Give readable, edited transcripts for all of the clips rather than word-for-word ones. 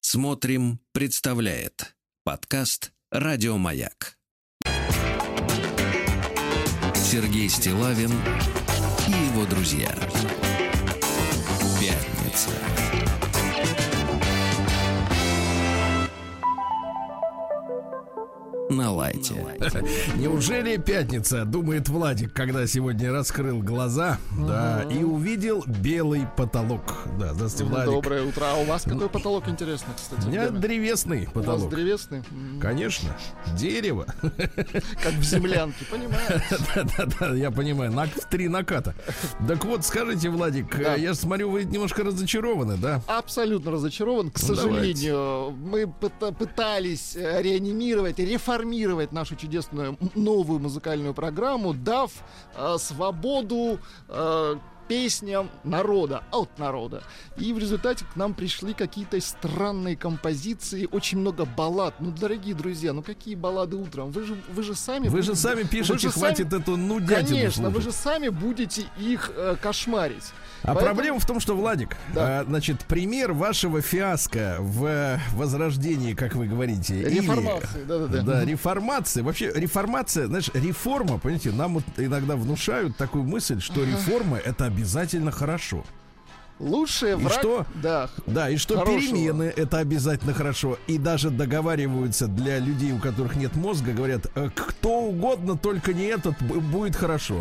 Смотрим, представляет подкаст «Радиомаяк». Сергей Стиллавин и его друзья. Пятница. На лайте. Неужели пятница, думает Владик, когда сегодня раскрыл глаза, да, и увидел белый потолок. Да, здравствуйте, Владик. Доброе утро. А у вас какой потолок, интересно, кстати? У меня древесный потолок. У вас древесный? Конечно. Дерево. Как в землянке, понимаю. Да, я понимаю. 3 наката. Так вот, скажите, Владик, я же смотрю, вы немножко разочарованы, да? Абсолютно разочарован. К сожалению, мы пытались реанимировать, реформировать нашу чудесную новую музыкальную программу, дав свободу песням народа, от народа. И в результате к нам пришли какие-то странные композиции, очень много баллад. Ну, дорогие друзья, ну какие баллады утром? Вы же сами... Вы же сами пишете, хватит эту нудятину. Конечно, слушать. вы же сами будете их кошмарить. А поэтому... проблема в том, что, Владик, значит, пример вашего фиаско в возрождении, как вы говорите, реформации, да, реформация. Вообще, реформация, знаешь, реформа, понимаете, нам вот иногда внушают такую мысль, что реформа — это обязательно хорошо. Лучший враг, и что хорошего. Перемены — это обязательно хорошо. И даже договариваются для людей, у которых нет мозга, говорят, кто угодно, только не этот, будет хорошо.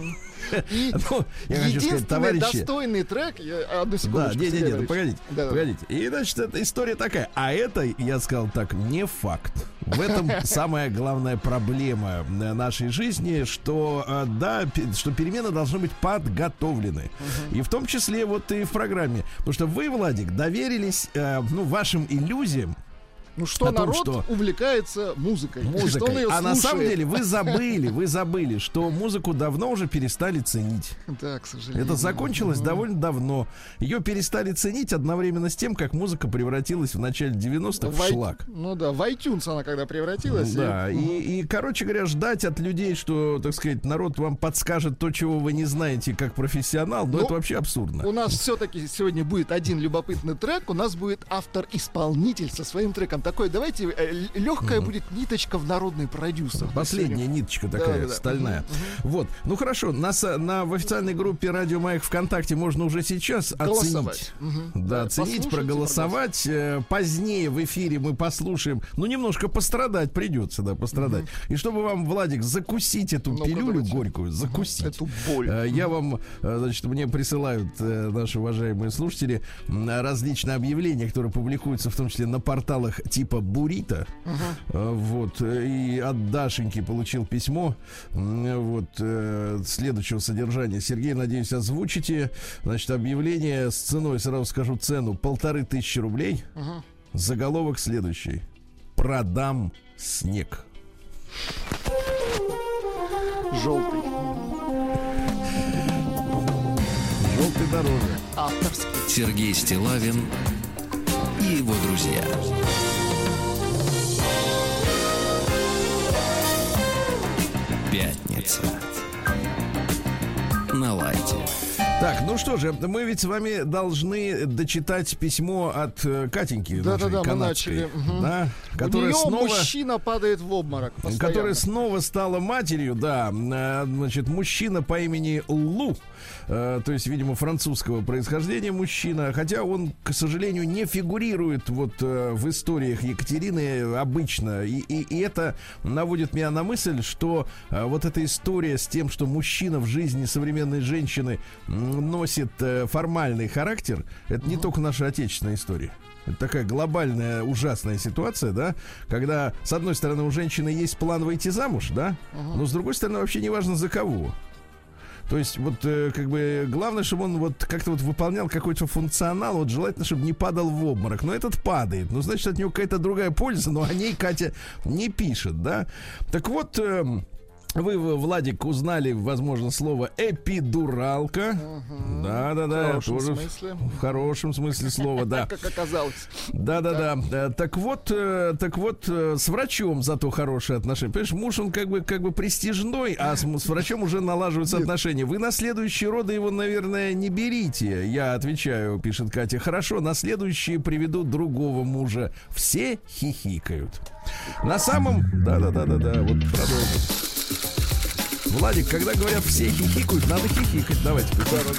И единственный достойный трек, одну секундочку. Погодите. И, значит, эта история такая. А это, я сказал так, не факт. В этом самая главная проблема нашей жизни, что, что перемены должны быть подготовлены. И в том числе вот и в программе. Потому что вы, Владик, доверились вашим иллюзиям. Ну что народ увлекается музыкой. Что он ее а слушает. На самом деле вы забыли, что музыку давно уже перестали ценить. Да, к сожалению. Это закончилось довольно давно. Ее перестали ценить одновременно с тем, как музыка превратилась в начале 90-х в шлак. Ну да, в iTunes она когда превратилась. Да, и, короче говоря, ждать от людей, что, так сказать, народ вам подскажет то, чего вы не знаете, как профессионал, это вообще абсурдно. У нас все-таки сегодня будет один любопытный трек. У нас будет автор-исполнитель со своим треком. Такой, давайте, легкая будет ниточка в народный продюсер. Последняя ниточка такая, стальная. Вот, ну хорошо, нас в официальной группе «Радио Маяк» ВКонтакте можно уже сейчас оценить. Да, оценить, проголосовать. Позднее в эфире мы послушаем. Ну, немножко пострадать придется, пострадать. И чтобы вам, Владик, закусить эту пилюлю горькую, закусить. Эту боль. Я вам, значит, мне присылают наши уважаемые слушатели различные объявления, которые публикуются в том числе на порталах типа Бурито. Вот. И от Дашеньки получил письмо следующего содержания. Сергей, надеюсь, озвучите. Значит, объявление с ценой, сразу скажу цену, 1500 рублей. Заголовок следующий: продам снег. Желтый дороже. Авторский. Сергей Стиллавин и его друзья. Пятница. На лайте. Так, ну что же, мы ведь с вами должны дочитать письмо от Катеньки, нашей канадской, которая снова... мужчина падает в обморок постоянно. Которая снова стала матерью, значит, мужчина по имени Лу, то есть, видимо, французского происхождения мужчина, хотя он, к сожалению, не фигурирует в историях Екатерины обычно, и это наводит меня на мысль, что вот эта история с тем, что мужчина в жизни современной женщины носит формальный характер, это не только наша отечественная история. Это такая глобальная ужасная ситуация, да, когда, с одной стороны, у женщины есть план выйти замуж, да, но с другой стороны, вообще не важно за кого. То есть, как бы, главное, чтобы он как-то выполнял какой-то функционал, желательно, чтобы не падал в обморок. Но этот падает, значит, от него какая-то другая польза, но о ней Катя не пишет, да. Так вот, Вы, Владик, узнали, возможно, слово эпидуралка. Да-да-да. В хорошем смысле слова, да. Как оказалось. Да-да-да. Так вот, с врачом зато хорошие отношения. Понимаешь, муж, он как бы престижной, а с врачом уже налаживаются отношения. Вы на следующие роды его, наверное, не берите. Я отвечаю, пишет Катя. Хорошо, на следующие приведут другого мужа. Все хихикают. На самом... Да-да-да-да-да. Вот продолжим. Владик, когда говорят все хихикают, надо хихикать. Давайте.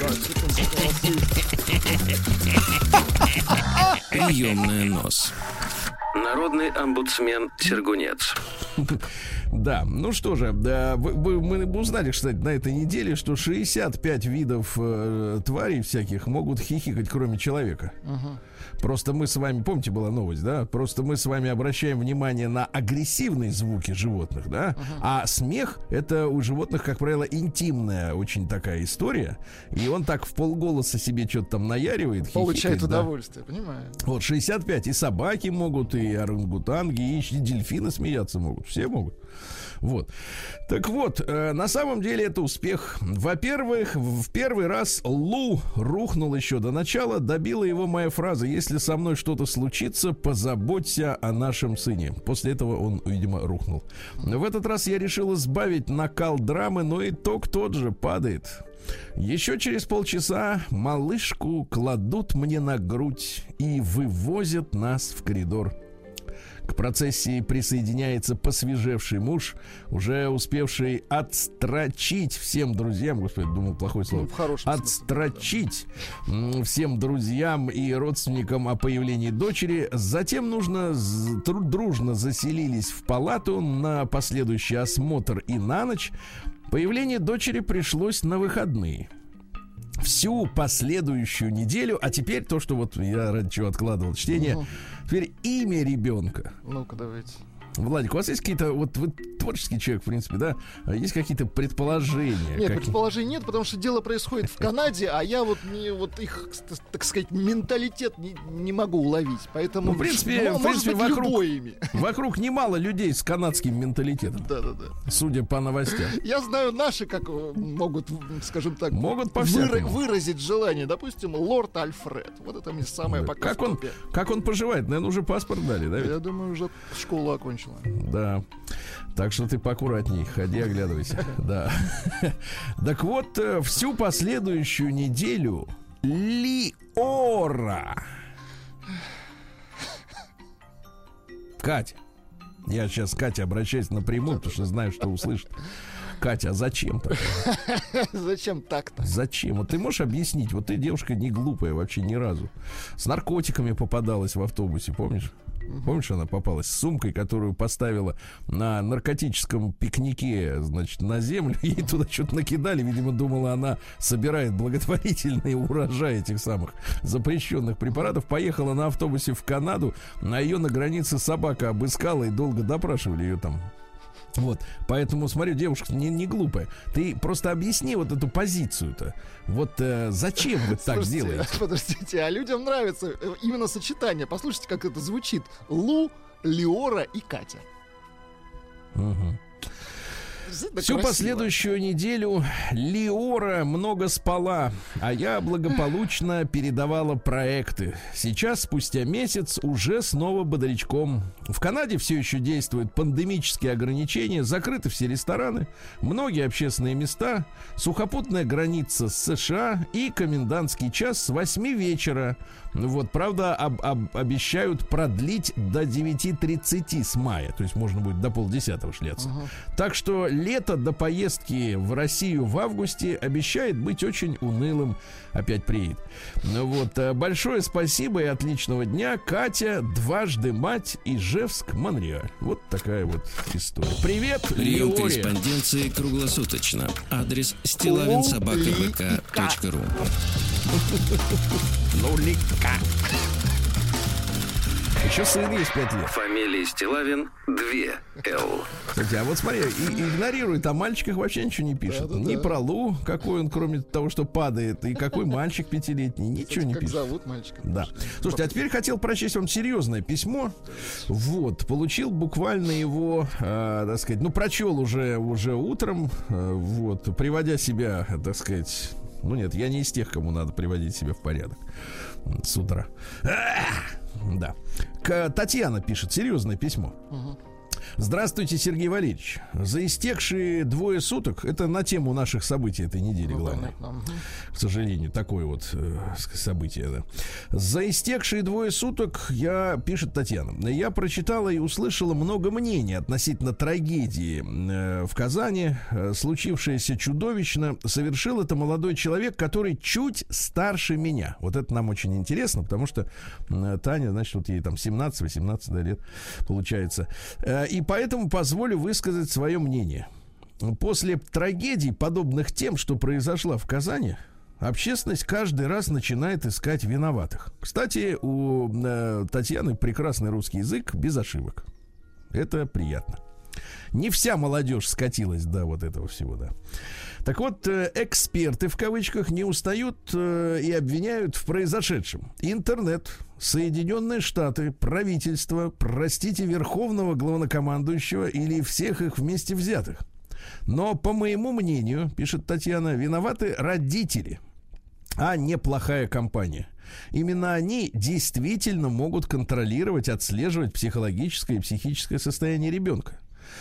Приемная нос. Народный омбудсмен Сергунец. Да, ну что же, мы узнали, кстати, на этой неделе, что 65 видов тварей всяких могут хихикать, кроме человека. Просто мы с вами, помните, была новость, да? Просто мы с вами обращаем внимание на агрессивные звуки животных, да? А смех — это у животных, как правило, интимная очень такая история. И он так вполголоса себе что-то там наяривает. Получает удовольствие, понимаю. Вот 65. И собаки могут, и орангутанги, и дельфины смеяться могут. Все могут. Вот. Так вот, на самом деле это успех. Во-первых, в первый раз Лу рухнул еще до начала. Добила его моя фраза: если со мной что-то случится, позаботься о нашем сыне. После этого он, видимо, рухнул. В этот раз я решил избавить накал драмы, но итог тот же, падает. Еще через полчаса малышку кладут мне на грудь и вывозят нас в коридор. К процессии присоединяется посвежевший муж, уже успевший отстрочить всем друзьям, господи, думал, плохое слово, отстрочить всем друзьям и родственникам о появлении дочери. Затем дружно заселились в палату на последующий осмотр и на ночь. Появление дочери пришлось на выходные. Всю последующую неделю, а теперь то, что вот я ради чего откладывал чтение, теперь имя ребенка. Ну-ка, давайте. Владик, у вас есть какие-то, вот вы творческий человек, в принципе, да? Есть какие-то предположения? Нет, предположений нет, потому что дело происходит в Канаде, а я вот их, так сказать, менталитет не могу уловить. Поэтому, в принципе, вокруг немало людей с канадским менталитетом. Да-да-да. Судя по новостям. Я знаю наши, как могут, скажем так, выразить желание. Допустим, лорд Альфред. Вот это мне самое пока. Как он поживает? Наверное, уже паспорт дали, да? Я думаю, уже школу окончил. Да. Так что ты поаккуратней, ходи, оглядывайся. Да. Так вот, всю последующую неделю Лиора. Катя. Я сейчас к Кате обращаюсь напрямую, потому что знаю, что услышит. Катя, а зачем так? Зачем так-то? Зачем? Вот ты можешь объяснить? Вот ты девушка не глупая вообще ни разу. С наркотиками попадалась в автобусе, помнишь? Помнишь, она попалась с сумкой, которую поставила на наркотическом пикнике, значит, на землю. Ей туда что-то накидали. Видимо, думала, она собирает благотворительный урожай этих самых запрещенных препаратов. Поехала на автобусе в Канаду. На ее на границе собака обыскала и долго допрашивали ее там. Вот, поэтому, смотрю, девушка не глупая. Ты просто объясни вот эту позицию-то. Вот зачем вы так делаете? Подождите, а людям нравится именно сочетание. Послушайте, как это звучит. Лу, Лиора и Катя. Всю последующую неделю Лиора много спала, а я благополучно передавала проекты. Сейчас, спустя месяц, уже снова бодрячком. В Канаде все еще действуют пандемические ограничения, закрыты все рестораны, многие общественные места, сухопутная граница с США и комендантский час с 8 вечера. Вот, правда, обещают продлить до 9:30 с мая, то есть можно будет до 9:30 шляться. Так что лето до поездки в Россию в августе обещает быть очень унылым. Опять приедет. Ну вот, большое спасибо и отличного дня. Катя, дважды мать, Ижевск, Монреаль. Вот такая вот история. Привет, Прием Лиоре. корреспонденции круглосуточно. Адрес stilavinsobaka.vk.ru. Еще сын есть 5 лет. Фамилия Стилавин 2Л. Кстати, а вот смотри, игнорирует, о мальчиках вообще ничего не пишет. Ни про Лу, какой он, кроме того, что падает, и какой мальчик 5-летний, ничего не пишет. Как зовут мальчика? Да. Слушайте, а теперь хотел прочесть вам серьезное письмо. Вот, получил буквально его, так сказать, прочел уже утром, вот, приводя себя, так сказать, нет, я не из тех, кому надо приводить себя в порядок с утра. Да. Татьяна пишет серьезное письмо. Здравствуйте, Сергей Валерьевич. За истекшие 2 суток, это на тему наших событий этой недели, главное. К сожалению, такое вот событие, да. За истекшие 2 суток, пишет Татьяна, я прочитала и услышала много мнений относительно трагедии в Казани. Случившееся чудовищно. Совершил это молодой человек, который чуть старше меня. Вот это нам очень интересно, потому что Таня, значит, вот ей там 17-18 лет получается. И поэтому позволю высказать свое мнение. После трагедий, подобных тем, что произошло в Казани, общественность каждый раз начинает искать виноватых. Кстати, у Татьяны прекрасный русский язык, без ошибок. Это приятно. Не вся молодежь скатилась до вот этого всего, да. Так вот, эксперты, в кавычках, не устают и обвиняют в произошедшем интернет, Соединенные Штаты, правительство, простите, верховного главнокомандующего или всех их вместе взятых. Но, по моему мнению, пишет Татьяна, виноваты родители, а не плохая компания. Именно они действительно могут контролировать, отслеживать психологическое и психическое состояние ребенка.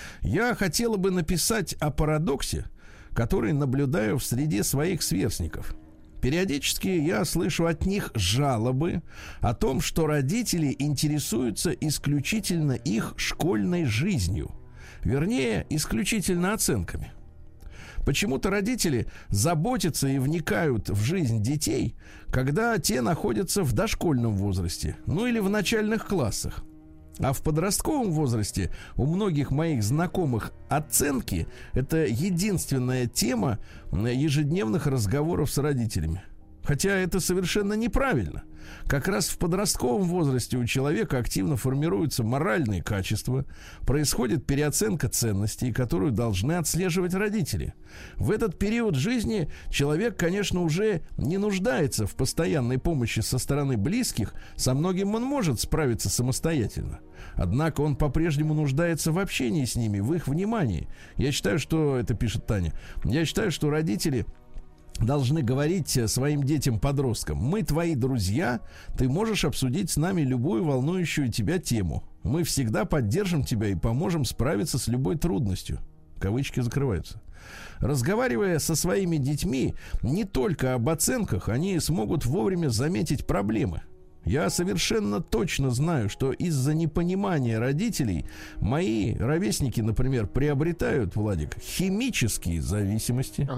Я хотела бы написать о парадоксе, который наблюдаю в среде своих сверстников. Периодически я слышу от них жалобы о том, что родители интересуются исключительно их школьной жизнью. Вернее, исключительно оценками. Почему-то родители заботятся и вникают в жизнь детей, когда те находятся в дошкольном возрасте, или в начальных классах. А в подростковом возрасте у многих моих знакомых оценки – это единственная тема ежедневных разговоров с родителями. Хотя это совершенно неправильно. Как раз в подростковом возрасте у человека активно формируются моральные качества, происходит переоценка ценностей, которую должны отслеживать родители. В этот период жизни человек, конечно, уже не нуждается в постоянной помощи со стороны близких, со многим он может справиться самостоятельно. Однако он по-прежнему нуждается в общении с ними, в их внимании. Я считаю, что, это пишет Таня, я считаю, что родители должны говорить своим детям-подросткам: мы твои друзья, ты можешь обсудить с нами любую волнующую тебя тему. Мы всегда поддержим тебя и поможем справиться с любой трудностью. Кавычки закрываются. Разговаривая со своими детьми не только об оценках, они смогут вовремя заметить проблемы. Я совершенно точно знаю, что из-за непонимания родителей мои ровесники, например, приобретают, Владик, химические зависимости.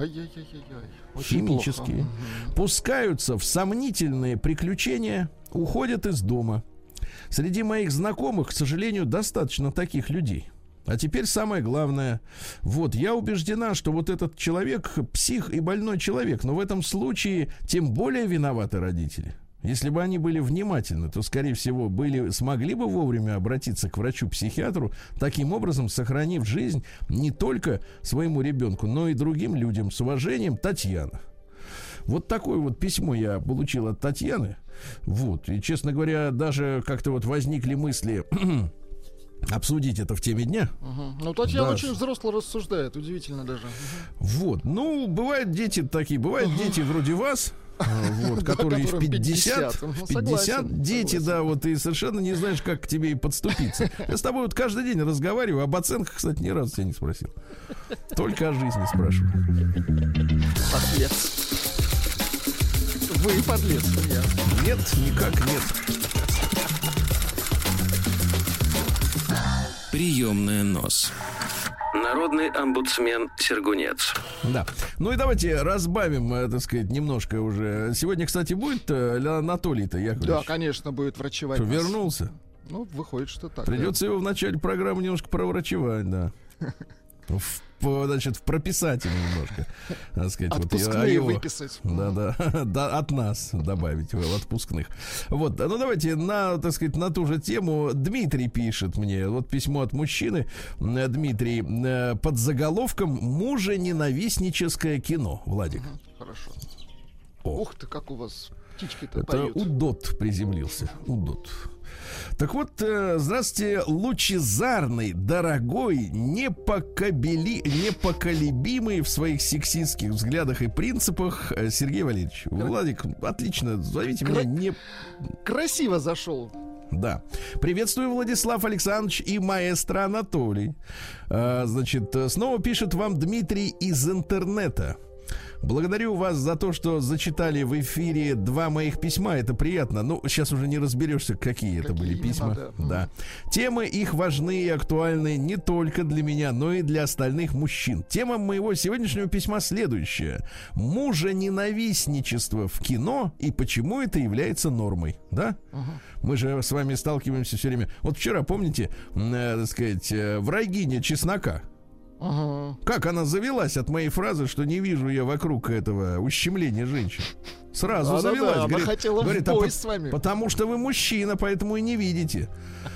Химические. Пускаются в сомнительные приключения, уходят из дома. Среди моих знакомых, к сожалению, достаточно таких людей. А теперь самое главное. Вот, я убеждена, что вот этот человек псих и больной человек, но в этом случае тем более виноваты родители. Если бы они были внимательны, то, скорее всего, смогли бы вовремя обратиться к врачу-психиатру, таким образом сохранив жизнь не только своему ребенку, но и другим людям. С уважением, Татьяна. Вот такое вот письмо я получил от Татьяны. Вот. И, честно говоря, даже как-то вот возникли мысли обсудить это в теме дня. Ну, Татьяна очень взросло рассуждает, удивительно даже. Вот. Бывают дети такие, бывают дети вроде вас, вот, которые в 50 дети, да, вот, и совершенно не знаешь, как к тебе и подступиться. Я с тобой вот каждый день разговариваю, об оценках, кстати, ни разу тебя не спросил. Только о жизни спрашиваю. Подлец. Вы подлец, я. Нет, никак нет. Приемная нос. Народный омбудсмен Сергунец. Да. Ну и давайте разбавим, так сказать, немножко уже. Сегодня, кстати, будет Анатолий-то Яковлевич? Да, конечно, будет врачевать. Что, вернулся? Ну, выходит, что так. Придется его в начале программы немножко проврачевать, да. Значит, в прописатель немножко, так сказать, отпускные выписать. Да, от нас добавить в отпускных. Вот, ну давайте так сказать, на ту же тему. Дмитрий пишет мне, вот письмо от мужчины. Дмитрий, под заголовком «Мужененавистническое кино». Владик. Хорошо. Ух ты, как у вас птички-то это поют. Удот приземлился. Удот. Так вот, здравствуйте, лучезарный, дорогой, непоколебимый в своих сексистских взглядах и принципах Сергей Валерьевич. Владик, отлично, зовите меня Красиво зашел. Да. Приветствую, Владислав Александрович и маэстро Анатолий. Значит, снова пишет вам Дмитрий из интернета. Благодарю вас за то, что зачитали в эфире 2 моих письма. Это приятно. Ну, сейчас уже не разберешься, какие это были письма. Да. Темы их важны и актуальны не только для меня, но и для остальных мужчин. Тема моего сегодняшнего письма следующая: мужененавистничество в кино и почему это является нормой. Да? Мы же с вами сталкиваемся все время. Вот вчера, помните, так сказать, врагиня чеснока. Как она завелась от моей фразы, что не вижу я вокруг этого ущемления женщин. Сразу завелась. Она говорит, хотела в бой с вами. Потому что вы мужчина, поэтому и не видите.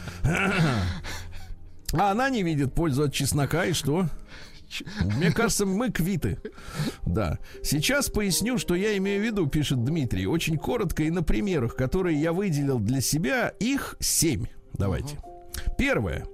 А она не видит пользу от чеснока, и что? Мне кажется, мы квиты. Да. Сейчас поясню, что я имею в виду, пишет Дмитрий. Очень коротко и на примерах, которые я выделил для себя. Их 7. Давайте. Первое.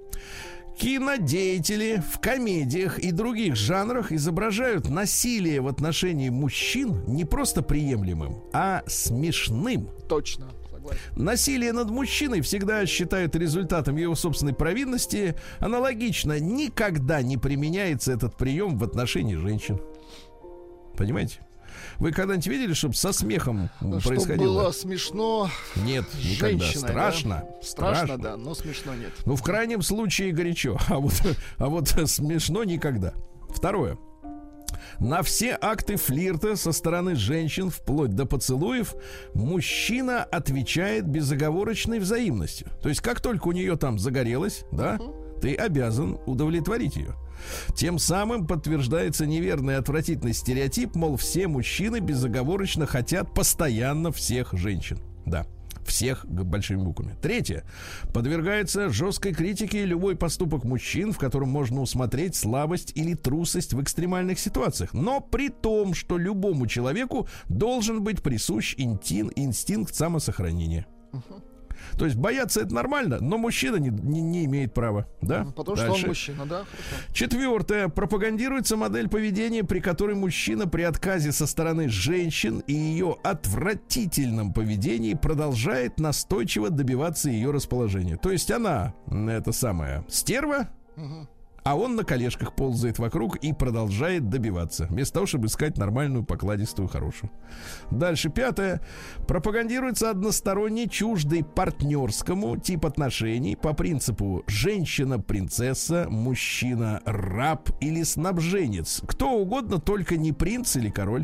Кинодеятели в комедиях и других жанрах изображают насилие в отношении мужчин не просто приемлемым, а смешным. Точно. Согласен. Насилие над мужчиной всегда считают результатом его собственной провинности. Аналогично, никогда не применяется этот прием в отношении женщин. Понимаете? Вы когда-нибудь видели, чтобы со смехом происходило? Чтобы было смешно. Нет, никогда. Женщиной, страшно. Да? Страшно, да, но смешно нет. Ну, в крайнем случае горячо. А вот смешно никогда. Второе. На все акты флирта со стороны женщин, вплоть до поцелуев, мужчина отвечает безоговорочной взаимностью. То есть, как только у нее там загорелось, да, ты обязан удовлетворить ее. Тем самым подтверждается неверный и отвратительный стереотип, мол, все мужчины безоговорочно хотят постоянно всех женщин. Да, всех большими буквами. Третье. Подвергается жесткой критике любой поступок мужчин, в котором можно усмотреть слабость или трусость в экстремальных ситуациях. Но при том, что любому человеку должен быть присущ инстинкт самосохранения. То есть бояться это нормально, но мужчина не имеет права, да? Потому что он мужчина, да? Хорошо. Четвертое. Пропагандируется модель поведения, при которой мужчина при отказе со стороны женщин и ее отвратительном поведении продолжает настойчиво добиваться ее расположения. То есть она, это самая стерва, а он на колешках ползает вокруг и продолжает добиваться, вместо того, чтобы искать нормальную, покладистую, хорошую. Дальше, пятое. Пропагандируется односторонний, чуждый партнерскому тип отношений по принципу женщина-принцесса, мужчина-раб или снабженец. Кто угодно, только не принц или король.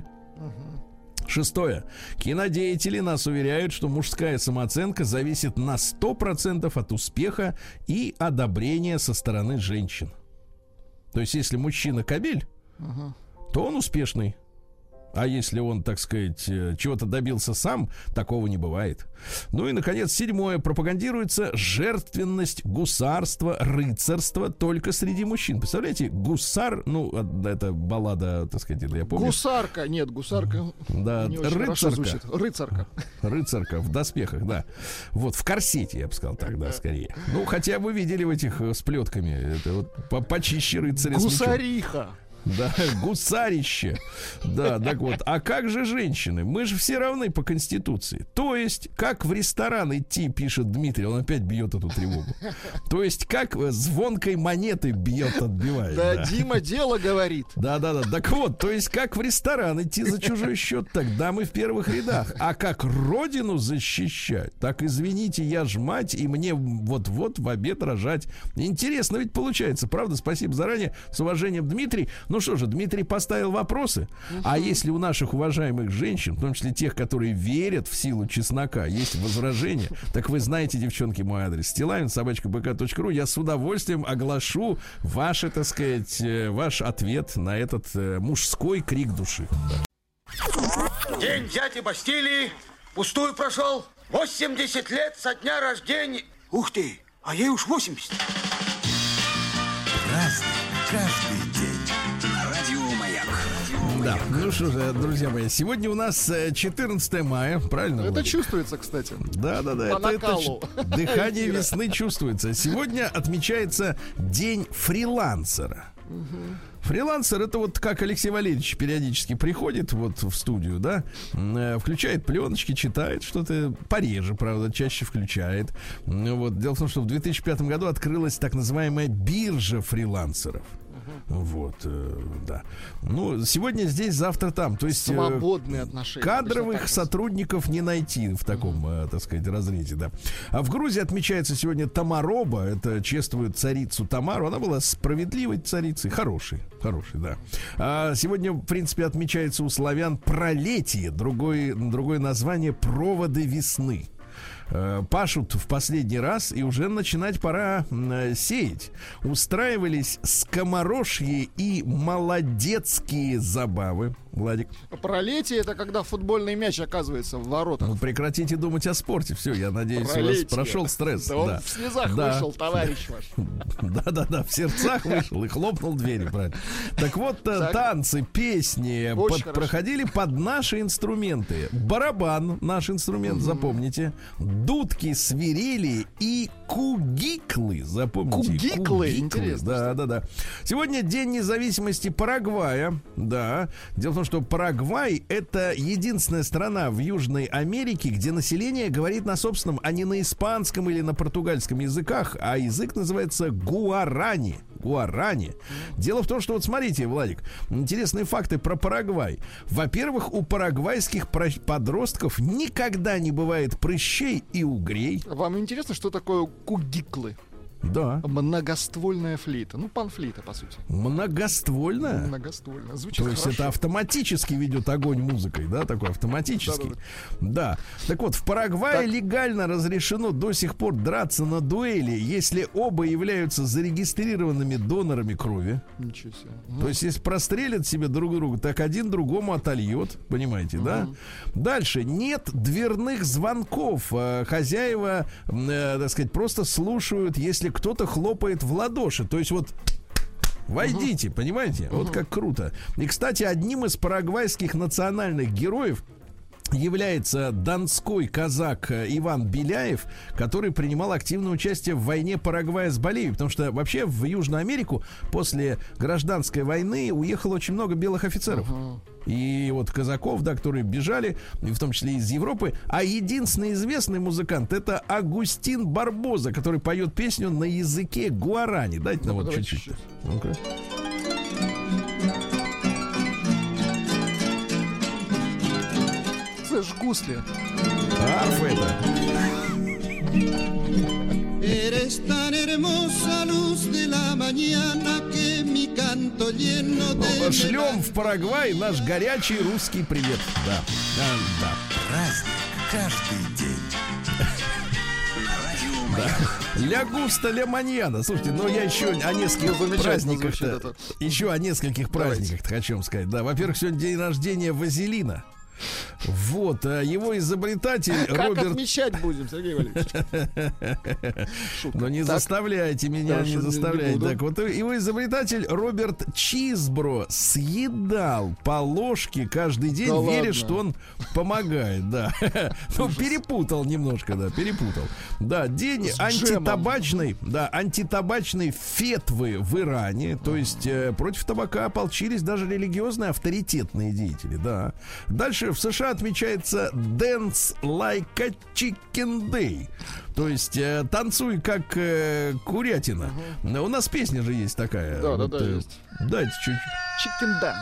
Шестое. Кинодеятели нас уверяют, что мужская самооценка зависит на 100% от успеха и одобрения со стороны женщин. То есть, если мужчина кобель, то он успешный. А если он, так сказать, чего-то добился сам, такого не бывает. Ну и, наконец, седьмое. Пропагандируется жертвенность, гусарство, рыцарство только среди мужчин. Представляете, гусар, ну, это баллада, так сказать, это я помню. Гусарка, нет, гусарка. Да, не очень хорошо звучит. Рыцарка. Рыцарка в доспехах, да. Вот, в корсете, я бы сказал тогда, скорее. Ну, хотя вы видели в этих с плетками. Это вот почище рыцаря. Гусариха. Да, гусарище. Да, так вот. А как же женщины? Мы же все равны по Конституции. То есть, как в ресторан идти, пишет Дмитрий, он опять бьет эту тревогу. То есть, как звонкой монеты бьет, отбивает. Да, Дима дело говорит. Да. Так вот, то есть, как в ресторан идти за чужой счет, тогда мы в первых рядах. А как родину защищать, так, извините, я ж мать, и мне вот-вот в обед рожать. Интересно ведь получается, правда? Спасибо заранее. С уважением, Дмитрий. Ну что же, Дмитрий поставил вопросы. А если у наших уважаемых женщин, в том числе тех, которые верят в силу чеснока, есть возражения, так вы знаете, девчонки, мой адрес stilain@bk.ru. Я с удовольствием оглашу ваш, так сказать, ваш ответ на этот мужской крик души. День дяди Бастилии пустую прошел. 80 лет со дня рождения. Ух ты, а ей уж 80. Разный, каждый день. Радио Маяк. Да, ну что же, друзья мои, сегодня у нас 14 мая, правильно? Это Владик? чувствуется, кстати. Да. По Это накалу. дыхание весны чувствуется. Сегодня отмечается День фрилансера. Фрилансер — это вот как Алексей Валерьевич периодически приходит вот в студию, да, включает пленочки, читает что-то, пореже, правда, чаще включает. Вот. Дело в том, что в 2005 году открылась так называемая биржа фрилансеров. Вот, да. Ну, сегодня здесь, завтра там. То есть свободные отношения. кадровых сотрудников не найти в таком, так сказать, разрезе, да. А в Грузии отмечается сегодня Тамароба. Это чествует царицу Тамару. Она была справедливой царицей, хорошей, да. А сегодня, в принципе, отмечается у славян Пролетие, другое название Проводы весны. Пашут в последний раз, и уже начинать пора сеять. Устраивались скоморожьи и молодецкие забавы. Владик. Пролетие — это когда футбольный мяч оказывается в воротах. Ну, прекратите думать о спорте. Все, я надеюсь, Пролетие. у вас прошел стресс. Да, он в слезах вышел, товарищ ваш. Да, в сердцах вышел и хлопнул дверью, правильно. Так вот, танцы, песни проходили под наши инструменты. Барабан — наш инструмент, запомните. Дудки, свирели и кугиклы, запомните. Кугиклы, интересно. Да. Сегодня День независимости Парагвая. Да. Дело в том, что Парагвай — это единственная страна в Южной Америке, где население говорит на собственном, а не на испанском или на португальском языках, а язык называется гуарани. Дело в том, что вот смотрите, Владик, интересные факты про Парагвай. Во-первых, у парагвайских подростков никогда не бывает прыщей и угрей. Вам интересно, что такое кугиклы? Да. Многоствольная флейта. Ну, панфлейта, по сути. Многоствольная? Многоствольная. Звучит То хорошо. есть это автоматически ведет огонь музыкой, да, такой автоматический. Да. Так вот, в Парагвае легально разрешено до сих пор драться на дуэли, если оба являются зарегистрированными донорами крови. Ничего себе. То есть, если прострелят себе друг друга, так один другому отольет, понимаете, да? Дальше. Нет дверных звонков. Хозяева, так сказать, просто слушают, если кто-то хлопает в ладоши. То есть вот войдите, понимаете? Вот как круто. И, кстати, одним из парагвайских национальных героев является донской казак Иван Беляев, который принимал активное участие в войне Парагвая с Боливией, потому что вообще в Южную Америку после гражданской войны уехало очень много белых офицеров. И вот казаков, да, которые бежали, в том числе из Европы. А единственный известный музыкант — это Агустин Барбоза, который поет песню на языке гуарани. Дайте нам вот чуть-чуть. Ну-ка. Это ж гусли. Арфа это. Шлем в Парагвай наш горячий русский привет. Да. Праздник каждый день. Ля густа, ля маньяна. Слушайте, но я еще о нескольких праздниках-то, еще о нескольких праздниках хочу вам сказать. Да, во-первых, сегодня день рождения Вазелина. Вот, его изобретатель Как отмечать будем, Сергей Валерьевич? Но не заставляйте меня, не заставляйте. Так вот, его изобретатель Роберт Чизбро съедал по ложке каждый день, веря, что он помогает, да. Ну, перепутал немножко, да, перепутал. Да, день антитабачной, да, антитабачной фетвы в Иране. То есть против табака ополчились даже религиозные авторитетные деятели, да. Дальше в США отмечается Dance Like a Chicken Day. То есть танцуй как курятина. У нас песня же есть такая. Да, вот, да, есть. Дайте чуть-чуть. Chicken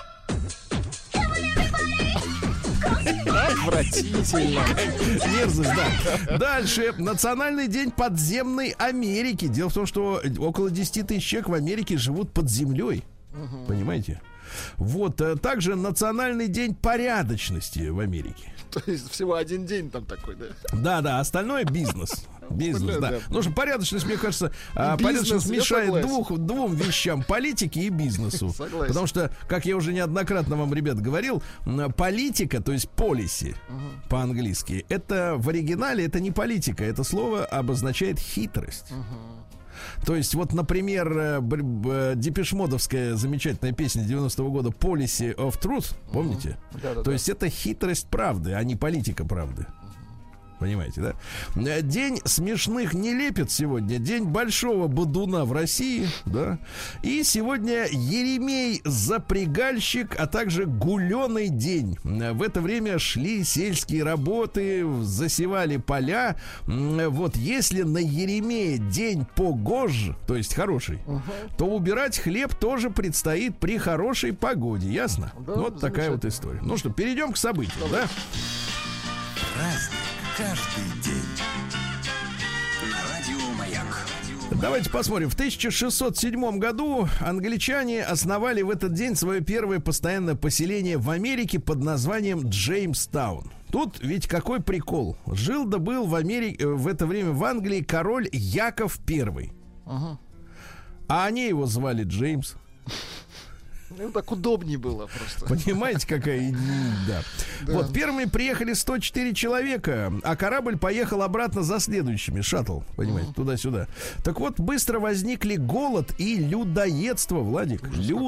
Dance. Отвратительно. Мерзость, да. Дальше. Национальный день подземной Америки. Дело в том, что около 10 тысяч человек в Америке живут под землей. Понимаете? Вот, также Национальный день порядочности в Америке. То есть всего один день там такой, да? Да, остальное бизнес. Бизнес, да. Потому что порядочность, мне кажется, порядочность мешает двум вещам: политике и бизнесу. Согласен. Потому что, как я уже неоднократно вам, ребят, говорил, политика, то есть policy по-английски, это в оригинале это не политика, это слово обозначает хитрость. То есть, вот, например, депешмодовская замечательная песня 90-го года «Policy of Truth», помните? То есть это хитрость правды, а не политика правды. Понимаете, да? День смешных нелепец сегодня. День большого бодуна в России, да? И сегодня Еремей запрягальщик, а также гуленый день. В это время шли сельские работы, засевали поля. Вот если на Еремея день погож, то есть хороший, то убирать хлеб тоже предстоит при хорошей погоде. Ясно? Да, вот такая вот история. Ну что, перейдем к событиям, да? Праздник каждый день. На радио Маяк. Давайте посмотрим. В 1607 году англичане основали в этот день свое первое постоянное поселение в Америке под названием Джеймстаун. Тут ведь какой прикол. Жил да был в Америке в это время в Англии король Яков I. А они его звали Джеймс. Ну, так удобнее было просто. Понимаете, какая идея? Да. Вот, первыми приехали 104 человека, а корабль поехал обратно за следующими. Шаттл, понимаете, туда-сюда. Так вот, быстро возникли голод и людоедство, Владик.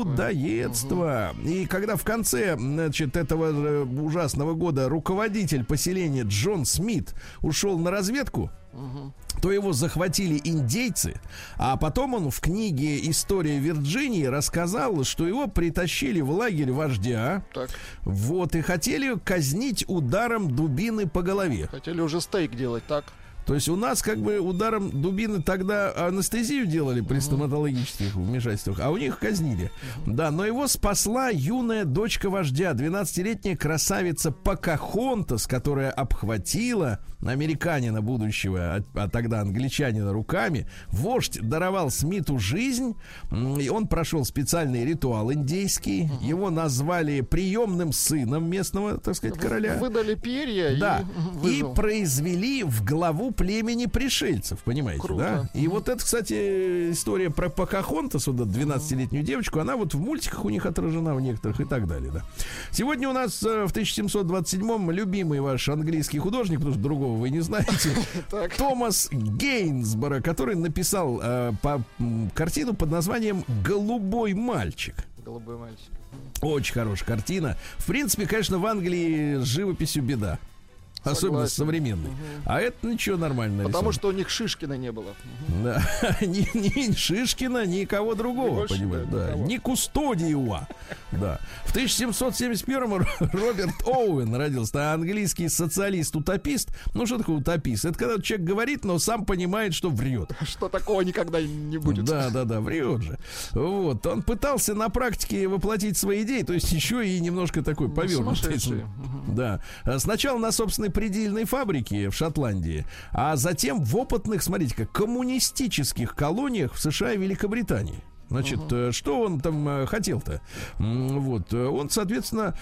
Людоедство. И когда в конце, значит, этого ужасного года руководитель поселения Джон Смит ушел на разведку, то его захватили индейцы, а потом он в книге «История Вирджинии» рассказал, что его притащили в лагерь вождя, вот, и хотели казнить ударом дубины по голове. Хотели уже стейк делать, так? То есть у нас как бы ударом дубины тогда анестезию делали при стоматологических вмешательствах, а у них казнили. Да, но его спасла юная дочка вождя, 12-летняя красавица Покахонтас, которая обхватила американина будущего, а тогда англичанина, руками. Вождь даровал Смиту жизнь, и он прошел специальный ритуал индейский. Его назвали приемным сыном местного, так сказать, короля. Выдали перья, да, и выжил. Произвели в главу племени пришельцев, понимаете, Круто. да? И вот это, кстати, история про Покахонтас, вот 12-летнюю девочку, она вот в мультиках у них отражена в некоторых и так далее, да. Сегодня у нас в 1727-м любимый ваш английский художник, потому что другого вы не знаете, Томас Гейнсборо, который написал картину под названием «Голубой мальчик». Голубой мальчик. Очень хорошая картина. В принципе, конечно, в Англии с живописью беда. Особенно современный. А это ничего, нормально. Потому что у них Шишкина не было. Да. Ни Шишкина, никого другого, понимаешь? Да. Ни Кустодиуа. Да. В 1771-м Роберт Оуэн родился. Английский социалист-утопист. Ну, что такое утопист? Это когда человек говорит, но сам понимает, что врет. Что такого никогда не будет. Да, врет же. Вот. Он пытался на практике воплотить свои идеи, то есть еще и немножко такой повернутый. Да. Сначала на собственной предельной фабрике в Шотландии, а затем в опытных, смотрите-ка, коммунистических колониях в США и Великобритании. Значит, что он там хотел-то? Вот, он, соответственно,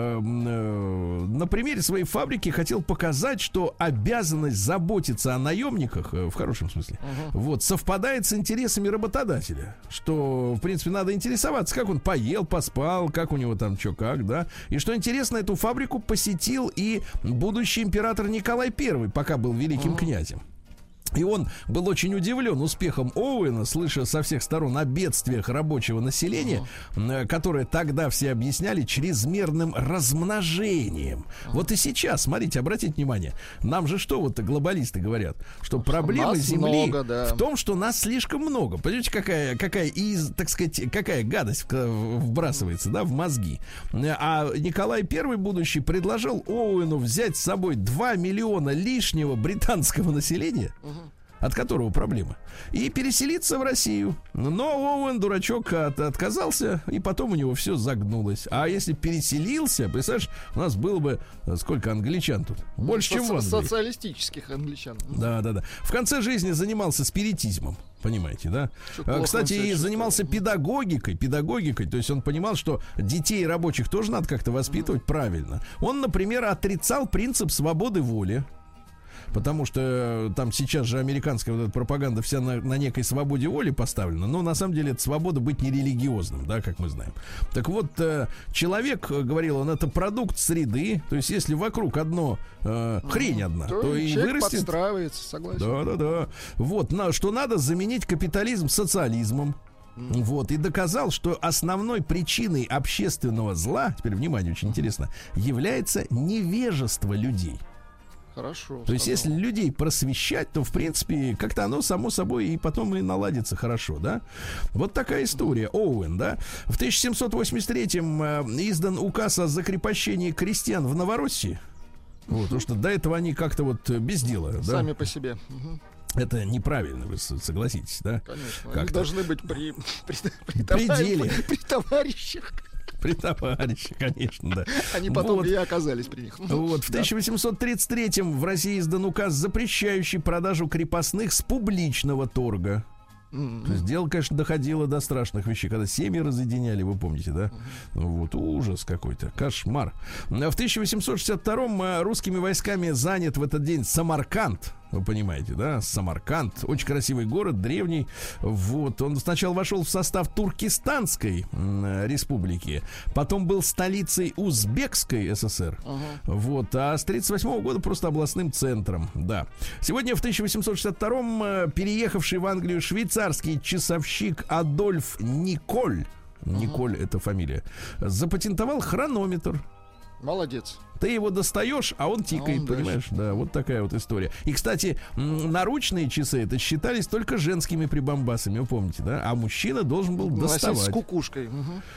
на примере своей фабрики хотел показать, что обязанность заботиться о наемниках, в хорошем смысле, вот, совпадает с интересами работодателя. Что, в принципе, надо интересоваться, как он поел, поспал, как у него там что, как, да. И что интересно, эту фабрику посетил и будущий император Николай I, пока был великим князем. И он был очень удивлен успехом Оуэна, слыша со всех сторон о бедствиях рабочего населения, которое тогда все объясняли чрезмерным размножением. Вот и сейчас, смотрите, обратите внимание, нам же что вот глобалисты говорят, что проблема Земли много, да, в том, что нас слишком много. Понимаете, так сказать, какая гадость вбрасывается, да, в мозги. А Николай I, будущий, предложил Оуэну взять с собой 2 миллиона лишнего британского населения. от которого проблема, и переселиться в Россию. Но Оуэн, дурачок, отказался, и потом у него все загнулось. А если переселился, представляешь, у нас было бы сколько англичан тут? Больше, чем в Англии. Социалистических англичан. Да. В конце жизни занимался спиритизмом. Понимаете, да? Кстати, и занимался педагогикой. То есть он понимал, что детей рабочих тоже надо как-то воспитывать правильно. Он, например, отрицал принцип свободы воли. Потому что там сейчас же американская вот эта пропаганда вся на некой свободе воли поставлена. Но на самом деле это свобода быть нерелигиозным, да, как мы знаем. Так вот, человек, говорил он, это продукт среды. То есть если вокруг одно хрень одна, то и вырастет. Подстраивается, согласен. Да. Вот, что надо заменить капитализм социализмом. Вот, и доказал, что основной причиной общественного зла, теперь внимание, очень интересно, является невежество людей. Хорошо. То есть, если людей просвещать, то, в принципе, как-то оно само собой и потом и наладится хорошо, да? Вот такая история. Оуэн, да? В 1783-м издан указ о закрепощении крестьян в Новороссии. Вот, потому что до этого они как-то вот без дела, да? Сами по себе. Это неправильно, вы согласитесь, да? Конечно. Как они должны быть при деле. При товарищах. При товарищах, конечно, да. Они потом и оказались при них. Вот, в 1833-м в России издан указ, запрещающий продажу крепостных с публичного торга. То есть дело, конечно, доходило до страшных вещей, когда семьи разъединяли, вы помните, да? Вот, ужас какой-то, кошмар. В 1862-м русскими войсками занят в этот день Самарканд. Вы понимаете, да? Самарканд. Очень красивый город, древний. Вот. Он сначала вошел в состав Туркестанской республики, потом был столицей Узбекской ССР. Вот. А с 1938 года просто областным центром. Да. Сегодня в 1862-м переехавший в Англию швейцарский часовщик Адольф Николь, Николь это фамилия, запатентовал хронометр. Молодец. Ты его достаешь, а он тикает, понимаешь? Да, вот такая вот история. И, кстати, наручные часы это считались только женскими прибамбасами, вы помните, да? А мужчина должен был доставать. С кукушкой.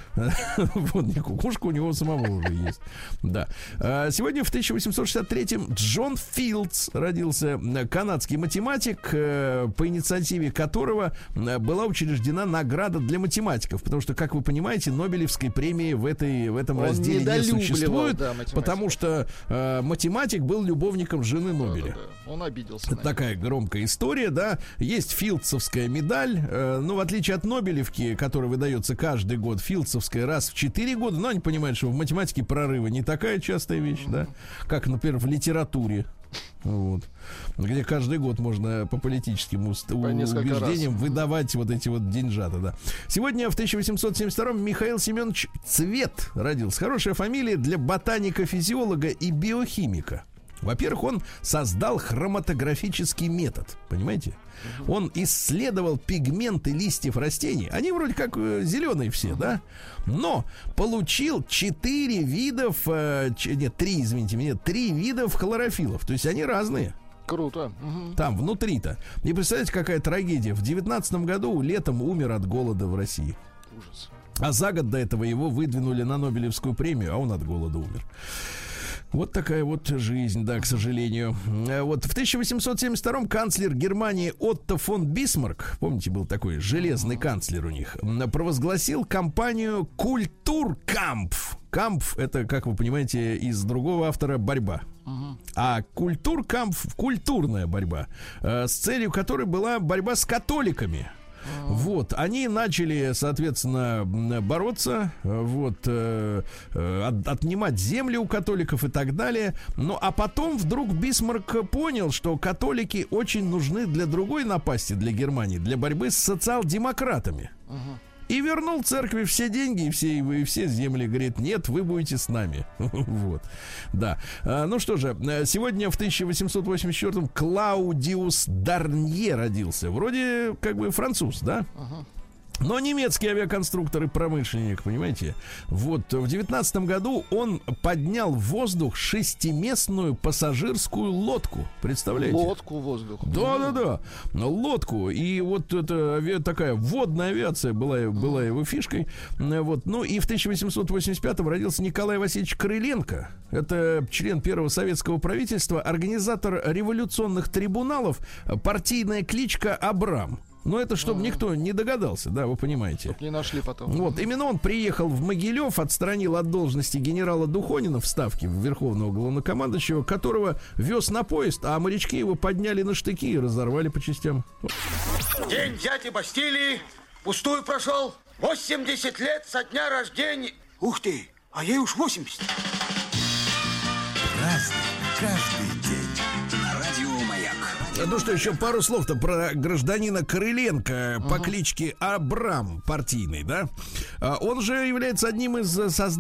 Вот, не кукушка у него самого уже есть. Да. Сегодня в 1863-м Джон Филдс родился, канадский математик, по инициативе которого была учреждена награда для математиков. Потому что, как вы понимаете, Нобелевской премии в этом разделе не существует. Да, потому что математик был любовником жены Нобеля. Да. Он обиделся. Это такая громкая история, да. Есть филдсовская медаль. Но в отличие от Нобелевки, которая выдается каждый год, филдсовская раз в 4 года. Но они понимают, что в математике прорывы не такая частая вещь, да. Как, например, в литературе. Вот. Где каждый год можно по политическим убеждениям выдавать вот эти вот деньжата, да. Сегодня в 1872-м Михаил Семенович Цвет родился. Хорошая фамилия для ботаника-физиолога и биохимика. Во-первых, он создал хроматографический метод, понимаете? Он исследовал пигменты листьев растений. Они вроде как зеленые все, да? Но получил 3 видов хлорофилов. То есть они разные. Круто. Там, внутри-то. И представляете, какая трагедия. В 19-м году летом умер от голода в России. Ужас. А за год до этого его выдвинули на Нобелевскую премию, а он от голода умер. Вот такая вот жизнь, да, к сожалению. Вот в 1872-м канцлер Германии Отто фон Бисмарк, помните, был такой железный канцлер у них, провозгласил кампанию «Культуркампф». Кампф — это, как вы понимаете, из другого автора «борьба». А «Культуркампф» — культурная борьба, с целью которой была борьба с католиками. Вот, они начали, соответственно, бороться, вот, отнимать земли у католиков и так далее. Ну, а потом вдруг Бисмарк понял, что католики очень нужны для другой напасти, для Германии, для борьбы с социал-демократами. И вернул церкви все деньги и все земли. Говорит, нет, вы будете с нами. Вот, да. Ну что же, сегодня в 1884-м Клаудиус Дарнье родился. Вроде как бы француз, да? Но немецкий авиаконструктор и промышленник, понимаете, вот в 19 году он поднял в воздух 6-местную пассажирскую лодку. Представляете? Лодку в воздух. Да. Лодку. И вот это такая водная авиация была его фишкой. Вот. Ну и в 1885-м родился Николай Васильевич Крыленко. Это член первого советского правительства, организатор революционных трибуналов, партийная кличка Абрам. Но это чтобы никто не догадался, да, вы понимаете. Не нашли потом. Вот, именно он приехал в Могилев, отстранил от должности генерала Духонина в Ставке, верховного главнокомандующего, которого вез на поезд, а морячки его подняли на штыки и разорвали по частям. День дяди Бастилии пустую прошел. 80 лет со дня рождения. Ух ты, а ей уж 80. Разный, каждый день. Ну что, еще пару слов-то про гражданина Крыленко по кличке Абрам партийный, да? Он же является одним из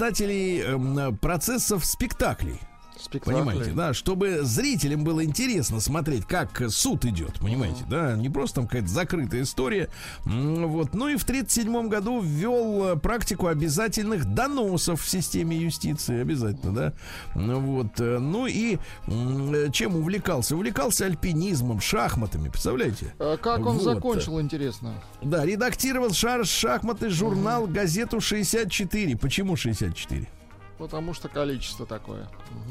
создателей процессов спектаклей. Понимаете, да, чтобы зрителям было интересно смотреть, как суд идет, понимаете, да, не просто там какая-то закрытая история, вот, ну и в 1937 году ввел практику обязательных доносов в системе юстиции, обязательно, да, вот, ну и чем увлекался? Увлекался альпинизмом, шахматами, представляете? Как он закончил, интересно? Да, редактировал шахматный журнал, газету «64». Почему 64? Потому что количество такое.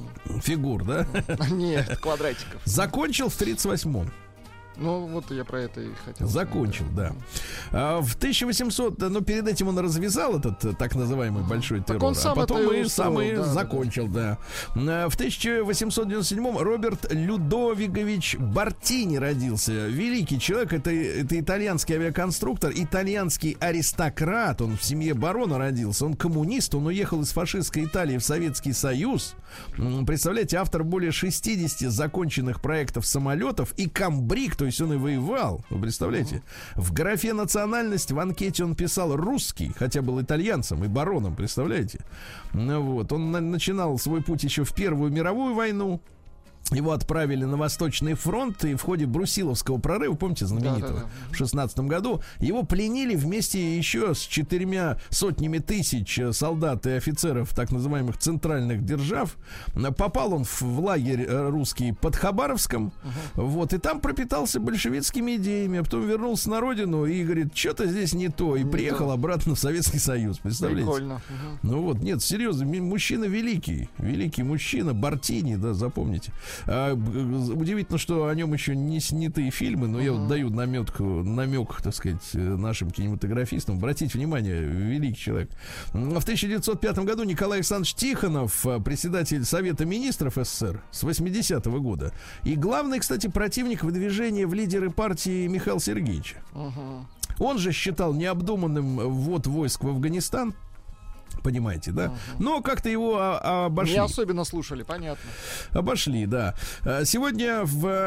Фигур, да? Нет, квадратиков. Закончил в 1938-м. Ну, вот я про это и хотел. Закончил, да. В 1800, ну, перед этим он развязал этот так называемый большой террор, а потом и сам и закончил, да. В 1897-м Роберт Людовигович Бартини родился. Великий человек, это итальянский авиаконструктор, итальянский аристократ, он в семье барона родился, он коммунист, он уехал из фашистской Италии в Советский Союз. Представляете, автор более 60 законченных проектов самолетов и камбрик, то есть он и воевал, вы представляете? В графе национальность в анкете он писал русский, хотя был итальянцем и бароном, представляете? Вот. Он начинал свой путь еще в Первую мировую войну. Его отправили на Восточный фронт, и в ходе Брусиловского прорыва, помните, знаменитого, в 16 году, его пленили вместе еще с 400 тысяч солдат и офицеров так называемых центральных держав. Попал он в лагерь русский под Хабаровском, вот, и там пропитался большевистскими идеями, а потом вернулся на родину и говорит, что-то здесь не то, и приехал обратно в Советский Союз, представляете? Прикольно. Ну вот, нет, серьезно, мужчина великий мужчина, Бартини, да, запомните. Удивительно, что о нем еще не сняты фильмы, но я вот даю намек, так сказать, нашим кинематографистам. Обратите внимание, великий человек. В 1905 году Николай Александрович Тихонов, председатель Совета министров СССР с 80-го года, и главный, кстати, противник выдвижения в лидеры партии Михаила Сергеевича. Он же считал необдуманным ввод войск в Афганистан. Понимаете, да? Но как-то его обошли. Не особенно слушали, понятно. Обошли, да. Сегодня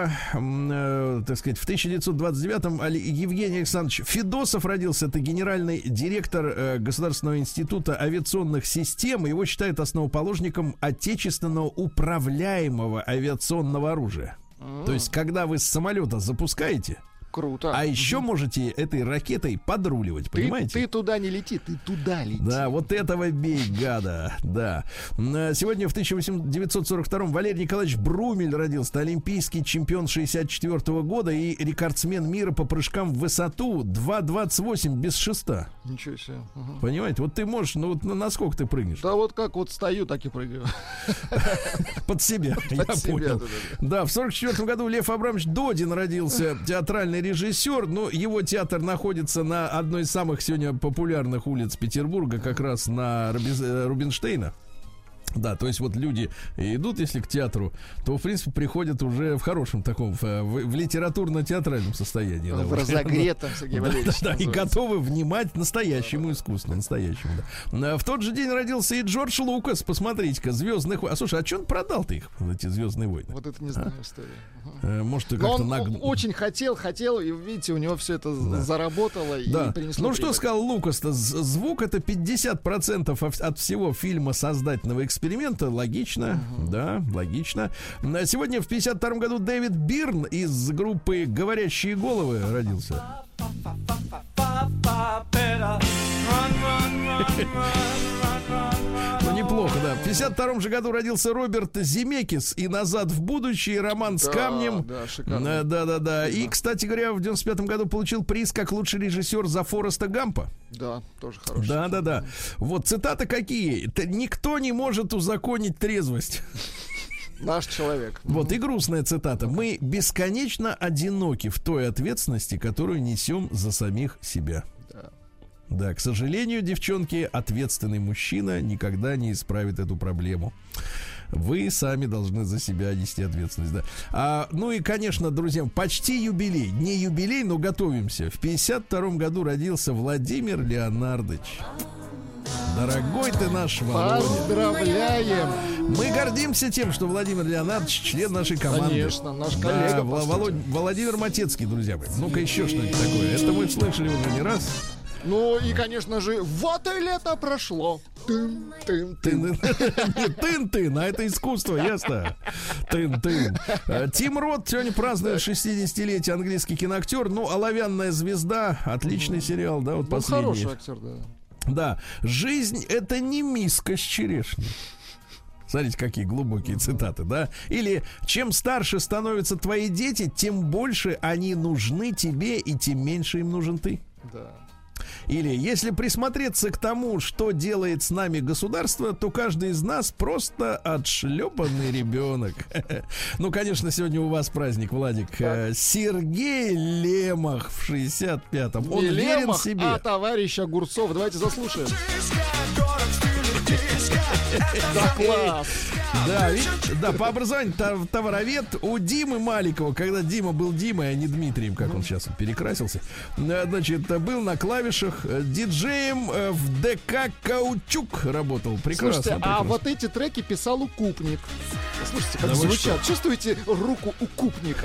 так сказать, в 1929-м Евгений Александрович Федосов родился. Это генеральный директор Государственного института авиационных систем. Его считают основоположником отечественного управляемого авиационного оружия. То есть, когда вы с самолета запускаете, круто. А еще можете этой ракетой подруливать, понимаете? Ты туда не лети, ты туда лети. Да, вот этого бей, гада, да. Сегодня в 1942-м Валерий Николаевич Брумель родился. Олимпийский чемпион 64-го года и рекордсмен мира по прыжкам в высоту 2,28 без шеста. Ничего себе. Понимаете, вот ты можешь, ну вот насколько ты прыгнешь? Да вот как вот стою, так и прыгаю. Под себя, я понял. Да, в 44-м году Лев Абрамович Додин родился, театральный режиссер, но его театр находится на одной из самых сегодня популярных улиц Петербурга, как раз на Рубинштейна. Да, то есть вот люди идут, если к театру, то, в принципе, приходят уже в хорошем таком, в литературно-театральном состоянии. В разогретом, Сергей Валерьевич. Да, и готовы внимать настоящему искусству, настоящему. Да. В тот же день родился и Джордж Лукас, посмотрите-ка, «Звездных войн». А слушай, а что он продал-то их, эти «Звездные войны»? Вот это не знаю историю. Может, ты как-то он очень хотел, и, видите, у него все это заработало и принесло. Ну, что сказал Лукас-то? Звук — это 50% от всего фильма создательного эксперимента. Логично, да, логично. Сегодня в 52-м году Дэвид Бирн из группы «Говорящие головы» родился. Ну, неплохо, да. В 52-м же году родился Роберт Земекис и «Назад в будущее», «Роман с камнем». Да, шикарно. Да. И, кстати говоря, в 95-м году получил приз как лучший режиссер за Фореста Гампа. Да, тоже хороший. Да. Вот цитаты какие. «Никто не может узаконить трезвость». Наш человек. Вот и грустная цитата. «Мы бесконечно одиноки в той ответственности, которую несем за самих себя». Да, к сожалению, девчонки, ответственный мужчина никогда не исправит эту проблему. Вы сами должны за себя нести ответственность, да. Ну и, конечно, друзья, почти юбилей. Не юбилей, но готовимся. В 52-м году родился Владимир Леонардович. Дорогой ты наш Володя. Поздравляем! Мы гордимся тем, что Владимир Леонардович член нашей команды. Конечно, наш коллега. Владимир Матецкий, друзья мои. Ну-ка еще что-нибудь такое. Это мы слышали уже не раз. Ну и, конечно же, вот и лето прошло. Тын-тын-тын. Не тын-тын, а это искусство, ясно? Тын-тын. Тим Рот сегодня празднует 60-летие, английский киноактер. Ну, «Оловянная звезда», отличный сериал, да, вот последний. Хороший актер, да. Да, жизнь — это не миска с черешней. Смотрите, какие глубокие цитаты, да? Или чем старше становятся твои дети, тем больше они нужны тебе, и тем меньше им нужен ты. Да. Или если присмотреться к тому, что делает с нами государство, то каждый из нас просто отшлепанный ребенок. Ну, конечно, сегодня у вас праздник, Владик. Сергей Лемах в 65-м. Он верен себе. А товарищ Огурцов. Давайте заслушаем. Да, класс. Да, по образованию товаровед. У Димы Маликова, когда Дима был Димой, а не Дмитрием, как он сейчас перекрасился, значит, был на клавишах, диджеем в ДК «Каучук» работал. Прекрасно. Слушайте, а вот эти треки писал Укупник. Слушайте, как звучат. Чувствуете руку Укупника?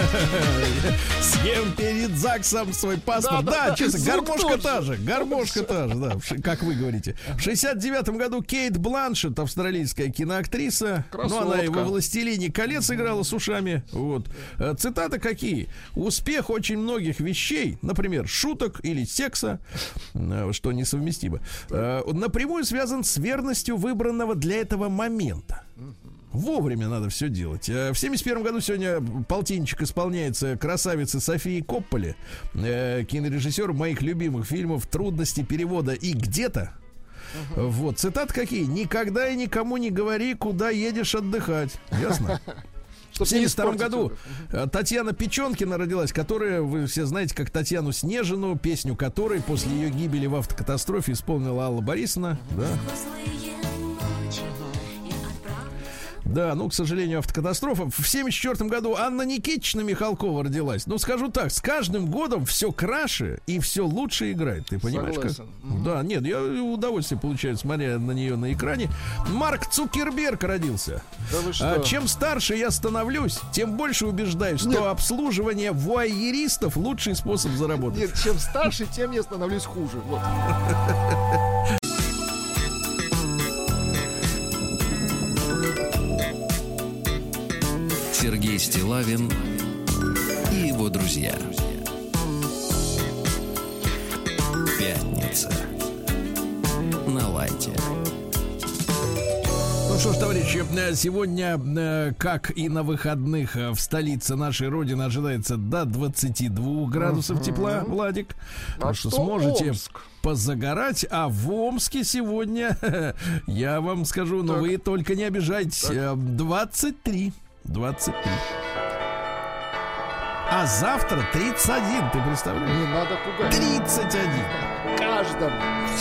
Съем перед ЗАГСом свой паспорт. Да, честно, гармошка та же, да, как вы говорите. В 69-м году Кейт Бланшетт, австралийская киноактриса. Ну, она и во «Властелине колец» играла с ушами. Вот. Цитаты какие? «Успех очень многих вещей, например, шуток или секса, что несовместимо, напрямую связан с верностью выбранного для этого момента». Вовремя надо все делать. В 71 году сегодня полтинничек исполняется красавице Софии Копполе, кинорежиссеру моих любимых фильмов «Трудности перевода» и «Где-то». Вот, цитаты какие? «Никогда и никому не говори, куда едешь отдыхать». Ясно? В 1972 году Татьяна Печенкина родилась, которая, вы все знаете, как Татьяну Снежину, песню которой после ее гибели в автокатастрофе исполнила Алла Борисовна. Да. Да, ну, к сожалению, автокатастрофа. В 1974 году Анна Никитична Михалкова родилась. Ну, скажу так, с каждым годом все краше и все лучше играет. Ты понимаешь, согласен. Как? Да, нет, я удовольствие получаю, смотря на нее на экране. Марк Цукерберг родился. Да вы что? Чем старше я становлюсь, тем больше убеждаюсь, что обслуживание вуайеристов лучший способ заработать. Нет, чем старше, тем я становлюсь хуже. Вот. Сергей Стиллавин и его друзья. Пятница на лайте. Ну что ж, товарищи, сегодня, как и на выходных, в столице нашей Родины ожидается до 22 градусов тепла, Владик. Так что сможете позагорать. А в Омске сегодня, я вам скажу, но вы только не обижайтесь, 23. А завтра 31, ты представляешь? Не надо пугать. 31. Каждому.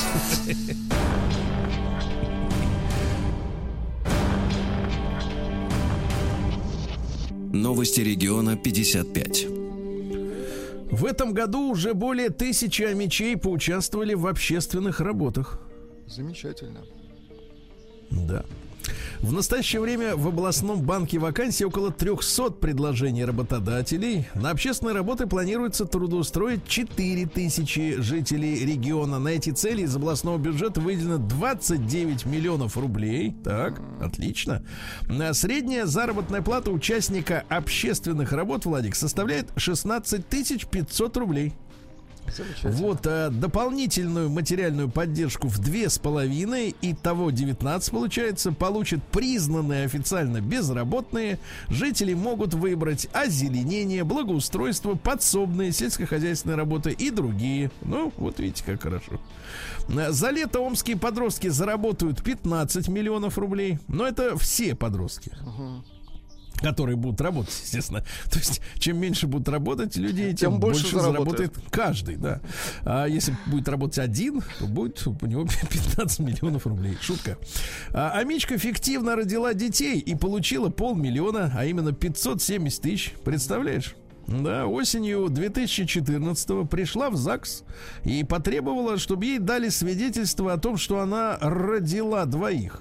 Новости региона 55. В этом году уже более 1000 амичей поучаствовали в общественных работах. Замечательно. Да. В настоящее время в областном банке вакансий около 300 предложений работодателей. На общественные работы планируется трудоустроить 4000 жителей региона. На эти цели из областного бюджета выделено 29 миллионов рублей. Так, отлично. Средняя заработная плата участника общественных работ, Владик, составляет 16 500 рублей. Вот дополнительную материальную поддержку в 2,5, итого 19 получается, получат признанные официально безработные. Жители могут выбрать озеленение, благоустройство, подсобные, сельскохозяйственные работы и другие. Ну, вот видите, как хорошо. За лето омские подростки заработают 15 миллионов рублей. Но это все подростки. Которые будут работать, естественно. То есть, чем меньше будут работать людей, тем больше заработает каждый, да. А если будет работать один, то будет у него 15 миллионов рублей. Шутка. Амичка фиктивно родила детей и получила 500 000, а именно 570 тысяч. Представляешь? Да, осенью 2014-го пришла в ЗАГС и потребовала, чтобы ей дали свидетельство о том, что она родила двоих.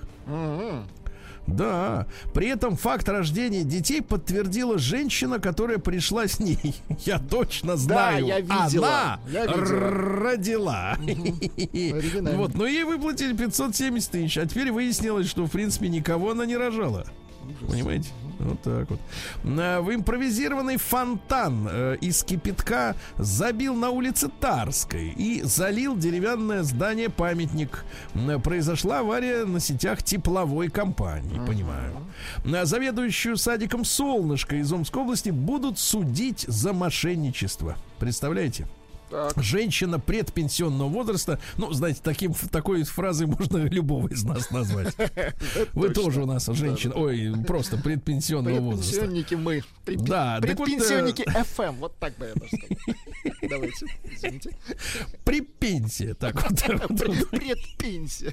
Да, при этом факт рождения детей подтверждала женщина, которая пришла с ней. Я точно знаю, да, я видела. Она родила. Вот, но ей выплатили 570 тысяч, а теперь выяснилось, что в принципе никого она не рожала. Понимаете? Вот так вот. В импровизированный фонтан из кипятка забил на улице Тарской и залил деревянное здание-памятник. Произошла авария на сетях тепловой компании, понимаю. Заведующую садиком «Солнышко» из Омской области будут судить за мошенничество. Представляете? Так. Женщина предпенсионного возраста. Ну, знаете, такой фразой можно любого из нас назвать. Вы тоже у нас женщина. Ой, просто предпенсионного возраста. Предпенсионники мы. Да. Предпенсионники FM. Вот так бы я даже сказал. Давайте, извините. Припенсия. Так вот. Предпенсия.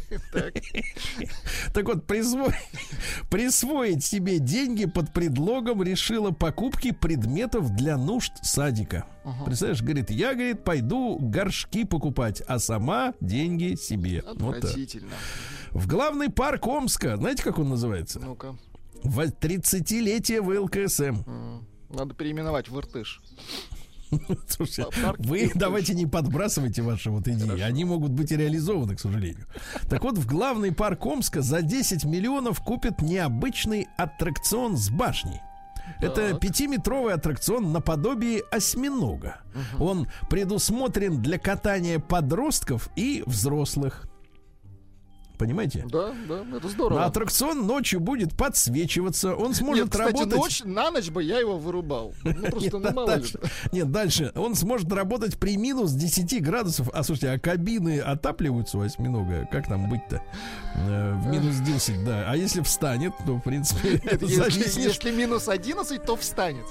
Так вот, присвоить себе деньги под предлогом решила покупки предметов для нужд садика. Представляешь, говорит, я, говорит, пойду горшки покупать, а сама деньги себе. Отвратительно. Вот в главный парк Омска, знаете, как он называется? Ну-ка. 30-летие ВЛКСМ. Надо переименовать в Иртыш. Слушайте, вы давайте не подбрасывайте ваши вот идеи. Хорошо. Они могут быть и реализованы, к сожалению. Так вот, в главный парк Омска за 10 миллионов купят необычный аттракцион с башней. Это 5-метровый аттракцион наподобие осьминога. Он предусмотрен для катания подростков и взрослых. Понимаете? Да, это здорово. Аттракцион ночью будет подсвечиваться. Он сможет работать. На ночь бы я его вырубал. Ну, просто мало ли. Нет, дальше. Он сможет работать при минус 10 градусов. А слушайте, а кабины отапливаются у осьминога? Как там быть-то? В минус 10, да. А если встанет, то, в принципе, если минус 11, то встанет.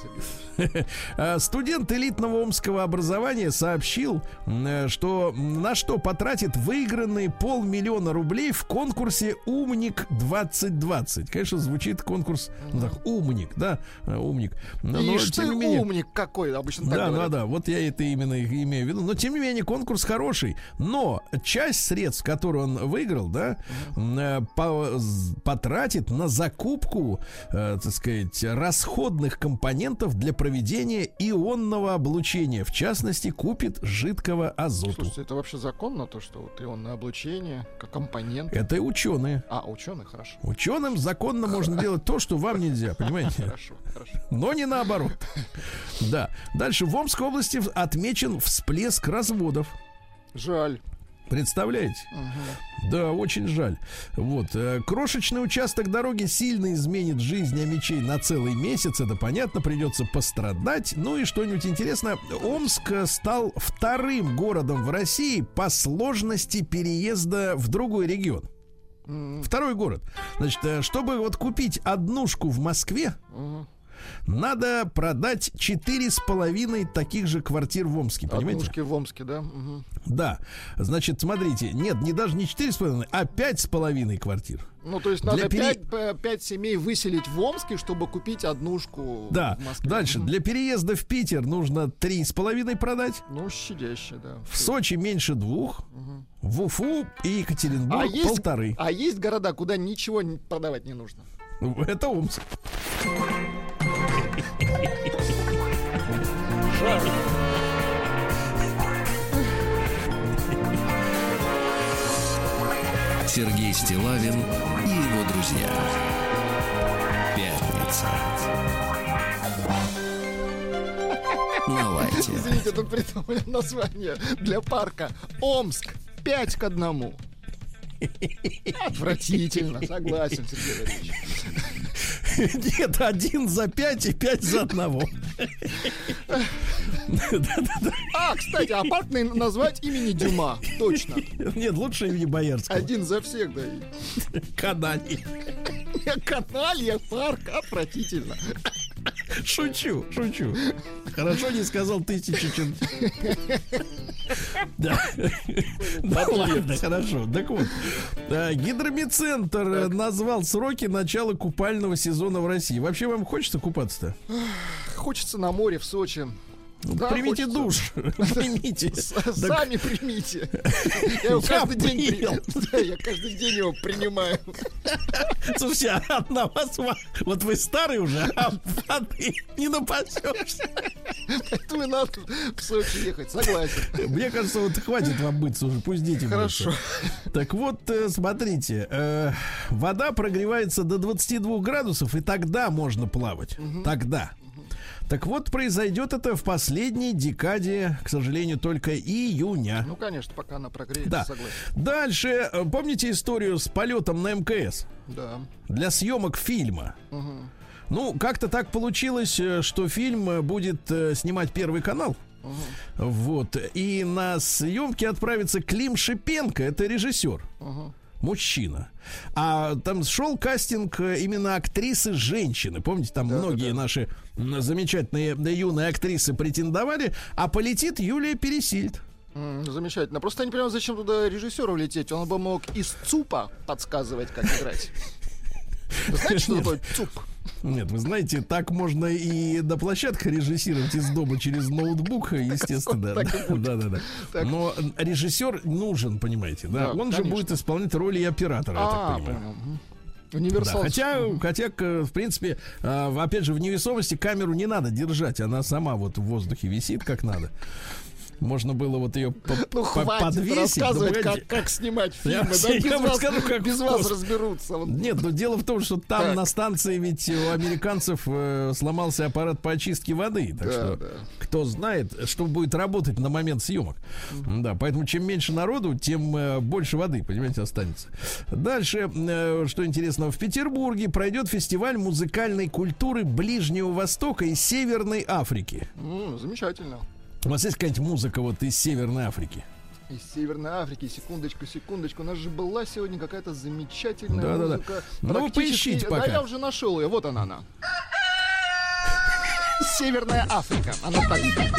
Студент элитного омского образования сообщил, что на что потратит выигранные 500 000 рублей в конкурсе «Умник 2020». Конечно, звучит конкурс, ну так, умник, да, умник. И что умник какой, обычно так говорят. Да, вот я это именно имею в виду. Но, тем не менее, конкурс хороший. Но часть средств, которые он выиграл, да, потратит на закупку, так сказать, расходных компонентов для проведения ионного облучения. В частности, купит жидкого азота. Слушайте, это вообще законно, то, что вот ионное облучение, как компонент? Это и ученые. Ученые, хорошо. Ученым законно можно делать то, что вам нельзя, понимаете? Хорошо. Но не наоборот. Да. Дальше. В Омской области отмечен всплеск разводов. Жаль. Представляете? Да, очень жаль. Вот. Крошечный участок дороги сильно изменит жизнь амичей на целый месяц. Это понятно, придется пострадать. Ну и что-нибудь интересное. Омск стал вторым городом в России по сложности переезда в другой регион. Второй город. Значит, чтобы вот купить однушку в Москве, надо продать 4,5 таких же квартир в Омске, понимаете? Однушки в Омске, да? Да. Значит, смотрите, нет, даже не 4,5, а 5,5 квартир. Ну, то есть надо 5 семей выселить в Омске, чтобы купить однушку в Москве. Дальше. Для переезда в Питер нужно 3,5 продать. Ну, щадяще, да. В Сочи меньше 2. В Уфу и Екатеринбург 1,5. А есть города, куда ничего продавать не нужно? Это Омск. Сергей Стиллавин и его друзья. Пятница. На лайф. события. Извините, тут придумали название для парка. Омск 5-1. Отвратительно, согласен, Сергей Валерьевич. Нет, 1 за 5 и 5 за 1. А, кстати, а парк назвать имени Дюма. Точно. Нет, лучше имени Боярского. 1 за всех, да. Каналья. Каналья, парк, отвратительно. Шучу. Хорошо не сказал 1000 Да. Да ладно, хорошо. Так вот, Гидромедцентр назвал сроки начала купального сезона в России. Вообще вам хочется купаться-то? Хочется на море в Сочи. Да, примите хочется. душ. Примите. Сами примите. Я его каждый день его принимаю. Слушайте, а на вас, вот вы старый уже, а воды не напасешься. Поэтому и надо в Сочи ехать, согласен. Мне кажется, вот хватит вам мыться уже, пусть дети мыются. Хорошо. Так вот, смотрите, вода прогревается до 22 градусов, и тогда можно плавать. Тогда. Так вот, произойдет это в последней декаде, к сожалению, только июня. Ну, конечно, пока она прогреется, Да. согласен. Дальше, помните историю с полетом на МКС? Да. Для съемок фильма. Ну, как-то так получилось, что фильм будет снимать Первый канал. Вот. И на съемки отправится Клим Шипенко, это режиссер. Мужчина. А там шел кастинг именно актрисы женщины. Помните, там многие наши замечательные юные актрисы претендовали. А полетит Юлия Пересильд. Замечательно. Просто я не понимаю, зачем туда режиссеру лететь. Он бы мог из ЦУПа подсказывать, как играть. Вы знаете, что такое ЦУП? Нет, вы знаете, так можно и на площадках режиссировать из дома через ноутбук, естественно. Да. Но режиссер нужен, он же будет исполнять роли и оператора, я так понимаю. Универсал. Да, хотя, в принципе, опять же, в невесомости камеру не надо держать, она сама вот в воздухе висит как надо. Можно было вот ее хватит рассказывать, как снимать фильмы. Без вас разберутся. Нет, но дело в том, что там на станции ведь у американцев сломался аппарат по очистке воды. Так что кто знает, что будет работать на момент съемок. Да, поэтому чем меньше народу, тем больше воды, понимаете, останется. Дальше, что интересно, в Петербурге пройдет фестиваль музыкальной культуры Ближнего Востока и Северной Африки. Замечательно. У вас есть какая-нибудь музыка вот из Северной Африки? Из Северной Африки, секундочку. У нас же была сегодня какая-то замечательная музыка. Ну, поищите пока. Да, я уже нашел ее. Вот она. Северная Африка. Она так.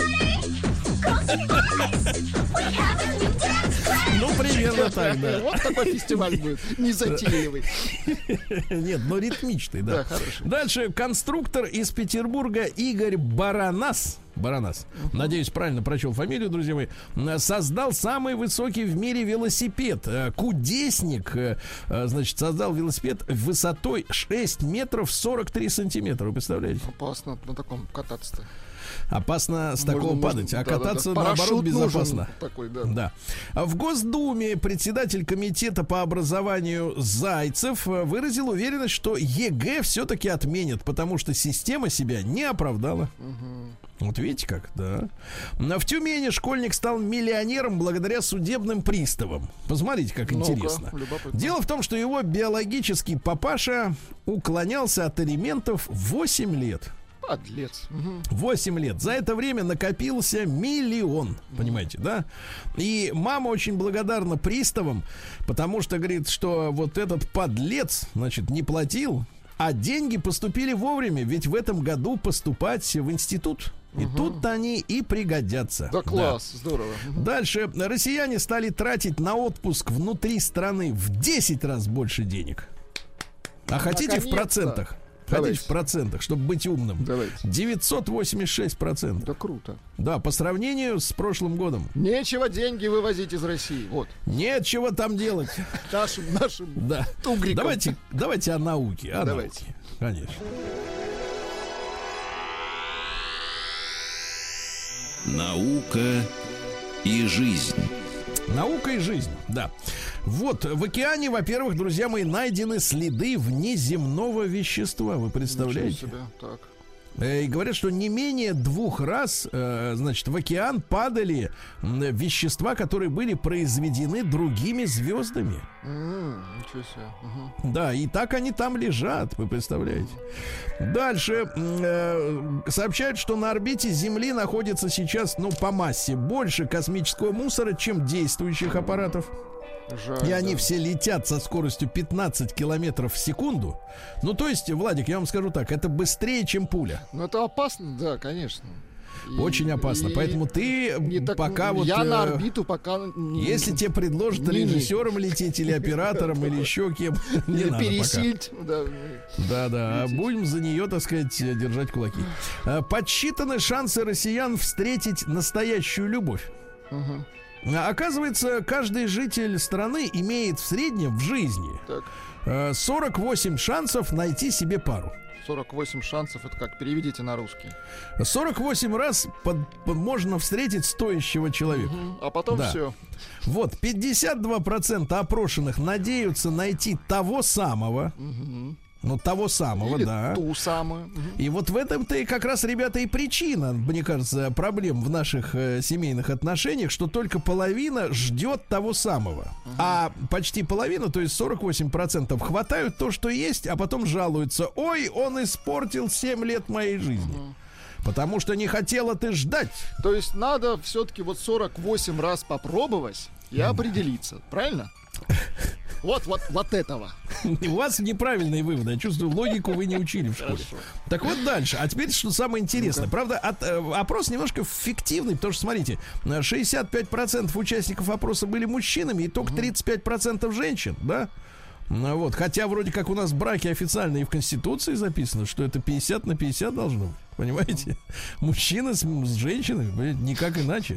Ну, примерно так, да. Вот такой фестиваль будет. Незатейливый. Нет, но ритмичный, да. Хорошо. Дальше. Конструктор из Петербурга Игорь Баранас, надеюсь, правильно прочел фамилию, друзья мои, создал самый высокий в мире велосипед. Кудесник, значит, создал велосипед высотой 6 метров 43 сантиметра. Вы представляете? Опасно на таком кататься-то. Опасно с такого падать, а кататься наоборот безопасно. Такой, да. В Госдуме председатель комитета по образованию Зайцев выразил уверенность, что ЕГЭ все-таки отменят, потому что система себя не оправдала. Вот видите как, да. В Тюмени школьник стал миллионером благодаря судебным приставам. Посмотрите, как интересно. Дело в том, что его биологический папаша уклонялся от алиментов 8 лет. Подлец. 8 лет. За это время накопился 1 миллион. Понимаете, да? И мама очень благодарна приставам, потому что говорит, что вот этот подлец, значит, не платил, а деньги поступили вовремя, ведь в этом году поступать в институт. И тут они и пригодятся. Да, класс, здорово. Дальше. Россияне стали тратить на отпуск внутри страны в 10 раз больше денег. А хотите в процентах? Хотите в процентах, чтобы быть умным? Давайте. 986%. Да круто. Да, по сравнению с прошлым годом. Нечего деньги вывозить из России. Вот. Нечего там делать. Нашим да. тугрикам. Давайте о науке. Давайте. Конечно. Наука и жизнь. Наука и жизнь, да. Вот, в океане, во-первых, друзья мои, найдены следы внеземного вещества. Вы представляете? Так. И говорят, что не менее 2 раз, значит, в океан падали вещества, которые были произведены другими звездами. Ничего себе. Да, и так они там лежат, вы представляете. Дальше сообщают, что на орбите Земли находится сейчас, ну, по массе больше космического мусора, чем действующих аппаратов. Жаль, и они все летят со скоростью 15 километров в секунду. Ну, то есть, Владик, я вам скажу так, это быстрее, чем пуля. Ну, это опасно, да, конечно. Очень опасно. Поэтому ты пока вот... Я на орбиту пока... Если тебе предложат режиссером лететь или оператором, или еще кем, не надо пересильть. Да. Будем за нее, так сказать, держать кулаки. Подсчитаны шансы россиян встретить настоящую любовь. Оказывается, каждый житель страны имеет в среднем в жизни 48 шансов найти себе пару. 48 шансов, это как? Переведите на русский. 48 раз можно встретить стоящего человека. А потом все. Вот, 52% опрошенных надеются найти того самого. Ну, того самого, или да. Ту самую. И вот в этом-то и как раз, ребята, и причина, мне кажется, проблем в наших семейных отношениях, что только половина ждет того самого. А почти половина, то есть 48%, хватают то, что есть, а потом жалуются: ой, он испортил 7 лет моей жизни. Потому что не хотела ты ждать. То есть надо все-таки вот 48 раз попробовать и определиться, правильно? Вот этого. У вас неправильные выводы. Я чувствую, логику вы не учили в школе. Хорошо. Так вот дальше. А теперь, что самое интересное. Правда, опрос немножко фиктивный, потому что, смотрите, 65% участников опроса были мужчинами, и только 35% женщин, да? Вот. Хотя вроде как у нас браки официальные и в Конституции записано, что это 50 на 50 должно быть. Понимаете? Мужчина с женщиной, никак иначе.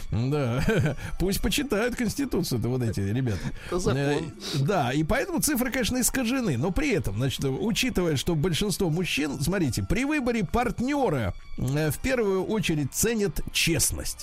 Да. Пусть почитают Конституцию-то вот эти ребята. Это закон. Да, и поэтому цифры, конечно, искажены. Но при этом, значит, учитывая, что большинство мужчин, смотрите, при выборе партнера в первую очередь ценят честность.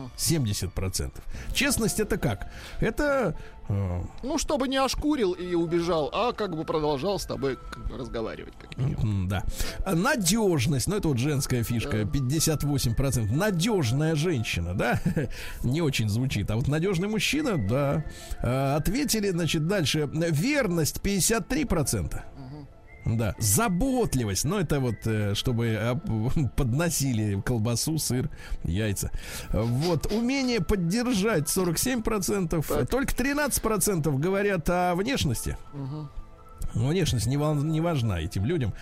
70%. Честность это как? Это... Ну, чтобы не ошкурил и убежал, а как бы продолжал с тобой разговаривать. Как минимум. Да. Надежность, ну это вот женская фишка, 58%. Надежная женщина, да? Не очень звучит. А вот надежный мужчина, да. Ответили, значит, дальше. Верность 53%. Да, заботливость, но это вот чтобы подносили колбасу, сыр, яйца. Вот, умение поддержать 47%, так. Только 13% говорят о внешности. Внешность не важна этим людям.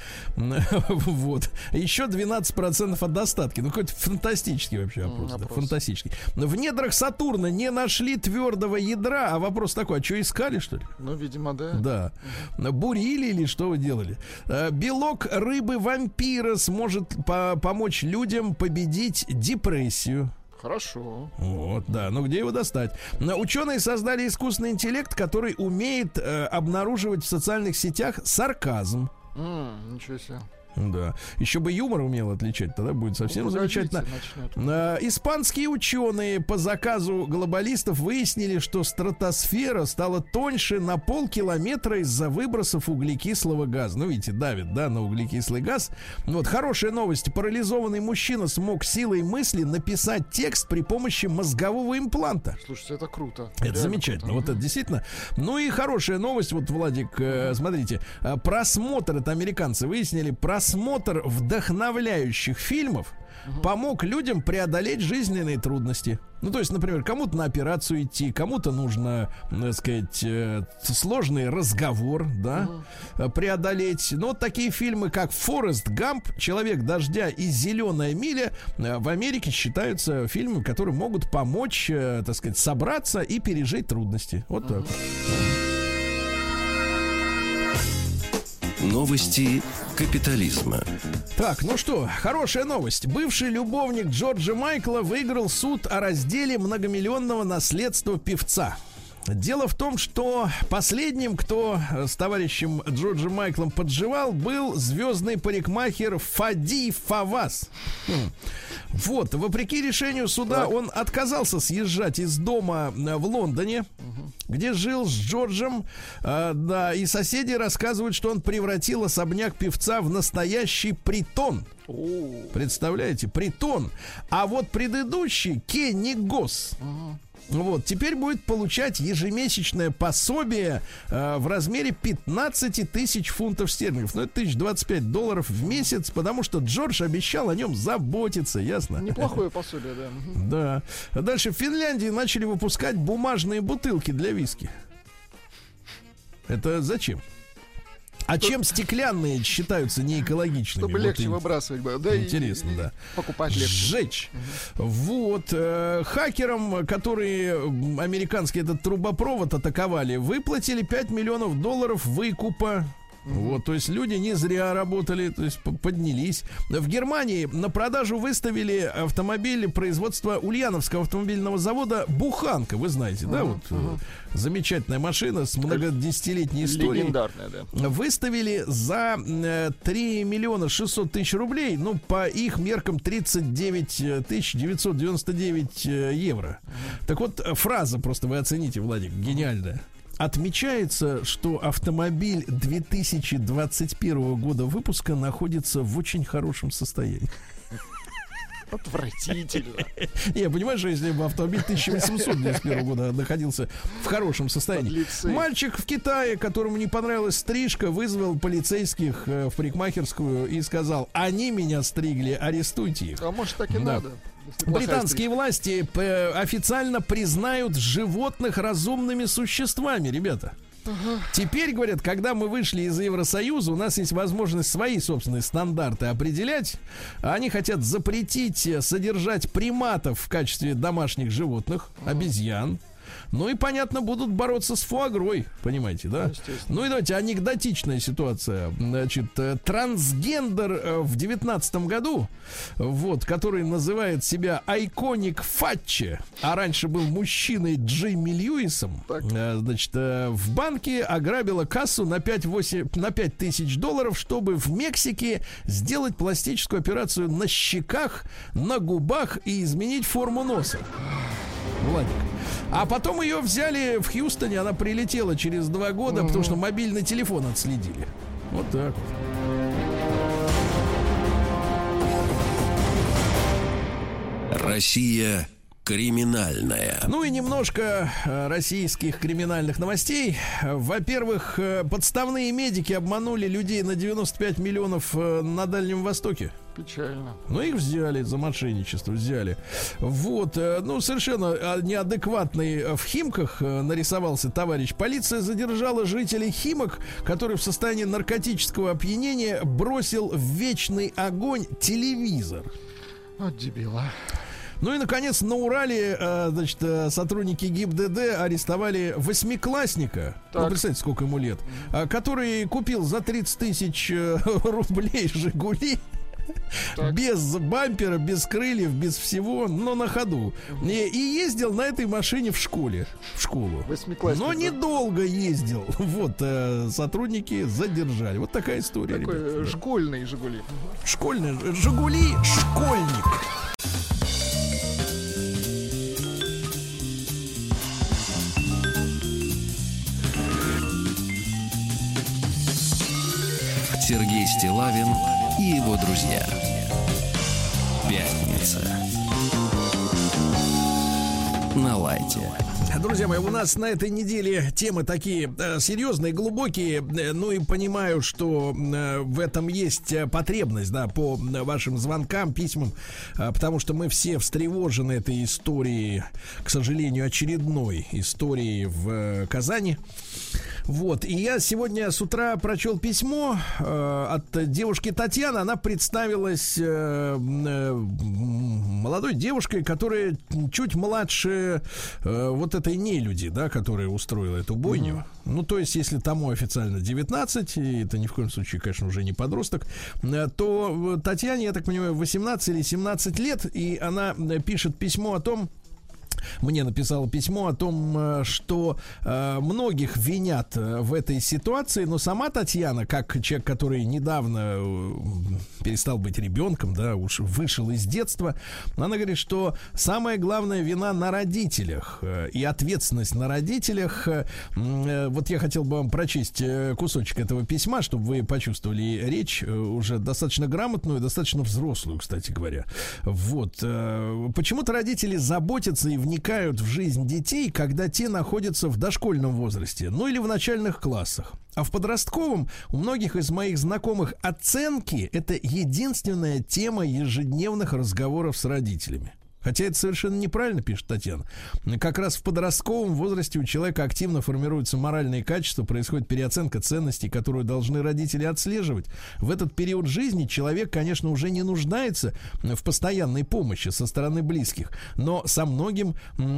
Вот. Еще 12% о достатке. Ну, какой-то фантастический вообще вопрос. Да, фантастический. В недрах Сатурна не нашли твердого ядра. А вопрос такой: а что, искали, что ли? Ну, видимо, да. Да. Бурили или что вы делали? Белок рыбы-вампира сможет помочь людям победить депрессию. Хорошо. Вот, да. Ну, где его достать? Ученые создали искусственный интеллект, который умеет обнаруживать в социальных сетях сарказм. Ничего себе. Да. Еще бы юмор умел отличать, тогда будет совсем замечательно. Испанские ученые по заказу глобалистов выяснили, что стратосфера стала тоньше на полкилометра из-за выбросов углекислого газа. Ну, видите, давит, да, на углекислый газ. Вот, хорошая новость. Парализованный мужчина смог силой мысли написать текст при помощи мозгового импланта. Слушайте, это круто. Это реально замечательно. Круто. Вот это действительно. Ну и хорошая новость. Вот, Владик, смотрите. Просмотр, это американцы выяснили, просмотр вдохновляющих фильмов помог людям преодолеть жизненные трудности. Ну, то есть, например, кому-то на операцию идти, кому-то нужно, так сказать, сложный разговор, да, преодолеть. Но вот такие фильмы, как «Форест Гамп», «Человек дождя» и «Зеленая миля» в Америке считаются фильмами, которые могут помочь, так сказать, собраться и пережить трудности. Вот так. Новости капитализма. Так, ну что, хорошая новость. Бывший любовник Джорджа Майкла выиграл суд о разделе многомиллионного наследства певца. Дело в том, что последним, кто с товарищем Джорджем Майклом подживал, был звездный парикмахер Фади Фаваз. Вот, вопреки решению суда, он отказался съезжать из дома в Лондоне. где жил с Джорджем. Да, и соседи рассказывают, что он превратил особняк певца в настоящий притон. Представляете, притон. А вот предыдущий, Кенни Госс, вот, теперь будет получать ежемесячное пособие в размере 15 тысяч фунтов стерлингов. Ну, это $1025 в месяц, потому что Джордж обещал о нем заботиться, ясно? Неплохое пособие, да. Да. Дальше в Финляндии начали выпускать бумажные бутылки для виски. Это зачем? А чем стеклянные считаются неэкологичными? Чтобы легче выбрасывать было. Да, интересно, да. Покупать легче. Сжечь. Вот. Хакерам, которые американский этот трубопровод атаковали, выплатили $5 миллионов выкупа. Вот, то есть люди не зря работали, то есть поднялись. В Германии на продажу выставили автомобили производства Ульяновского автомобильного завода «Буханка». Вы знаете, да? Вот замечательная машина с многодесятилетней историей. Легендарная, да. Выставили за 3 600 000 рублей, ну, по их меркам 39 999 евро. Так вот, фраза просто вы оцените, Владик, гениальная. Отмечается, что автомобиль 2021 года выпуска находится в очень хорошем состоянии. Отвратительно. Я понимаю, что если бы автомобиль 1891 года находился в хорошем состоянии. Мальчик в Китае, которому не понравилась стрижка, вызвал полицейских в парикмахерскую и сказал: они меня стригли, арестуйте их. А может, так и надо. Британские власти официально признают животных разумными существами, ребята. Теперь, говорят, когда мы вышли из Евросоюза, у нас есть возможность свои собственные стандарты определять. Они хотят запретить содержать приматов в качестве домашних животных, обезьян. Ну и, понятно, будут бороться с фуагрой, понимаете, да? Ну и давайте, анекдотичная ситуация. Значит, трансгендер в 19 году, вот, который называет себя Айконик Фатче, а раньше был мужчиной Джимми Льюисом, значит, в банке ограбила кассу на $5000, чтобы в Мексике сделать пластическую операцию на щеках, на губах и изменить форму носа. Владик. А потом ее взяли в Хьюстоне, она прилетела через 2 года, потому что мобильный телефон отследили. Вот так вот. Россия криминальная. Ну и немножко российских криминальных новостей. Во-первых, подставные медики обманули людей на 95 миллионов на Дальнем Востоке. Печально. Ну, их взяли за мошенничество, взяли. Вот, ну, совершенно неадекватный в Химках нарисовался товарищ. Полиция задержала жителей Химок, который в состоянии наркотического опьянения бросил в вечный огонь телевизор. Вот дебила. Ну и, наконец, на Урале, значит, сотрудники ГИБДД арестовали 8-классника, ну, представьте, сколько ему лет, который купил за 30 000 рублей «Жигули». Так. Без бампера, без крыльев, без всего, но на ходу. И ездил на этой машине в школу. Но недолго ездил. Вот, сотрудники задержали. Вот такая история. Такой ребята. Школьный «Жигули». Школьный «Жигули», школьник. Сергей Стиллавин и его друзья. Пятница. На лайте. Друзья мои, у нас на этой неделе темы такие серьезные, глубокие. Ну и понимаю, что в этом есть потребность, да, по вашим звонкам, письмам, потому что мы все встревожены этой историей, к сожалению, очередной историей в Казани. Вот, и я сегодня с утра прочел письмо от девушки Татьяны. Она представилась молодой девушкой, которая чуть младше вот этой нелюди, да, которая устроила эту бойню. Ну, то есть, если тому официально 19, и это ни в коем случае, конечно, уже не подросток, то Татьяне, я так понимаю, 18 или 17 лет, и она пишет письмо о том, мне написала письмо о том, что многих винят в этой ситуации, но сама Татьяна, как человек, который недавно перестал быть ребенком, да, уж вышел из детства, она говорит, что самая главная вина на родителях и ответственность на родителях. Вот я хотел бы вам прочесть кусочек этого письма, чтобы вы почувствовали речь уже достаточно грамотную, достаточно взрослую, кстати говоря. Вот. Почему-то родители заботятся и вникают в жизнь детей, когда те находятся в дошкольном возрасте, ну или в начальных классах. А в подростковом у многих из моих знакомых оценки — это единственная тема ежедневных разговоров с родителями. Хотя это совершенно неправильно, пишет Татьяна. Как раз в подростковом возрасте у человека активно формируются моральные качества, происходит переоценка ценностей, которую должны родители отслеживать. В этот период жизни человек, конечно, уже не нуждается в постоянной помощи со стороны близких, но со многим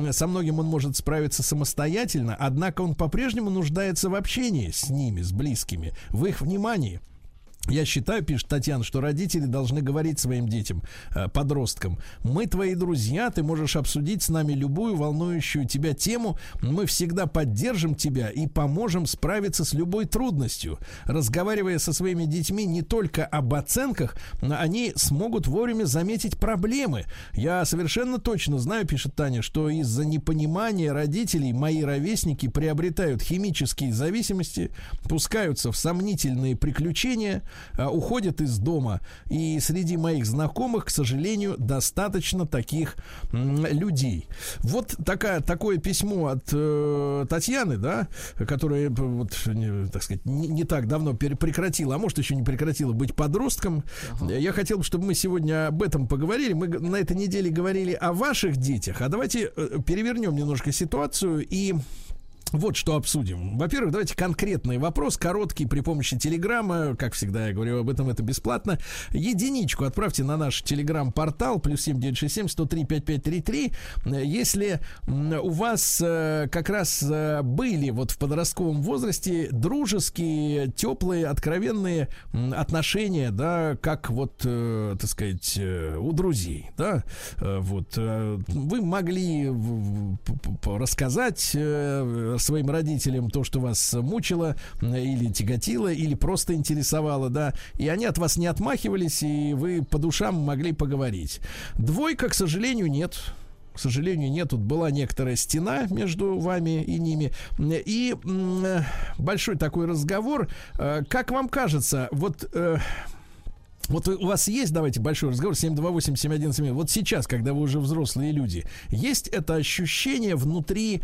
он может справиться самостоятельно, однако он по-прежнему нуждается в общении с ними, с близкими, в их внимании. Я считаю, пишет Татьяна, что родители должны говорить своим детям, подросткам: мы твои друзья, ты можешь обсудить с нами любую волнующую тебя тему, мы всегда поддержим тебя и поможем справиться с любой трудностью. Разговаривая со своими детьми не только об оценках, они смогут вовремя заметить проблемы. Я совершенно точно знаю, пишет Таня, что из-за непонимания родителей мои ровесники приобретают химические зависимости, пускаются в сомнительные приключения, уходят из дома. И среди моих знакомых, к сожалению, достаточно таких людей. Вот такое письмо от Татьяны, да, которая, вот, так сказать, не так давно прекратила, а может, еще не прекратила быть подростком. Я хотел бы, чтобы мы сегодня об этом поговорили. Мы на этой неделе говорили о ваших детях. А давайте перевернем немножко ситуацию и вот что обсудим. Во-первых, давайте конкретный вопрос, короткий, при помощи телеграмма. Как всегда, я говорю об этом, это бесплатно. Единичку отправьте на наш телеграм-портал +7 967 103 5533. Если у вас как раз были вот в подростковом возрасте дружеские, теплые, откровенные отношения, да, как вот, так сказать, у друзей, да, вот, вы могли рассказать своим родителям то, что вас мучило или тяготило, или просто интересовало, да, и они от вас не отмахивались, и вы по душам могли поговорить. Двойка, к сожалению, нет. К сожалению, нет. Тут была некоторая стена между вами и ними. И большой такой разговор. Как вам кажется, вот у вас есть, давайте, большой разговор, 728-7171. Вот сейчас, когда вы уже взрослые люди, есть это ощущение внутри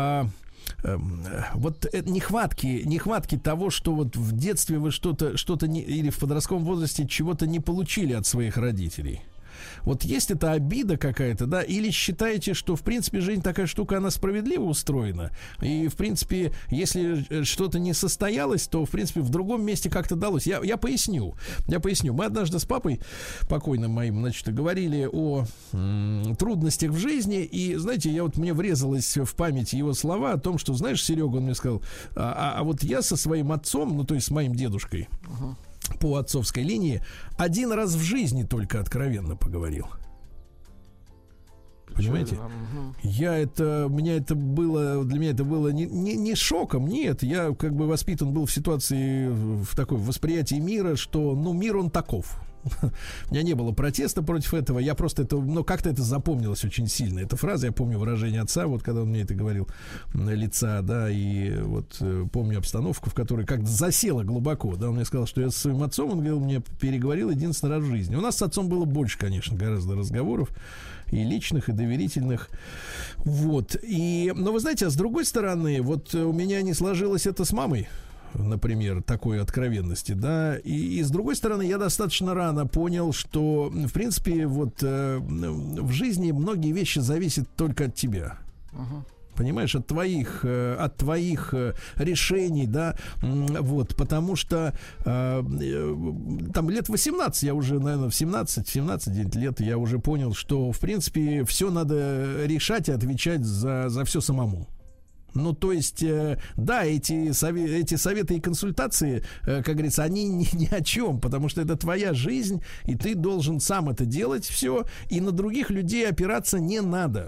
вот нехватки того, что вот в детстве вы что-то или в подростковом возрасте чего-то не получили от своих родителей? Вот есть эта обида какая-то, да, или считаете, что, в принципе, жизнь такая штука, она справедливо устроена, и, в принципе, если что-то не состоялось, то, в принципе, в другом месте как-то далось. Я поясню. Мы однажды с папой, покойным моим, значит, говорили о трудностях в жизни, и, знаете, мне врезалось в память его слова о том, что, знаешь, Серега, он мне сказал, а вот я со своим отцом, ну, то есть с моим дедушкой, по отцовской линии, один раз в жизни только откровенно поговорил. Понимаете? Для меня это было не шоком, нет. Я как бы воспитан был в ситуации, в такой восприятии мира, что, мир он таков. У меня не было протеста против этого. Я просто как-то это запомнилось очень сильно. Эта фраза, я помню выражение отца, вот когда он мне это говорил, лица, да, и вот помню обстановку, в которой как-то засела глубоко, да, он мне сказал, что я со своим отцом, он говорил, мне переговорил единственный раз в жизни. У нас с отцом было больше, конечно, гораздо разговоров, и личных, и доверительных. Вот. Но вы знаете, а с другой стороны, вот у меня не сложилось это с мамой, например, такой откровенности, да, и с другой стороны, я достаточно рано понял, что, в принципе, вот в жизни многие вещи зависят только от тебя. Понимаешь, от твоих решений, да, вот, потому что там лет 18, я уже, наверное, в 17-9 лет я уже понял, что, в принципе, все надо решать и отвечать за все самому. Ну, то есть, да, эти советы и консультации, как говорится, они ни о чем, потому что это твоя жизнь, и ты должен сам это делать все, и на других людей опираться не надо.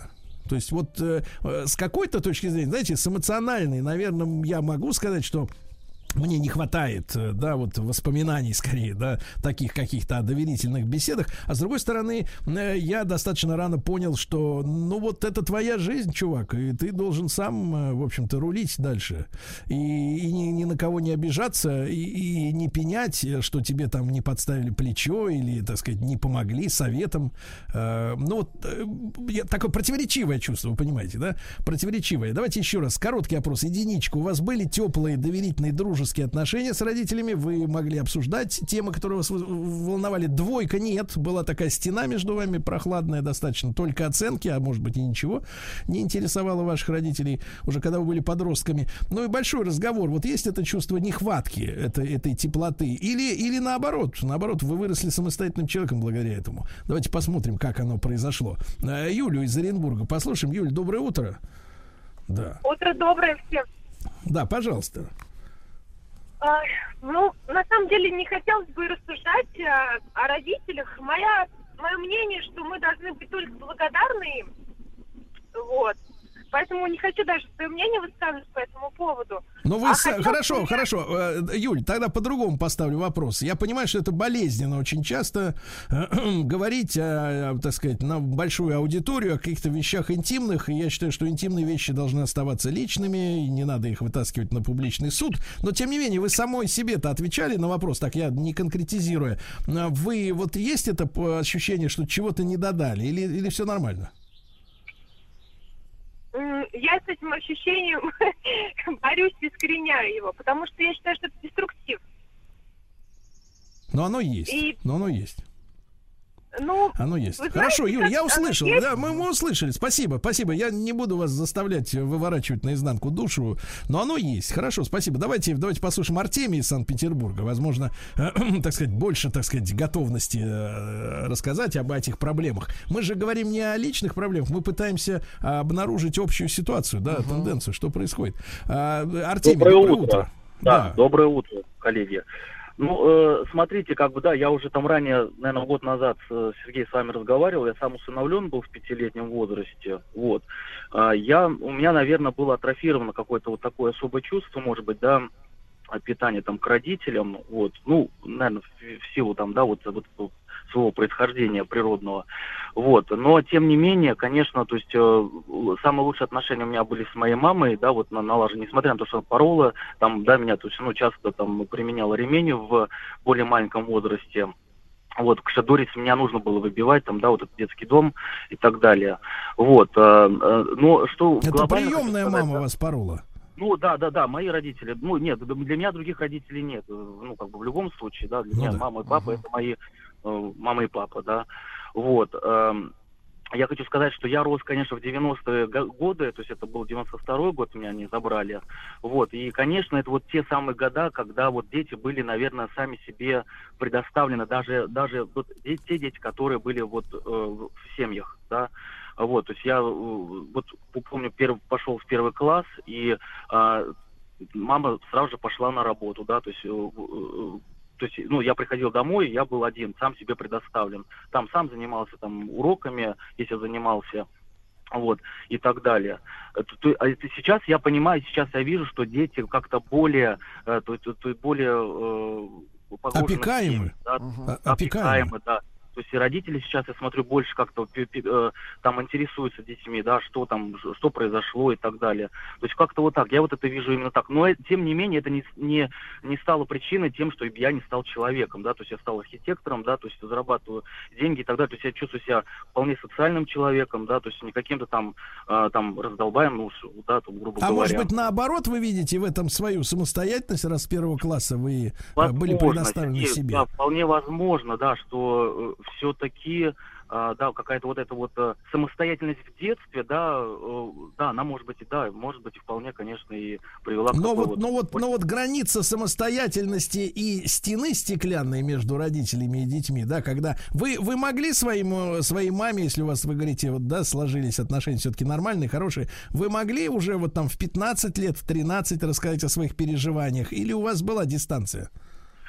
То есть вот с какой-то точки зрения, знаете, с эмоциональной, наверное, я могу сказать, что мне не хватает, да, вот воспоминаний, скорее, да, таких каких-то о доверительных беседах. А с другой стороны, я достаточно рано понял, что, ну, вот это твоя жизнь, чувак, и ты должен сам, в общем-то, рулить дальше. И ни на кого не обижаться, и не пенять, что тебе там не подставили плечо или, так сказать, не помогли советом. Ну, вот такое противоречивое чувство, вы понимаете, да? Противоречивое. Давайте еще раз, короткий опрос, единичку. У вас были теплые, доверительные, дружеские отношения с родителями, вы могли обсуждать темы, которые вас волновали. Двойка нет, была такая стена между вами, прохладная достаточно, только оценки, а может быть и ничего не интересовало ваших родителей, уже когда вы были подростками. Ну и большой разговор, вот есть это чувство нехватки этой теплоты, или наоборот, вы выросли самостоятельным человеком благодаря этому. Давайте посмотрим, как оно произошло. Юлю из Оренбурга послушаем. Юль, доброе утро. Да. Утро доброе всем. Да, пожалуйста. Ну, на самом деле, не хотелось бы рассуждать о родителях. Мое мнение, что мы должны быть только благодарны им. Вот. Поэтому не хочу даже свое мнение высказывать по этому поводу. Ну, вы хорошо. Юль, тогда по-другому поставлю вопрос. Я понимаю, что это болезненно очень часто говорить, так сказать, на большую аудиторию о каких-то вещах интимных. И я считаю, что интимные вещи должны оставаться личными, и не надо их вытаскивать на публичный суд. Но, тем не менее, вы самой себе-то отвечали на вопрос, так я не конкретизируя. Вы, вот есть это ощущение, что чего-то не додали, или все нормально? Я с этим ощущением борюсь, искореняю его, потому что я считаю, что это деструктив. Но оно есть. Оно есть. Хорошо, знаете, Юля, я услышал. Да, мы услышали. Спасибо. Я не буду вас заставлять выворачивать наизнанку душу, но оно есть. Хорошо, спасибо. Давайте послушаем Артемия из Санкт-Петербурга. Возможно, так сказать, больше, так сказать, готовности рассказать об этих проблемах. Мы же говорим не о личных проблемах, мы пытаемся обнаружить общую ситуацию, да, тенденцию, что происходит. Артемий, доброе утро. Да, доброе утро, коллеги. Ну, смотрите, я уже там ранее, наверное, год назад Сергей с вами разговаривал, я сам усыновлен был в 5-летнем возрасте, вот. У меня, наверное, было атрофировано какое-то вот такое особое чувство, может быть, да, питание там к родителям, вот, ну, наверное, в силу там, да, вот своего происхождения природного, вот, но тем не менее, конечно, то есть самые лучшие отношения у меня были с моей мамой, да, вот налажены, несмотря на то, что она порола, там, да, меня, то есть, ну, часто там применяла ремень в более маленьком возрасте. Вот, к Шадорис меня нужно было выбивать, там, да, вот этот детский дом и так далее. Вот, но что... Это приемная мама вас порола? Ну, да, мои родители. Ну, нет, для меня других родителей нет. Ну, как бы в любом случае, да, для меня мама и папа, это мои мама и папа, да. Вот. Я хочу сказать, что я рос, конечно, в 90-е годы, то есть это был 92-й год, меня они забрали. Вот, и, конечно, это вот те самые года, когда вот дети были, наверное, сами себе предоставлены, даже вот те дети, которые были вот в семьях, да. Вот, то есть я вот помню, пошел в 1 класс, и мама сразу же пошла на работу, да, то есть, ну, я приходил домой, я был один, сам себе предоставлен. Там сам занимался там уроками, если занимался, вот, и так далее. Сейчас я понимаю, сейчас я вижу, что дети как-то более, более опекаемы, да, опекаемы, да. То есть и родители сейчас, я смотрю, больше как-то там интересуются детьми, да, что произошло и так далее. То есть как-то вот так, я вот это вижу именно так. Но тем не менее это не стало причиной тем, что я не стал человеком, да, то есть я стал архитектором, да, то есть зарабатываю деньги и так далее. То есть я чувствую себя вполне социальным человеком, да, то есть не каким-то там раздолбаем, ну, да, там, грубо говоря. А может быть, наоборот, вы видите в этом свою самостоятельность, раз с 1 класса вы были предоставлены себе? Да, вполне возможно, да, что все-таки, да, какая-то вот эта вот самостоятельность в детстве, да, она может быть и вполне, конечно, и привела к такой но вот граница самостоятельности и стены стеклянной между родителями и детьми, да, когда вы могли своей маме, если у вас, вы говорите, вот, да, сложились отношения все-таки нормальные, хорошие, вы могли уже вот там в 15 лет, в 13 рассказать о своих переживаниях, или у вас была дистанция?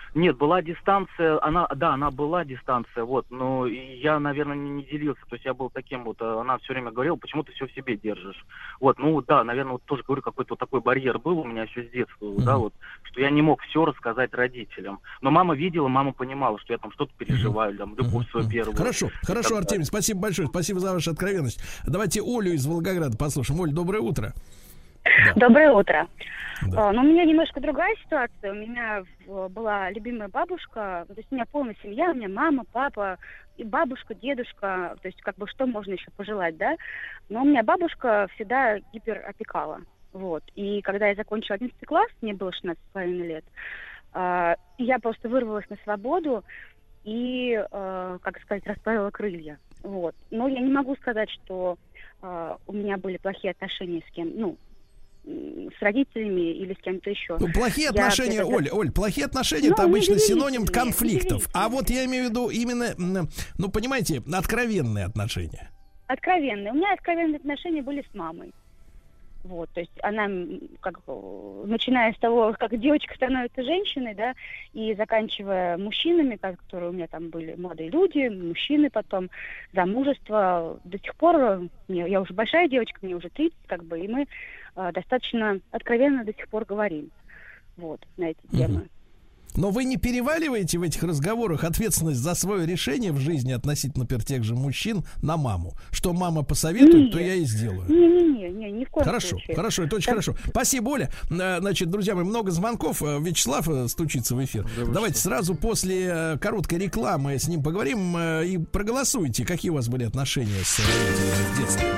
Нет, была дистанция, она была дистанция, вот, но я, наверное, не делился, то есть я был таким вот, она все время говорила, почему ты все в себе держишь, вот, ну, да, наверное, вот тоже говорю, какой-то вот такой барьер был у меня еще с детства, да, вот, что я не мог все рассказать родителям, но мама видела, мама понимала, что я там что-то переживаю, там, любовь свою первую. Хорошо, Артемий, спасибо большое, спасибо за вашу откровенность. Давайте Олю из Волгограда послушаем. Оль, доброе утро. Да. Доброе утро. Да. Но у меня немножко другая ситуация. У меня была любимая бабушка, то есть у меня полная семья, у меня мама, папа, и бабушка, дедушка, то есть как бы что можно еще пожелать, да? Но у меня бабушка всегда гиперопекала, вот. И когда я закончила 11 класс, мне было 16,5 лет, я просто вырвалась на свободу и, как сказать, расправила крылья, вот. Но я не могу сказать, что у меня были плохие отношения с кем, ну, с родителями или с кем-то еще. Ну, плохие отношения, Оль, плохие отношения — это обычно синоним конфликтов. А вот я имею в виду именно, ну, понимаете, откровенные отношения. Откровенные. У меня откровенные отношения были с мамой. Вот, то есть она, как, начиная с того, как девочка становится женщиной, да, и заканчивая мужчинами, которые у меня там были молодые люди, мужчины потом, замужество, до сих пор, я уже большая девочка, мне уже 30, как бы, и мы достаточно откровенно до сих пор говорим, вот, на эти темы. Но вы не переваливаете в этих разговорах ответственность за свое решение в жизни относительно, например, тех же мужчин на маму? Что мама посоветует, то я и сделаю. Не, ни в коем случае. Хорошо, это очень хорошо. Спасибо, Оля. Значит, друзья мои, много звонков. Вячеслав стучится в эфир. Давайте сразу после короткой рекламы с ним поговорим и проголосуйте, какие у вас были отношения с родителями в детстве.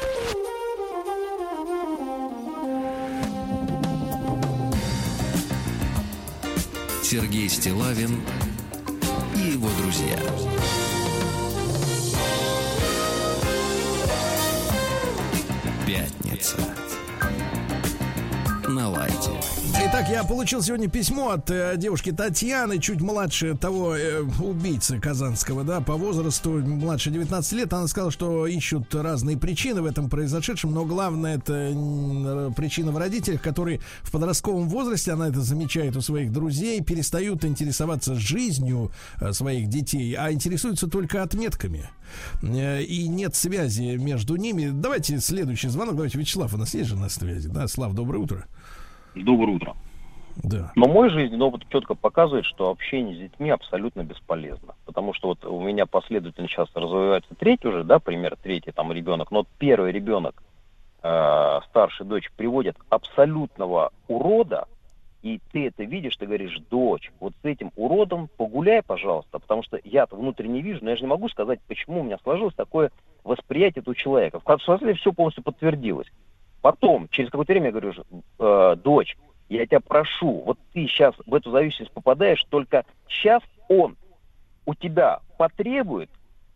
Сергей Стиллавин и его друзья. Пятница. На лайте. Итак, я получил сегодня письмо от девушки Татьяны, чуть младше того убийцы казанского, да, по возрасту, младше 19 лет. Она сказала, что ищут разные причины в этом произошедшем, но главное — это причина в родителях, которые в подростковом возрасте, она это замечает у своих друзей, перестают интересоваться жизнью своих детей, а интересуются только отметками. И нет связи между ними. Давайте следующий звонок. Давайте, Вячеслав, у нас есть же на связи, да? Слав, доброе утро. Доброе утро. Да. Но мой жизненный опыт четко показывает, что общение с детьми абсолютно бесполезно. Потому что вот у меня последовательно сейчас развивается третий уже, да, пример, третий там ребенок, но вот первый ребенок, старшая дочь, приводит абсолютного урода, и ты это видишь, ты говоришь: дочь, вот с этим уродом погуляй, пожалуйста, потому что я-то внутренне вижу, но я же не могу сказать, почему у меня сложилось такое восприятие этого человека. В смысле, все полностью подтвердилось. Потом, через какое-то время я говорю: дочь, я тебя прошу, вот ты сейчас в эту зависимость попадаешь, только сейчас он у тебя потребует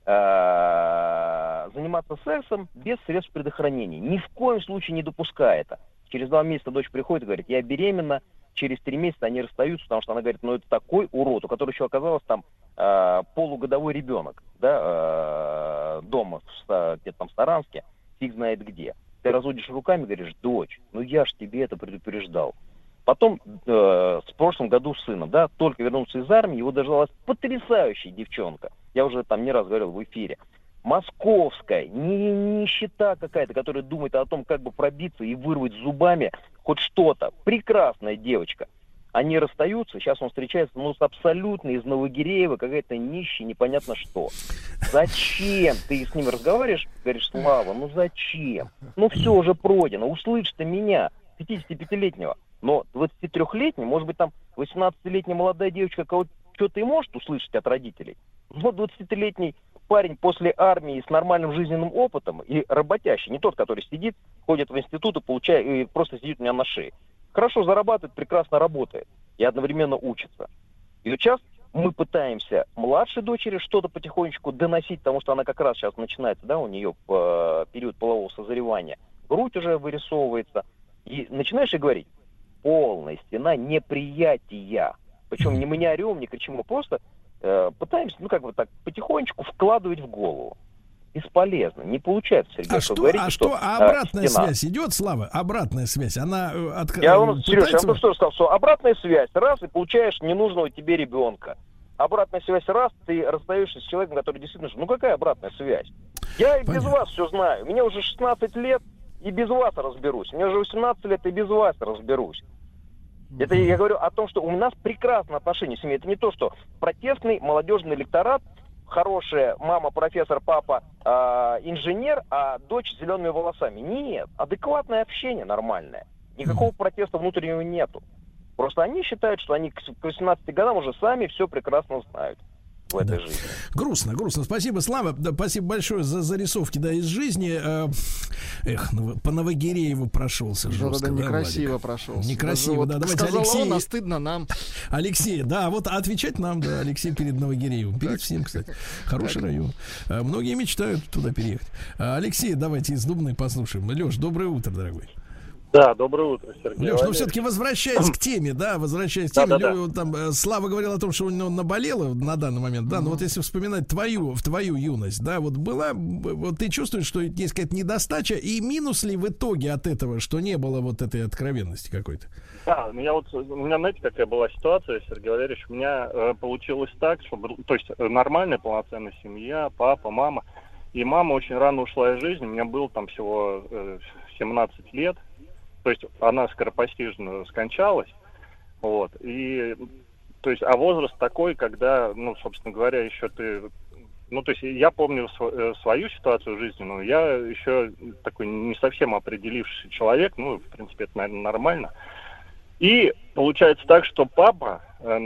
заниматься сексом без средств предохранения. Ни в коем случае не допускай это. Через 2 месяца дочь приходит и говорит: я беременна. Через 3 месяца они расстаются, потому что она говорит: ну это такой урод, у которого еще оказалось там полугодовой ребенок, да, дома, где-то там в Саранске, фиг знает где. Ты разводишь руками, говоришь: дочь, ну я ж тебе это предупреждал. Потом в прошлом году с сыном, да, только вернулся из армии, его дождалась потрясающая девчонка. Я уже там не раз говорил в эфире. Московская, не нищета какая-то, которая думает о том, как бы пробиться и вырвать зубами хоть что-то. Прекрасная девочка. Они расстаются, сейчас он встречается, ну, с абсолютно из Новогиреева, какая-то нищая, непонятно что. Зачем ты с ними разговариваешь, говоришь: Слава, ну зачем? Ну все уже пройдено, услышь ты меня, 55-летнего. Но 23-летний, может быть, там 18-летняя молодая девочка кого-то что-то и может услышать от родителей. Но 20-летний парень после армии с нормальным жизненным опытом и работящий, не тот, который сидит, ходит в институт и получает, и просто сидит у меня на шее. Хорошо зарабатывает, прекрасно работает и одновременно учится. И сейчас мы пытаемся младшей дочери что-то потихонечку доносить, потому что она как раз сейчас начинается, да, у нее период полового созревания. Грудь уже вырисовывается. И начинаешь ей говорить: полная стена неприятия. Причем не мы не орем, не кричим, мы просто пытаемся, ну как бы так, потихонечку вкладывать в голову. бесполезно. Не получается, Сергей. Обратная связь идет, Слава? Обратная связь, она... Сереж, я вам что сказал, что обратная связь, раз, и получаешь ненужного тебе ребенка. Обратная связь, раз, ты расстаешься с человеком, который действительно... Ну какая обратная связь? Я и без вас все знаю. Мне уже 16 лет, и без вас разберусь. Мне уже 18 лет, и без вас разберусь. Это я говорю о том, что у нас прекрасные отношения в семье. Это не то, что протестный молодежный электорат, хорошая мама профессор, папа инженер, а дочь с зелеными волосами. Нет, адекватное общение нормальное. Никакого протеста внутреннего нету. Просто они считают, что они к 18 годам уже сами все прекрасно знают в этой жизни. Грустно. Спасибо, Слава. Да, спасибо большое за зарисовки, да, из жизни. По Новогирееву прошелся жестко. Да, некрасиво прошелся. Некрасиво, да. Давайте, сказал Алексей. Он, а стыдно нам. Алексей, да, вот отвечать нам, да, Алексей перед Новогиреевым. Перед всем, кстати. Хороший район. Многие мечтают туда переехать. Алексей, давайте из Дубны послушаем. Леш, доброе утро, дорогой. Да, доброе утро, Сергей. Леш, ну все-таки возвращаясь к теме, там Слава говорил о том, что у него наболело на данный момент, да, но вот если вспоминать твою юность, да, вот ты чувствуешь, что есть какая-то недостача, и минус ли в итоге от этого, что не было вот этой откровенности какой-то? Да, у меня, знаете, какая была ситуация, Сергей Валерьевич, у меня получилось так, то есть нормальная, полноценная семья, папа, мама, и мама очень рано ушла из жизни, у меня было там всего 17 лет. То есть она скоропостижно скончалась, вот, и, то есть, а возраст такой, когда, собственно говоря, еще ты, то есть я помню свою ситуацию жизненную, я еще такой не совсем определившийся человек, в принципе, это, наверное, нормально, и получается так, что папа,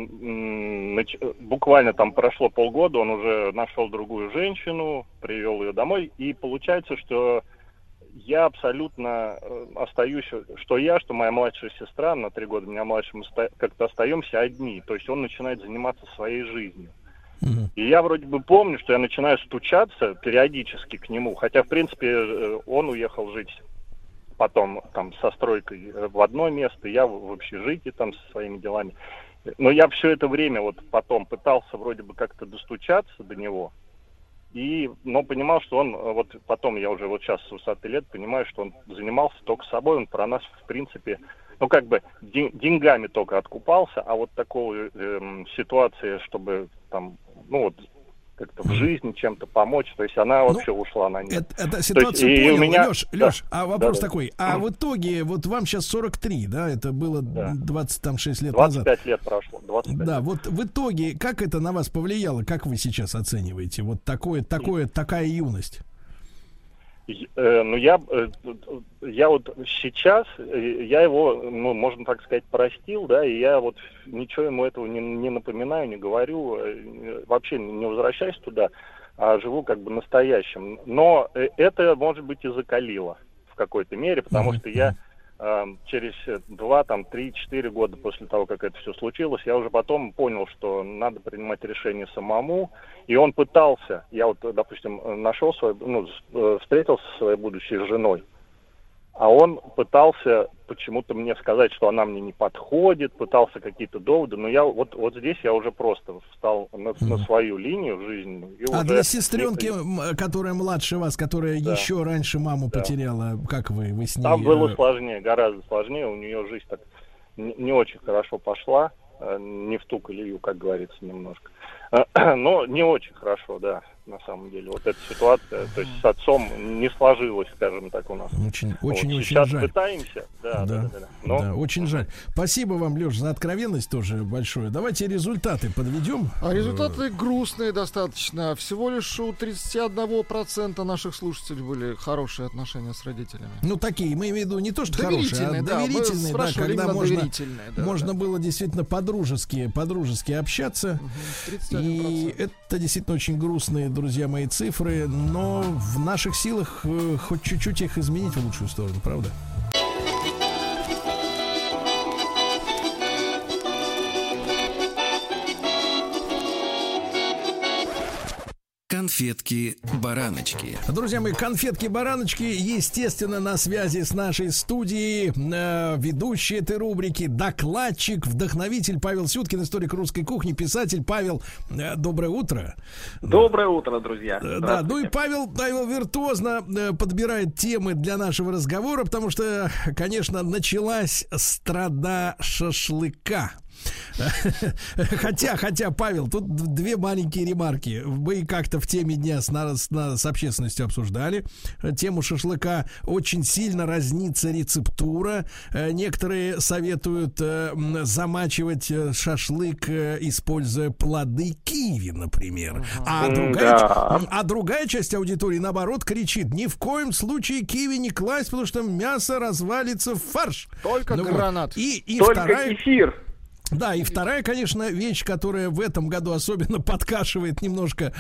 буквально там прошло полгода, он уже нашел другую женщину, привел ее домой, и получается, что я абсолютно остаюсь, что моя младшая сестра, на 3 года меня младше, мы как-то остаемся одни. То есть он начинает заниматься своей жизнью. И я вроде бы помню, что я начинаю стучаться периодически к нему. Хотя, в принципе, он уехал жить потом там со стройкой в одно место, я в общежитии там со своими делами. Но я все это время вот потом пытался вроде бы как-то достучаться до него. Но понимал, что он, вот потом я уже вот сейчас с высоты лет понимаю, что он занимался только собой, он про нас, в принципе, деньгами только откупался, а вот такой ситуации, чтобы там, как-то в жизни чем-то помочь, то есть она вообще ушла на нет. Это ситуация понял, Леш, а вопрос такой, в итоге, вот вам сейчас 43, да, это было 26 лет 25 назад. лет прошло, 25 Да, лет. вот в итоге, как это на вас повлияло, как вы сейчас оцениваете, вот такая юность? Я вот сейчас, я его, можно так сказать, простил, да, и я вот ничего ему этого не напоминаю, не говорю, вообще не возвращаюсь туда, а живу как бы настоящим. Но это, может быть, и закалило в какой-то мере, потому что я через 2, 3, 4 года после того, как это все случилось, я уже потом понял, что надо принимать решение самому. И он пытался, я вот, допустим, встретился со своей будущей женой, а он пытался почему-то мне сказать, что она мне не подходит, пытался какие-то доводы, но я вот здесь я уже просто встал на свою линию жизненную. Для сестренки, которая младше вас, которая еще раньше маму потеряла, как вы с ней? Там было сложнее, гораздо сложнее, у нее жизнь так не очень хорошо пошла, не в ту колею, как говорится, немножко. Но не очень хорошо, да, на самом деле. Вот эта ситуация, то есть с отцом не сложилась, скажем так, у нас. Очень сейчас жаль. Пытаемся, да. Очень жаль. Спасибо вам, Леш, за откровенность тоже большое. Давайте результаты подведем. Результаты грустные достаточно. Всего лишь у 31% наших слушателей были хорошие отношения с родителями. Такие, мы имеем в виду не то, что хорошие, а доверительные, да, когда можно было действительно по-дружески общаться. И это действительно очень грустные, друзья мои, цифры, но в наших силах хоть чуть-чуть их изменить в лучшую сторону, правда? конфетки-бараночки. Друзья мои, конфетки-бараночки, естественно, на связи с нашей студией. Ведущий этой рубрики, докладчик, вдохновитель Павел Сюткин, историк русской кухни, писатель. Павел, доброе утро. Доброе утро, друзья. Да, ну и Павел виртуозно подбирает темы для нашего разговора, потому что, конечно, началась страда шашлыка. Хотя, Павел, тут две маленькие ремарки. Мы как-то в теме дня с общественностью обсуждали тему шашлыка. Очень сильно разнится рецептура. Некоторые советуют замачивать шашлык, используя плоды киви, например. А другая часть аудитории, наоборот, кричит: ни в коем случае киви не класть, потому что мясо развалится в фарш. Только гранат. Только кефир. Да, и вторая, конечно, вещь, которая в этом году особенно подкашивает немножко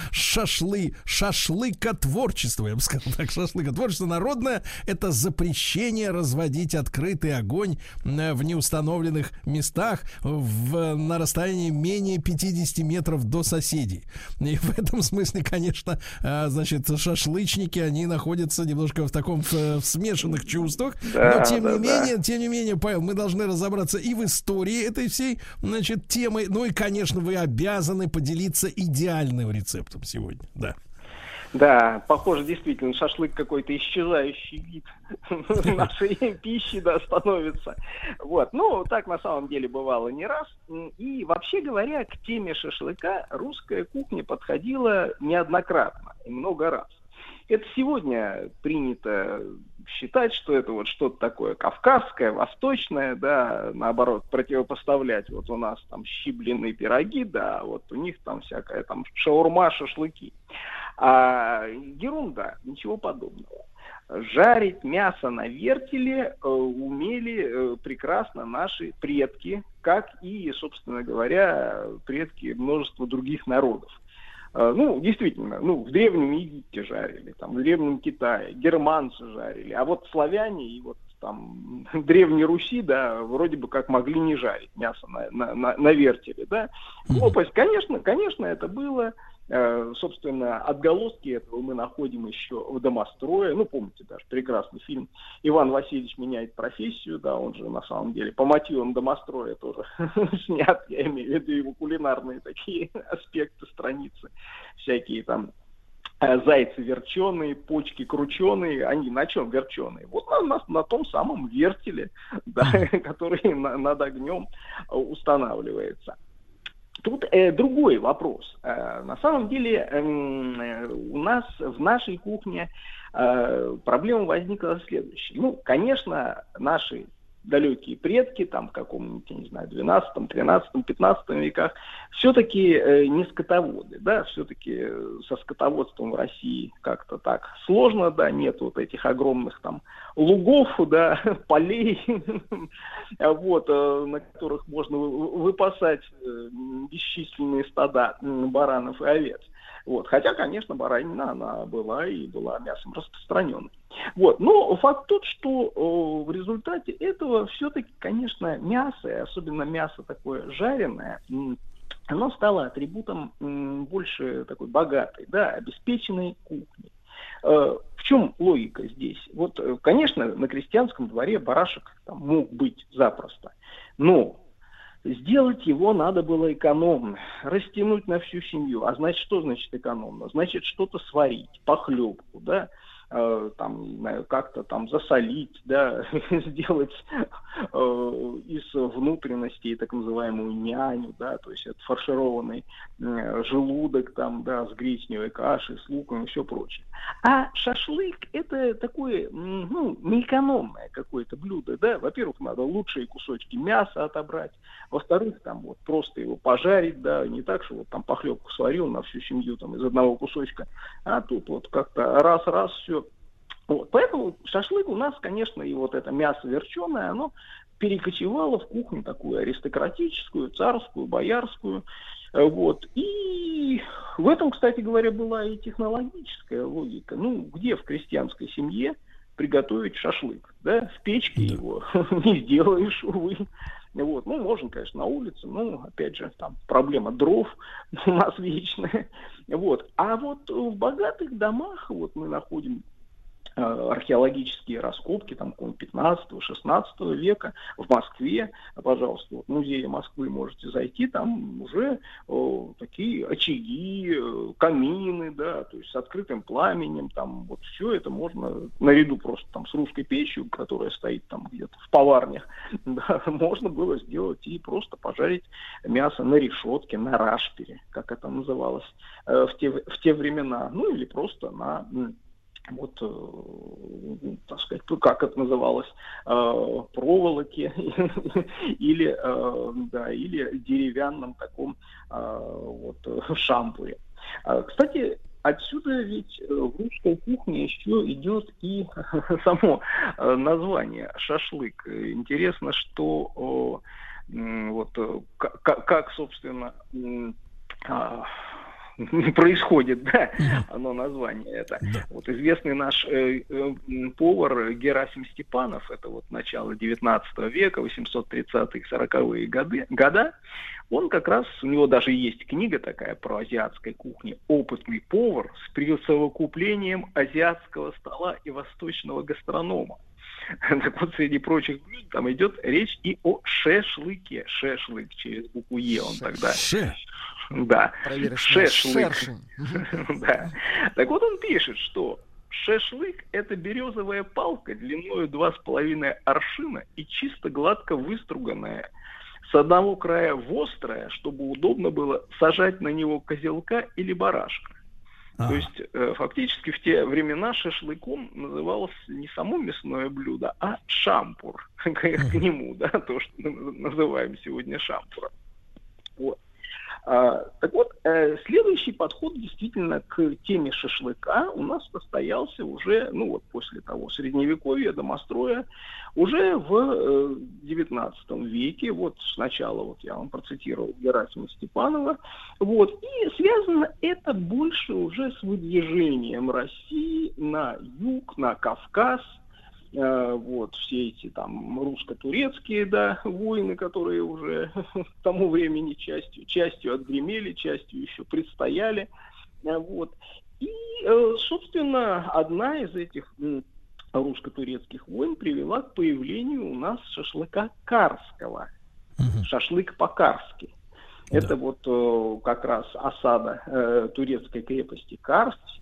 шашлыкотворчество, я бы сказал так, шашлыкотворчество народное, это запрещение разводить открытый огонь в неустановленных местах на расстоянии менее 50 метров до соседей. И в этом смысле, конечно, значит, шашлычники, они находятся немножко в таком в смешанных чувствах, но тем не менее, Павел, мы должны разобраться и в истории этой всей, значит, темы. Ну и, конечно, вы обязаны поделиться идеальным рецептом сегодня. Да, похоже, действительно, шашлык какой-то исчезающий вид нашей пищи, да, становится. Вот, ну, так на самом деле бывало не раз. И, вообще говоря, к теме шашлыка русская кухня подходила неоднократно и много раз. Это сегодня принято считать, что это вот что-то такое кавказское, восточное, да, наоборот, противопоставлять. Вот у нас там щибленые пироги, да, вот у них там всякая там шаурма, шашлыки. А ерунда, ничего подобного. Жарить мясо на вертеле умели прекрасно наши предки, как и, собственно говоря, предки множества других народов. Ну, действительно, в Древнем Египте жарили, там, в Древнем Китае, германцы жарили, а вот славяне и вот там Древней Руси, да, вроде бы как могли не жарить мясо на вертеле, да. Ну, то есть, конечно, это было. Собственно, отголоски этого мы находим еще в «Домострое». Ну, помните даже прекрасный фильм «Иван Васильевич меняет профессию», да, он же на самом деле по мотивам «Домостроя» тоже снят, я имею в виду его кулинарные такие аспекты, страницы, всякие там зайцы верченые, почки крученые, они на чем верченые? Вот на том самом вертеле, да, который над огнем устанавливается. Тут другой вопрос. На самом деле у нас в нашей кухне проблема возникла следующая. Ну, конечно, наши далекие предки, там, в каком-нибудь, я не знаю, 12, 13, 15 веках, все-таки не скотоводы, да, все-таки со скотоводством в России как-то так сложно, да, нет вот этих огромных там лугов, да, полей, вот, на которых можно выпасать бесчисленные стада баранов и овец. Вот. Хотя, конечно, баранина, она была мясом распространенной. Вот. Но факт тот, что в результате этого все-таки, конечно, мясо, и особенно мясо такое жареное, оно стало атрибутом больше такой богатой, да, обеспеченной кухни. В чем логика здесь? Вот, конечно, на крестьянском дворе барашек там мог быть запросто, но сделать его надо было экономно, растянуть на всю семью. А значит, что значит экономно? Значит, что-то сварить, похлебку, да, там, не знаю, как-то там засолить, да, сделать из внутренностей так называемую няню, да, то есть это фаршированный желудок там, да, с гречневой кашей, с луком и все прочее. А шашлык это такое, неэкономное какое-то блюдо, да, во-первых, надо лучшие кусочки мяса отобрать, во-вторых, там вот просто его пожарить, да, не так, что вот там похлебку сварил на всю семью там из одного кусочка, а тут вот как-то раз-раз все. Вот. Поэтому шашлык у нас, конечно, и вот это мясо верченое, оно перекочевало в кухню такую аристократическую, царскую, боярскую. Вот. И в этом, кстати говоря, была и технологическая логика. Ну, где в крестьянской семье приготовить шашлык. Да? В печке его не сделаешь, увы. Вот. Ну, можно, конечно, на улице, но, опять же, там проблема дров у нас вечная. Вот. А вот в богатых домах вот мы находим археологические раскопки там 15-16 века в Москве. Пожалуйста, вот в музее Москвы можете зайти, там уже такие очаги, камины, да, то есть с открытым пламенем, там вот все это можно наряду просто там с русской печью, которая стоит там где-то в поварнях, да, можно было сделать и просто пожарить мясо на решетке, на рашпере, как это называлось в те времена, ну или просто на вот, так сказать, как это называлось, проволоке или деревянном таком вот шампуре. Кстати, отсюда ведь в русской кухне еще идет и само название шашлык. Интересно, что вот как собственно, происходит, да, оно название это. Да. Вот известный наш повар Герасим Степанов, это вот начало 19 века, 830-40-е года, он как раз, у него даже есть книга такая про азиатской кухню, «Опытный повар с присовокуплением азиатского стола и восточного гастронома». Так вот, среди прочих блюд там идет речь и о шашлыке. Шашлык через букву Е он тогда. Да. Шашлык. Да. Так вот он пишет, что шашлык — это березовая палка длиною 2,5 аршина и чисто гладко выструганная, с одного края вострая, чтобы удобно было сажать на него козелка или барашка. То есть фактически в те времена шашлыком называлось не само мясное блюдо, а шампур к нему, да, то, что мы называем сегодня шампуром. Вот. Так вот, следующий подход действительно к теме шашлыка у нас состоялся уже, ну вот после того средневековья, домостроя, уже в 19 веке, вот сначала вот я вам процитировал Герасима Степанова, вот, и связано это больше уже с выдвижением России на юг, на Кавказ. Вот, все эти там русско-турецкие, да, войны, которые уже к тому времени частью отгремели, частью еще предстояли. Вот. И, собственно, одна из этих русско-турецких войн привела к появлению у нас шашлыка карского. Шашлык по-карски. Да. Это вот как раз осада турецкой крепости Карс в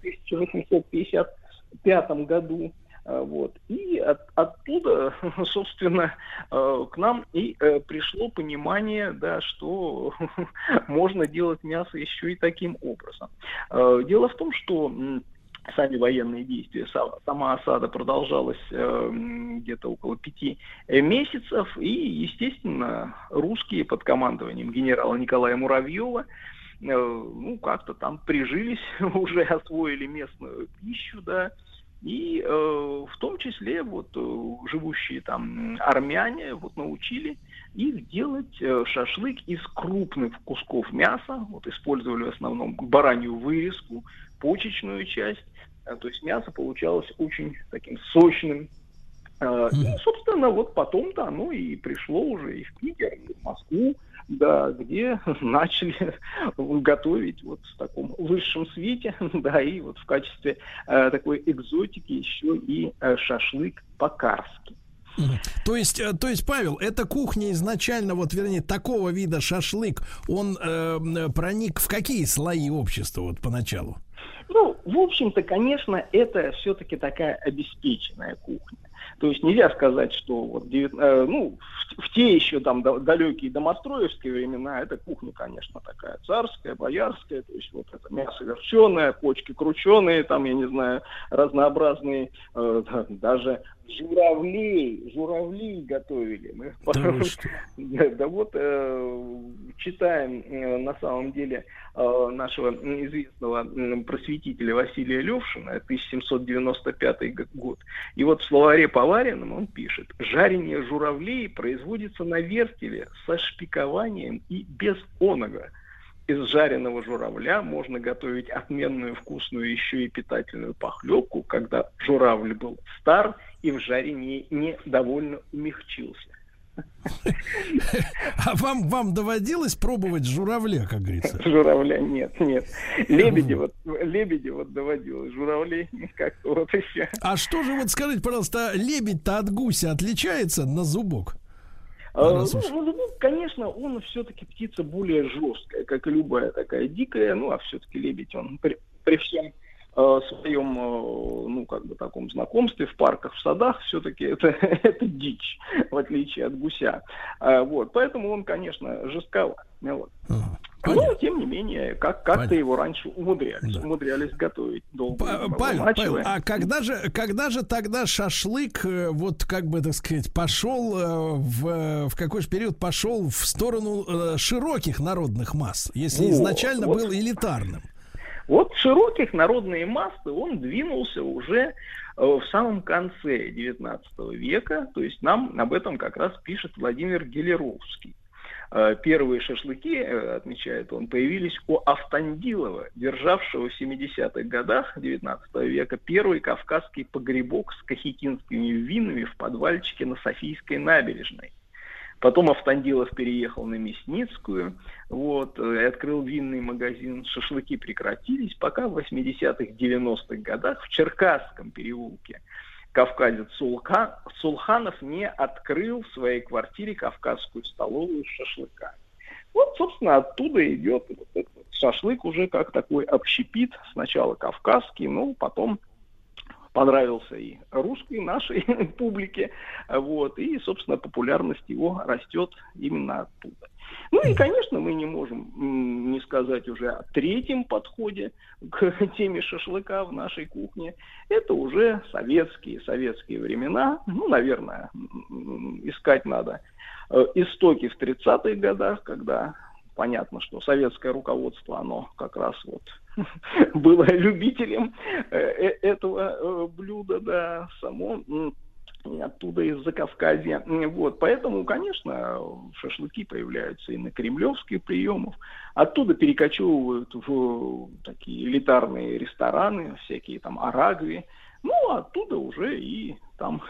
1855 году. Вот. И оттуда, собственно, к нам и пришло понимание, да, что можно делать мясо еще и таким образом. Дело в том, что сами военные действия, сама осада продолжалась где-то около 5 месяцев, и, естественно, русские под командованием генерала Николая Муравьева ну, как-то там прижились, уже освоили местную пищу, да, и в том числе вот живущие там армяне вот научили их делать шашлык из крупных кусков мяса, вот использовали в основном баранью вырезку, почечную часть, то есть мясо получалось очень таким сочным. И, собственно, вот потом-то оно и пришло уже и в Питер, и в Москву, да, где начали готовить вот в таком высшем свете, да, и вот в качестве такой экзотики еще и шашлык по-карски. То есть, Павел, эта кухня изначально, вот, вернее, такого вида шашлык, он проник в какие слои общества вот поначалу? Ну, в общем-то, конечно, это все-таки такая обеспеченная кухня. То есть нельзя сказать, что вот, в те еще там далекие домостроевские времена эта кухня, конечно, такая царская, боярская, то есть вот это мясо верченое, почки крученые, там, я не знаю, разнообразные, даже журавлей готовили. Мы да вот читаем на самом деле нашего известного просветителя Василия Левшина, 1795 год. И вот в словаре поваренном он пишет: жарение журавлей производится на вертеле со шпикованием и без онога. из жареного журавля можно готовить отменную, вкусную, еще и питательную похлебку, когда журавль был стар и в жаре не довольно умягчился. А вам доводилось пробовать журавля, как говорится? Журавля нет. Лебеди вот доводилось, журавлей как-то вот еще. А что же, вот скажите, пожалуйста, лебедь-то от гуся отличается на зубок? Конечно, он все-таки птица более жесткая, как и любая такая дикая, а все-таки лебедь, он при всем своем, таком знакомстве в парках, в садах, все-таки это дичь, в отличие от гуся. Поэтому он, конечно, жестковат. Но, тем не менее, как-то его раньше умудрялись готовить долго. Павел, а когда же тогда шашлык, пошел в какой же период пошел в сторону широких народных масс, если изначально был элитарным? Вот широких народные массы он двинулся уже в самом конце XIX века, то есть нам об этом как раз пишет Владимир Гелеровский. Первые шашлыки, отмечает он, появились у Автандилова, державшего в 70-х годах XIX века первый кавказский погребок с кахетинскими винами в подвальчике на Софийской набережной. Потом Автандилов переехал на Мясницкую, и открыл винный магазин. Шашлыки прекратились, пока в 80-х, 90-х годах в Черкасском переулке кавказец Сулханов не открыл в своей квартире кавказскую столовую с шашлыками. Собственно, оттуда идет этот шашлык уже как такой общепит, сначала кавказский, потом понравился и русской нашей публике, и, собственно, популярность его растет именно оттуда. И, конечно, мы не можем не сказать уже о третьем подходе к теме шашлыка в нашей кухне. Это уже советские времена. Наверное, искать надо истоки в 30-х годах, когда понятно, что советское руководство, оно как раз было любителем этого блюда, само оттуда из Закавказья. Поэтому, конечно, шашлыки появляются и на кремлевских приемах. Оттуда перекочевывают в такие элитарные рестораны, всякие там Арагви. Оттуда уже и там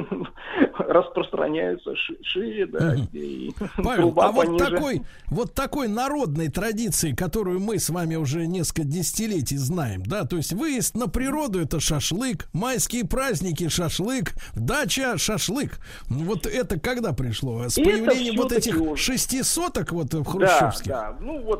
распространяются шире, где и Павел, труба а пониже. вот такой народной традиции, которую мы с вами уже несколько десятилетий знаем, то есть выезд на природу — это шашлык, майские праздники — шашлык, дача — шашлык. Это когда пришло? С появлением этих 6 соток в хрущевских? Да.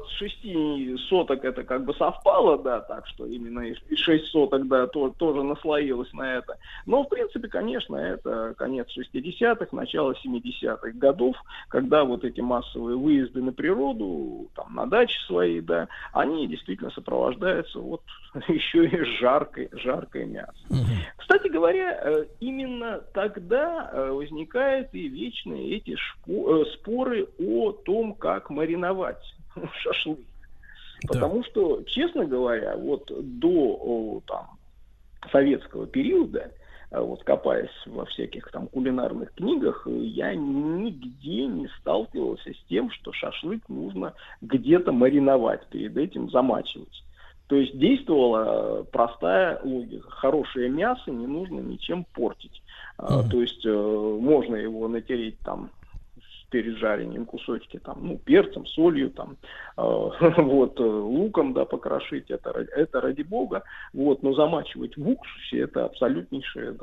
6 соток это как бы совпало, так что именно и 6 соток, тоже наслоилось на это. Но, в принципе, конечно, это конец 60-х, начало 70-х годов, когда эти массовые выезды на природу, на дачи свои, они действительно сопровождаются еще и жаркое мясо. Кстати говоря, именно тогда возникают и вечные эти споры о том, как мариновать шашлык. Потому что, честно говоря, до советского периода, копаясь во всяких кулинарных книгах, я нигде не сталкивался с тем, что шашлык нужно где-то мариновать, перед этим замачивать. То есть действовала простая логика. Хорошее мясо не нужно ничем портить. То есть можно его натереть перед жарением кусочки перцем, солью, луком, покрошить, это ради бога, но замачивать в уксусе — это абсолютнейшее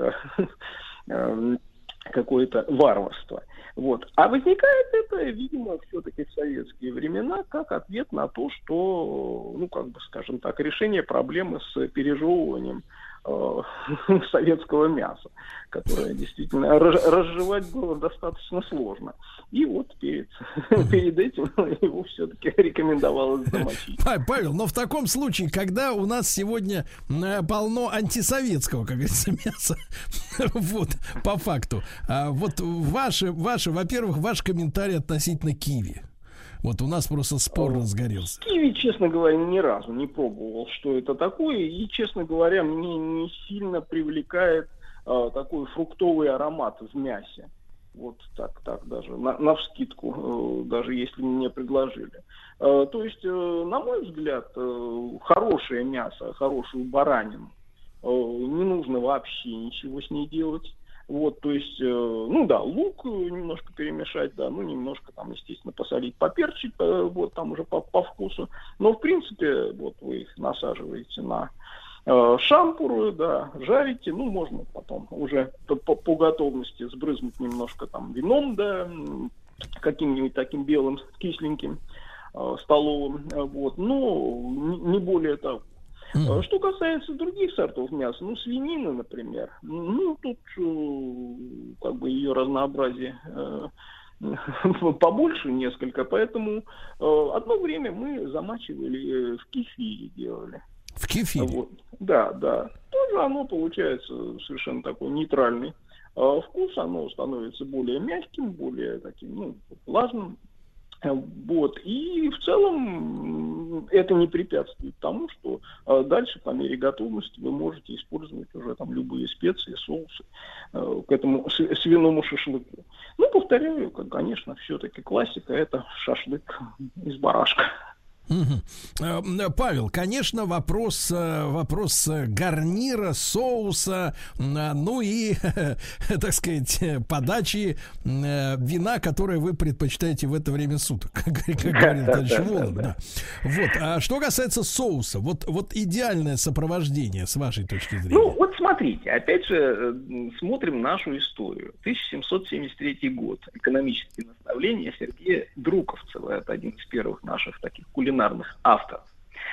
какое-то варварство. А возникает это, видимо, все-таки в советские времена как ответ на то, что, скажем так, решение проблемы с пережевыванием советского мяса, которое действительно разжевать было достаточно сложно. И перед этим его все-таки рекомендовалось замочить. Павел, но в таком случае, когда у нас сегодня полно антисоветского, как говорится, мяса, по факту, во-первых, ваш комментарий относительно киви. У нас просто спор разгорелся. Киви, честно говоря, ни разу не пробовал, что это такое. И, честно говоря, мне не сильно привлекает такой фруктовый аромат в мясе. Так даже навскидку, даже если мне предложили. То есть, на мой взгляд, хорошее мясо, хорошую баранину, не нужно вообще ничего с ней делать. Вот, то есть, ну да, лук немножко перемешать, да, ну немножко там, естественно, посолить, поперчить, вот там уже по вкусу. Но, в принципе, вот вы их насаживаете на шампуры, да, жарите, ну можно потом уже по готовности сбрызнуть немножко там вином, да, каким-нибудь таким белым, кисленьким, столовым, вот, но не более того. Что касается других сортов мяса, ну, свинины, например, ну, тут как бы ее разнообразие побольше несколько, поэтому одно время мы замачивали в кефире, делали. В кефире? Вот. Да. Тоже оно получается совершенно такой нейтральный вкус, оно становится более мягким, более таким, ну, влажным. Вот. И в целом это не препятствует тому, что дальше по мере готовности вы можете использовать уже там любые специи, соусы к этому свиному шашлыку. Ну, повторяю, конечно, все-таки классика — это шашлык из барашка. Павел, конечно, вопрос гарнира, соуса, ну и, так сказать, подачи вина, которое вы предпочитаете в это время суток, как говорил товарищ Воланд. Да. Вот. А что касается соуса, вот идеальное сопровождение с вашей точки зрения. Ну, вот смотрите, опять же, смотрим нашу историю. 1773 год. Экономические наставления Сергея Друковцева. Это один из первых наших таких кулинарных авторов.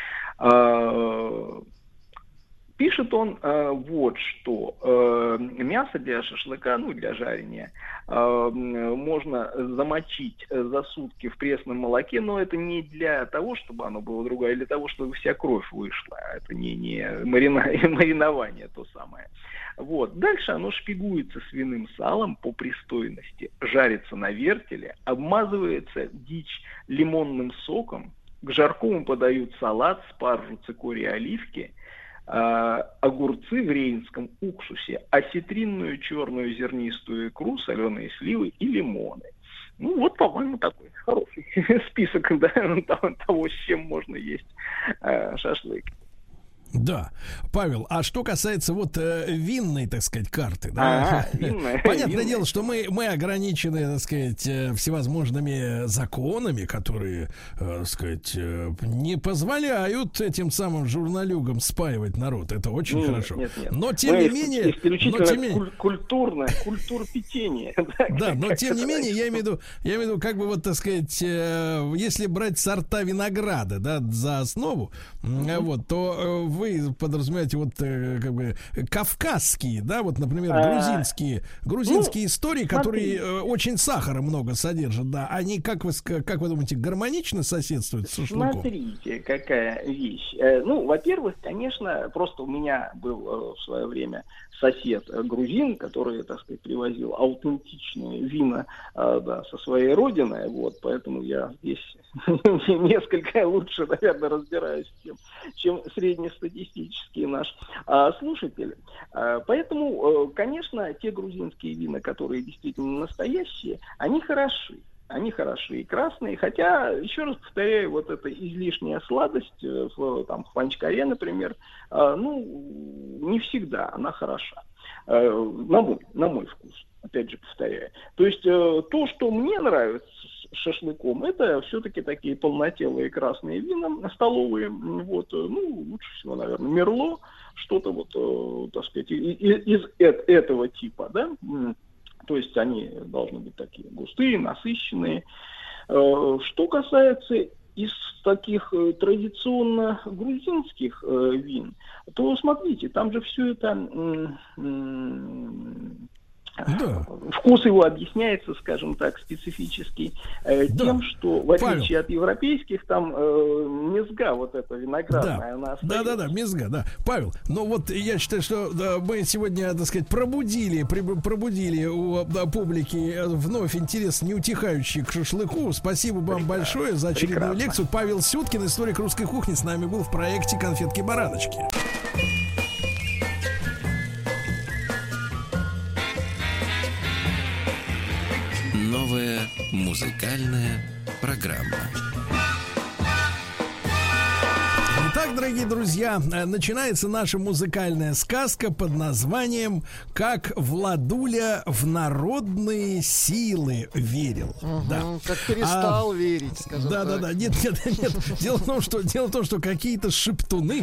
Пишет он вот что. Мясо для шашлыка, ну, для жарения, можно замочить за сутки в пресном молоке, но это не для того, чтобы оно было другое, а для того, чтобы вся кровь вышла. Это не маринование то самое. Вот. Дальше оно шпигуется свиным салом по пристойности, жарится на вертеле, обмазывается дичь лимонным соком, к жаркому подают салат, спаржу, цикорий, оливки, огурцы в рейнском уксусе, осетринную черную зернистую икру, соленые сливы и лимоны. Ну вот, по-моему, такой хороший список, да, того, с чем можно есть шашлык. Да, Павел, а что касается вот винной, так сказать, карты, да? Понятное дело, что мы ограничены, так сказать, всевозможными законами, которые, так сказать, не позволяют этим самым журналюгам спаивать народ. Это очень хорошо. Нет. Но тем не менее, культурпитение. Да, но тем не менее, я имею в виду, как бы вот, так сказать, если брать сорта винограда, да, за основу, вот, то вы подразумеваете вот как бы кавказские, да, вот, например, грузинские истории, которые очень сахара много содержат, да, они, как вы думаете, гармонично соседствуют с шашлыком? Смотрите, какая вещь. Ну, во-первых, конечно, просто у меня был в свое время сосед грузин, который, так сказать, привозил аутентичные вина, да, со своей родины, вот, поэтому я здесь несколько лучше, наверное, разбираюсь, чем среднестатистический наш слушатель. Поэтому, конечно, те грузинские вина, которые действительно настоящие, они хороши. Они хороши и красные, хотя, еще раз повторяю, вот эта излишняя сладость в хванчкаре, например, ну, не всегда она хороша, на мой вкус, опять же повторяю. То есть то, что мне нравится с шашлыком, это все-таки такие полнотелые красные вина столовые, вот, ну, лучше всего, наверное, мерло, что-то вот, так сказать, из этого типа, да. То есть они должны быть такие густые, насыщенные. Что касается из таких традиционно грузинских вин, то смотрите, там же все это... Да. Вкус его объясняется, скажем так, специфически тем, что в отличие от европейских, там мезга вот эта виноградная, она остается. Да, мезга, да. Павел, ну вот я считаю, что мы сегодня, так сказать, пробудили у публики вновь интерес неутихающий к шашлыку. Спасибо вам большое за очередную лекцию. Павел Сюткин, историк русской кухни, с нами был в проекте «Конфетки-бараночки». Новая музыкальная программа. Итак, дорогие друзья, начинается наша музыкальная сказка под названием «Как Владуля в народные силы верил». Да. Как перестал верить, скажем так. Да. Нет. Дело в том, что какие-то шептуны,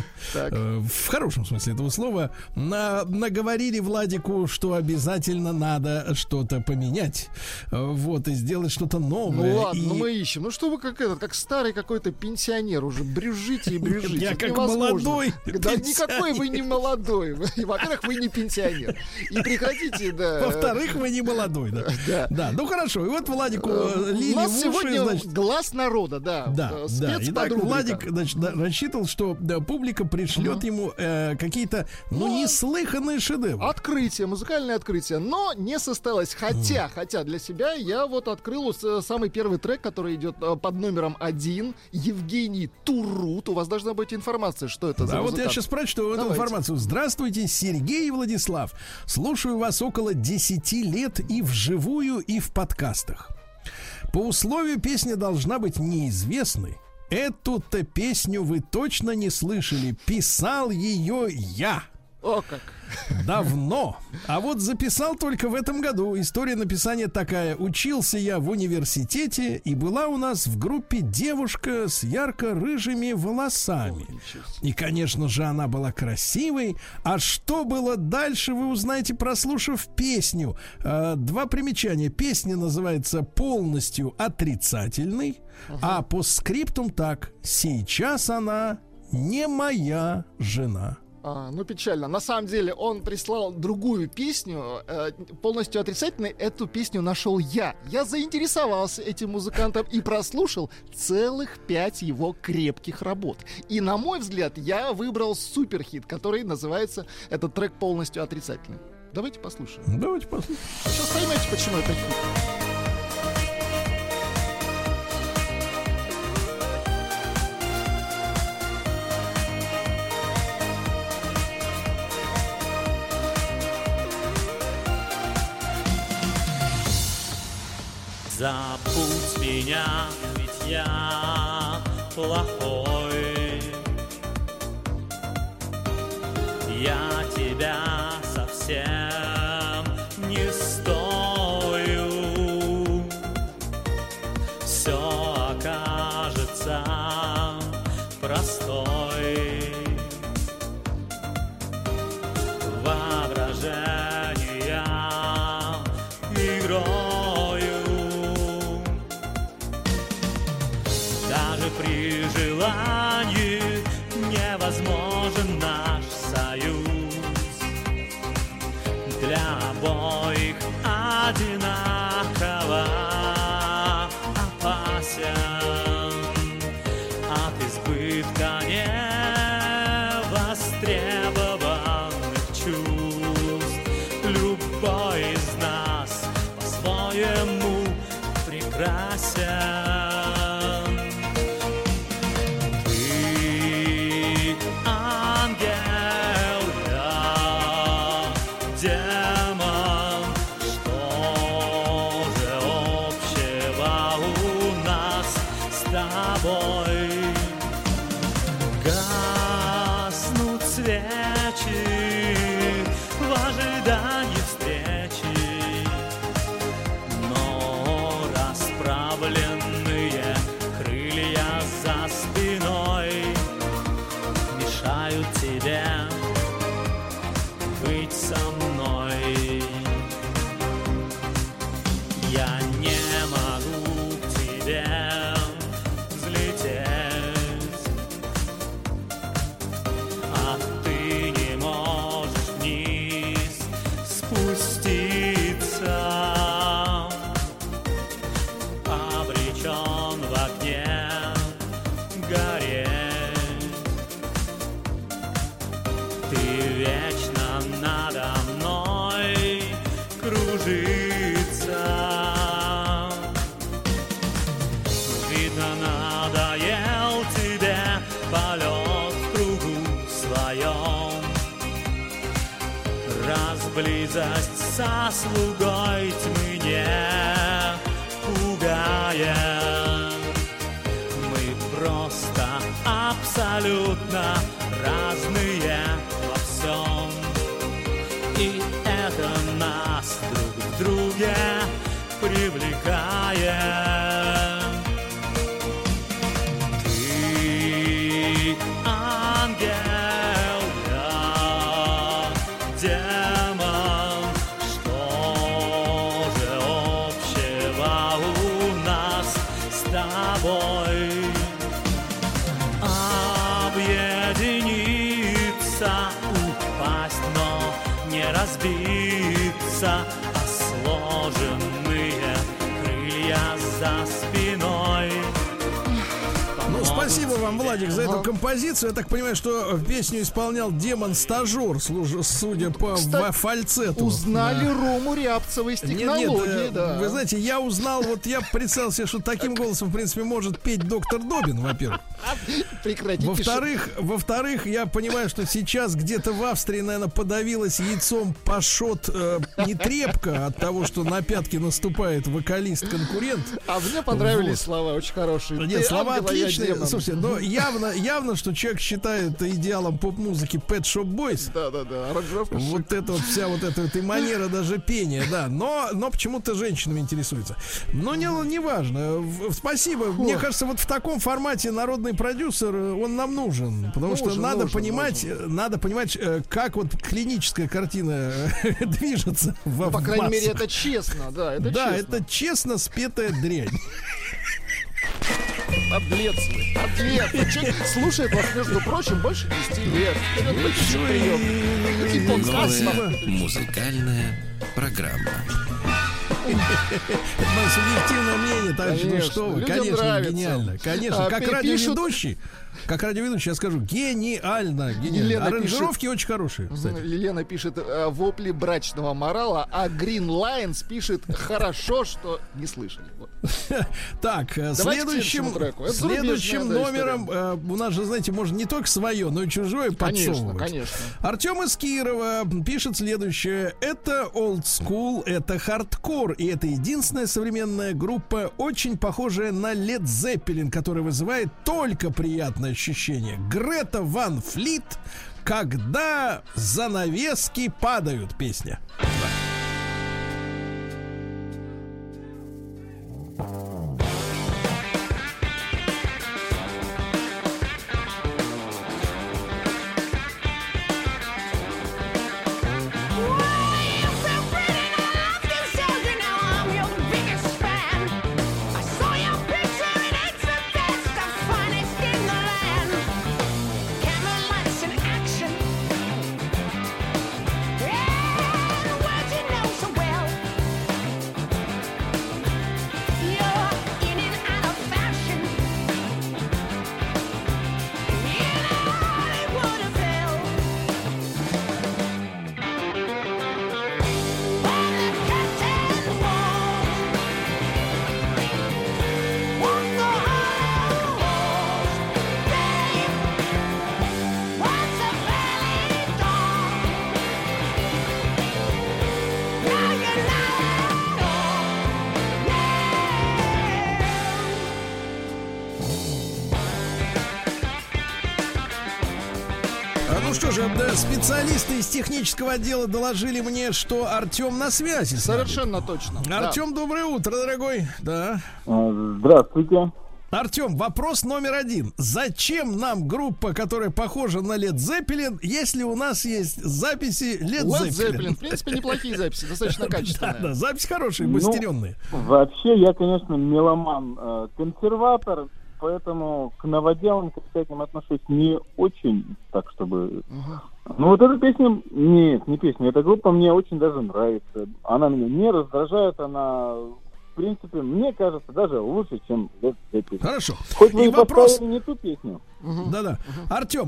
в хорошем смысле этого слова, наговорили Владику, что обязательно надо что-то поменять. Вот, и сделать что-то новое. Ну ладно, мы ищем. Ну что вы как старый какой-то пенсионер уже брюзжите и брюзжите. Я как молодой. Да никакой вы не молодой. Во-первых, вы не пенсионер. И прекратите, да. Во-вторых, вы не молодой, да. Да, ну хорошо. И вот Владику лили у нас в уши, сегодня значит, глаз народа, да. Да. Итак, Владик, значит, рассчитывал, что публика пришлет ему какие-то, неслыханные шедевры. Открытие, музыкальное открытие. Но не состоялось. Хотя для себя я вот открыл самый первый трек, который идет под номером 1. Евгений Турут. У вас должна быть информация, что это за музыкант. Вот я сейчас прочту эту информацию. Здравствуйте, Сергей и Владислав. Слушаю вас около 10 лет и вживую, и в подкастах. По условию песня должна быть неизвестной. Эту-то песню вы точно не слышали. Писал ее я. О, как! Давно. А вот записал только в этом году. История написания такая. Учился я в университете, и была у нас в группе девушка с ярко-рыжими волосами. И, конечно же, она была красивой. А что было дальше, вы узнаете, прослушав песню. Два примечания. Песня называется «Полностью отрицательный», а по скриптум так. Сейчас она не моя жена. Ну, печально. На самом деле, он прислал другую песню, полностью отрицательной. Эту песню нашел я. Я заинтересовался этим музыкантом и прослушал целых 5 его крепких работ. И, на мой взгляд, я выбрал суперхит, который называется, этот трек полностью отрицательный. Давайте послушаем. Сейчас поймете, почему это хит. Забудь меня, ведь я плохой. Я тебя совсем не стою. Все окажется простой. Воображение игрой. При желании невозможен наш союз. Для обоих одинаково опасен. От избытка невостребованных чувств любой из нас по-своему прекрасен. Гаснут свечи в ожидании встречи, но расправленные крылья за спиной мешают тебе быть со мной. Я не могу к тебе взлететь, а ты не можешь вниз спуститься. Обречен в огне гореть. Ты вечно надо мной кружиться. Видно, надоел тебе полет в кругу своем. Раз близость со слугой тьмы не пугает, мы просто абсолютно абсолютно разные во всем. И это нас друг к друге привлекает. Ты ангел, я демон. Что же общего у нас с тобой? Объединиться, упасть, но не разбиться, а сложенные крылья за спиной. Ну, спасибо вам, Владик, за эту композицию. Я так понимаю, что песню исполнял демон-стажер, судя по фальцету. Узнали Рому Рябцева из технологии, да. Вы знаете, я узнал, вот я представил себе, что таким голосом, в принципе, может петь доктор Добин, во-первых. Прекратите. Во-вторых, я понимаю, что сейчас где-то в Австрии, наверное, подавилась яйцом пашот не трепка от того, что на пятки наступает вокалист-конкурент. А мне понравились слова, очень хорошие. Нет, слова отличные. Слушайте, но явно, что человек считает идеалом поп-музыки Pet Shop Boys. Да, аранжировка. Вот это вот вся вот эта вот и манера даже пения, да. Но почему-то женщинами интересуется. Но не важно. Спасибо. Мне кажется, вот в таком формате народный продюсер, он нам нужен. Потому что надо понимать, как вот клиническая картина движется. По крайней мере, это честно, да. Это честно спетая дрянь. Подлец вы. Человек слушает вас, между прочим, больше 10 лет. Новая музыкальная программа. Это мое субъективное мнение, так что, что вы, конечно, гениально. Конечно, как радиоведущий, я скажу, гениально. Аранжировки очень хорошие, кстати. Елена пишет вопли брачного морала, а Green Lions пишет хорошо, что не слышали. Так, следующим номером у нас же, знаете, можно не только свое, но и чужое подсовывать. Конечно. Артем из Кирова пишет следующее. Это old school, это хардкор, и это единственная современная группа, очень похожая на Led Zeppelin, которая вызывает только приятное ощущение. Грета Ван Флит, когда занавески падают, песня. Что же, специалисты из технического отдела доложили мне, что Артем на связи. Совершенно точно. Артем, доброе утро, дорогой. Да. Здравствуйте. Артем, вопрос номер один. Зачем нам группа, которая похожа на Led Zeppelin, если у нас есть записи Led Zeppelin? В принципе, неплохие записи, достаточно качественные. Да, записи хорошие, мастеренные. Вообще, я, конечно, меломан, консерватор, поэтому к новоделам, к всяким отношусь не очень, так чтобы... Ну вот эта песня, нет, не песня, эта группа мне очень даже нравится. Она меня не раздражает, она... В принципе, мне кажется, даже лучше, чем Led Zeppelin. Хорошо. Хоть вы и вопрос... не ту песню. Да-да. Артем,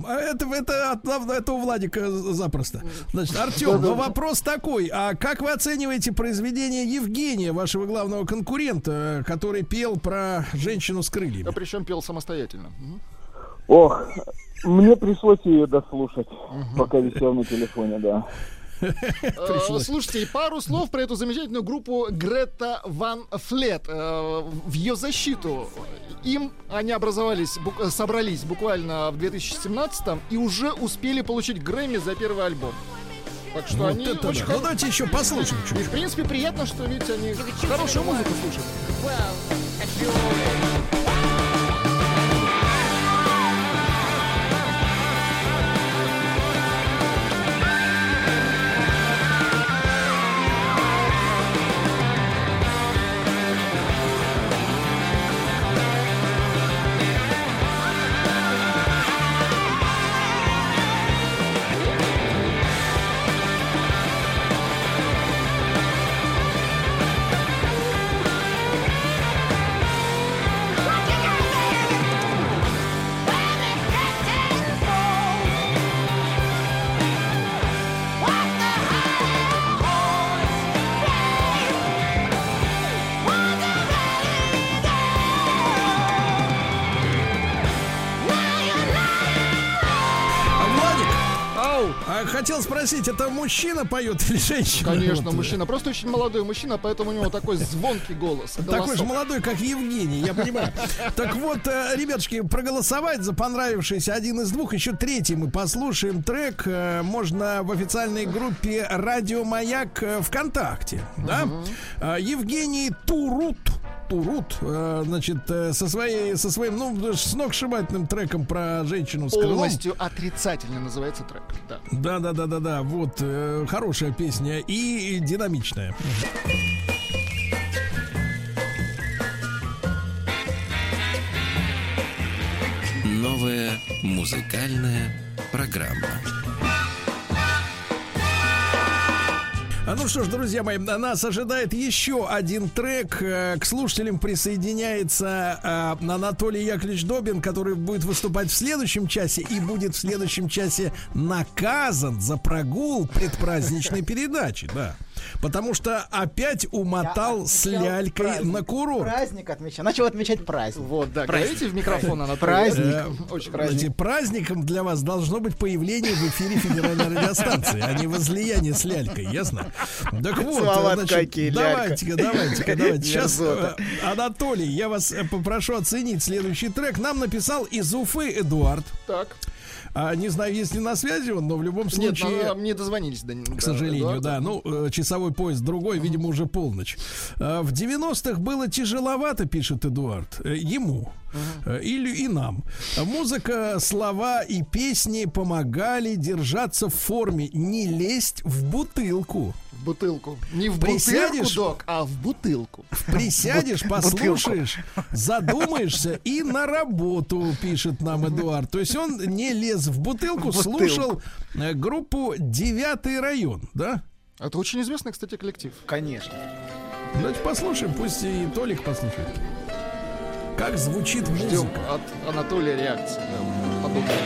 это у Владика запросто. Значит, Артем, но вопрос такой. А как вы оцениваете произведение Евгения, вашего главного конкурента, который пел про женщину с крыльями? А причем пел самостоятельно. Ох, мне пришлось ее дослушать, пока висел на телефоне, да. Слушайте, пару слов про эту замечательную группу Грета Ван Флет в ее защиту. они собрались буквально в 2017-м и уже успели получить Грэмми за первый альбом. Так что вот они это очень да. Ну давайте еще послушаем чуть-чуть. И в принципе приятно, что видите, они хорошую музыку слушают. Хотел спросить, это мужчина поет или женщина? Конечно, вот. Мужчина. Просто очень молодой мужчина, поэтому у него такой звонкий голос. Такой же молодой, как Евгений, я понимаю. Так вот, ребятушки, проголосовать за понравившийся один из двух. Еще третий мы послушаем трек. Можно в официальной группе «Радио Маяк» ВКонтакте. Да? Евгений Турут, значит, со своим, ну, сногсшибательным треком про женщину с крылом. Полностью отрицательно называется трек. Да. Вот, хорошая песня и динамичная. Новая музыкальная программа. Ну что ж, друзья мои, нас ожидает еще один трек. К слушателям присоединяется Анатолий Яковлевич Добин, который будет выступать в следующем часе и будет в следующем часе наказан за прогул предпраздничной передачи, да. Потому что опять умотал с лялькой на курорт. Праздник отмечал. Начал отмечать праздник. Вот, да, говорите в микрофон, Анатолий. Праздник. Очень праздник. Праздником для вас должно быть появление в эфире федеральной радиостанции, а не возлияние с лялькой, ясно? Так вот, значит, давайте. Сейчас, Анатолий, я вас попрошу оценить следующий трек. Нам написал из Уфы Эдуард. Так. Не знаю, есть ли на связи он, но в любом случае... Нет, нам не дозвонились. К сожалению, да. Ну, часовой поезд другой, видимо, уже полночь. В 90-х было тяжеловато, пишет Эдуард, ему или и нам. Музыка, слова и песни помогали держаться в форме, не лезть в бутылку. В бутылку. Не в присядешь, бутылку, док, а в бутылку. Присядешь, послушаешь, задумаешься и на работу, пишет нам Эдуард. То есть он не лез в бутылку, слушал группу «Девятый район», да? Это очень известный, кстати, коллектив. Конечно. Давайте послушаем, пусть и Толик послушает. Как звучит музыка. Ждем от Анатолия реакции. Подумайте.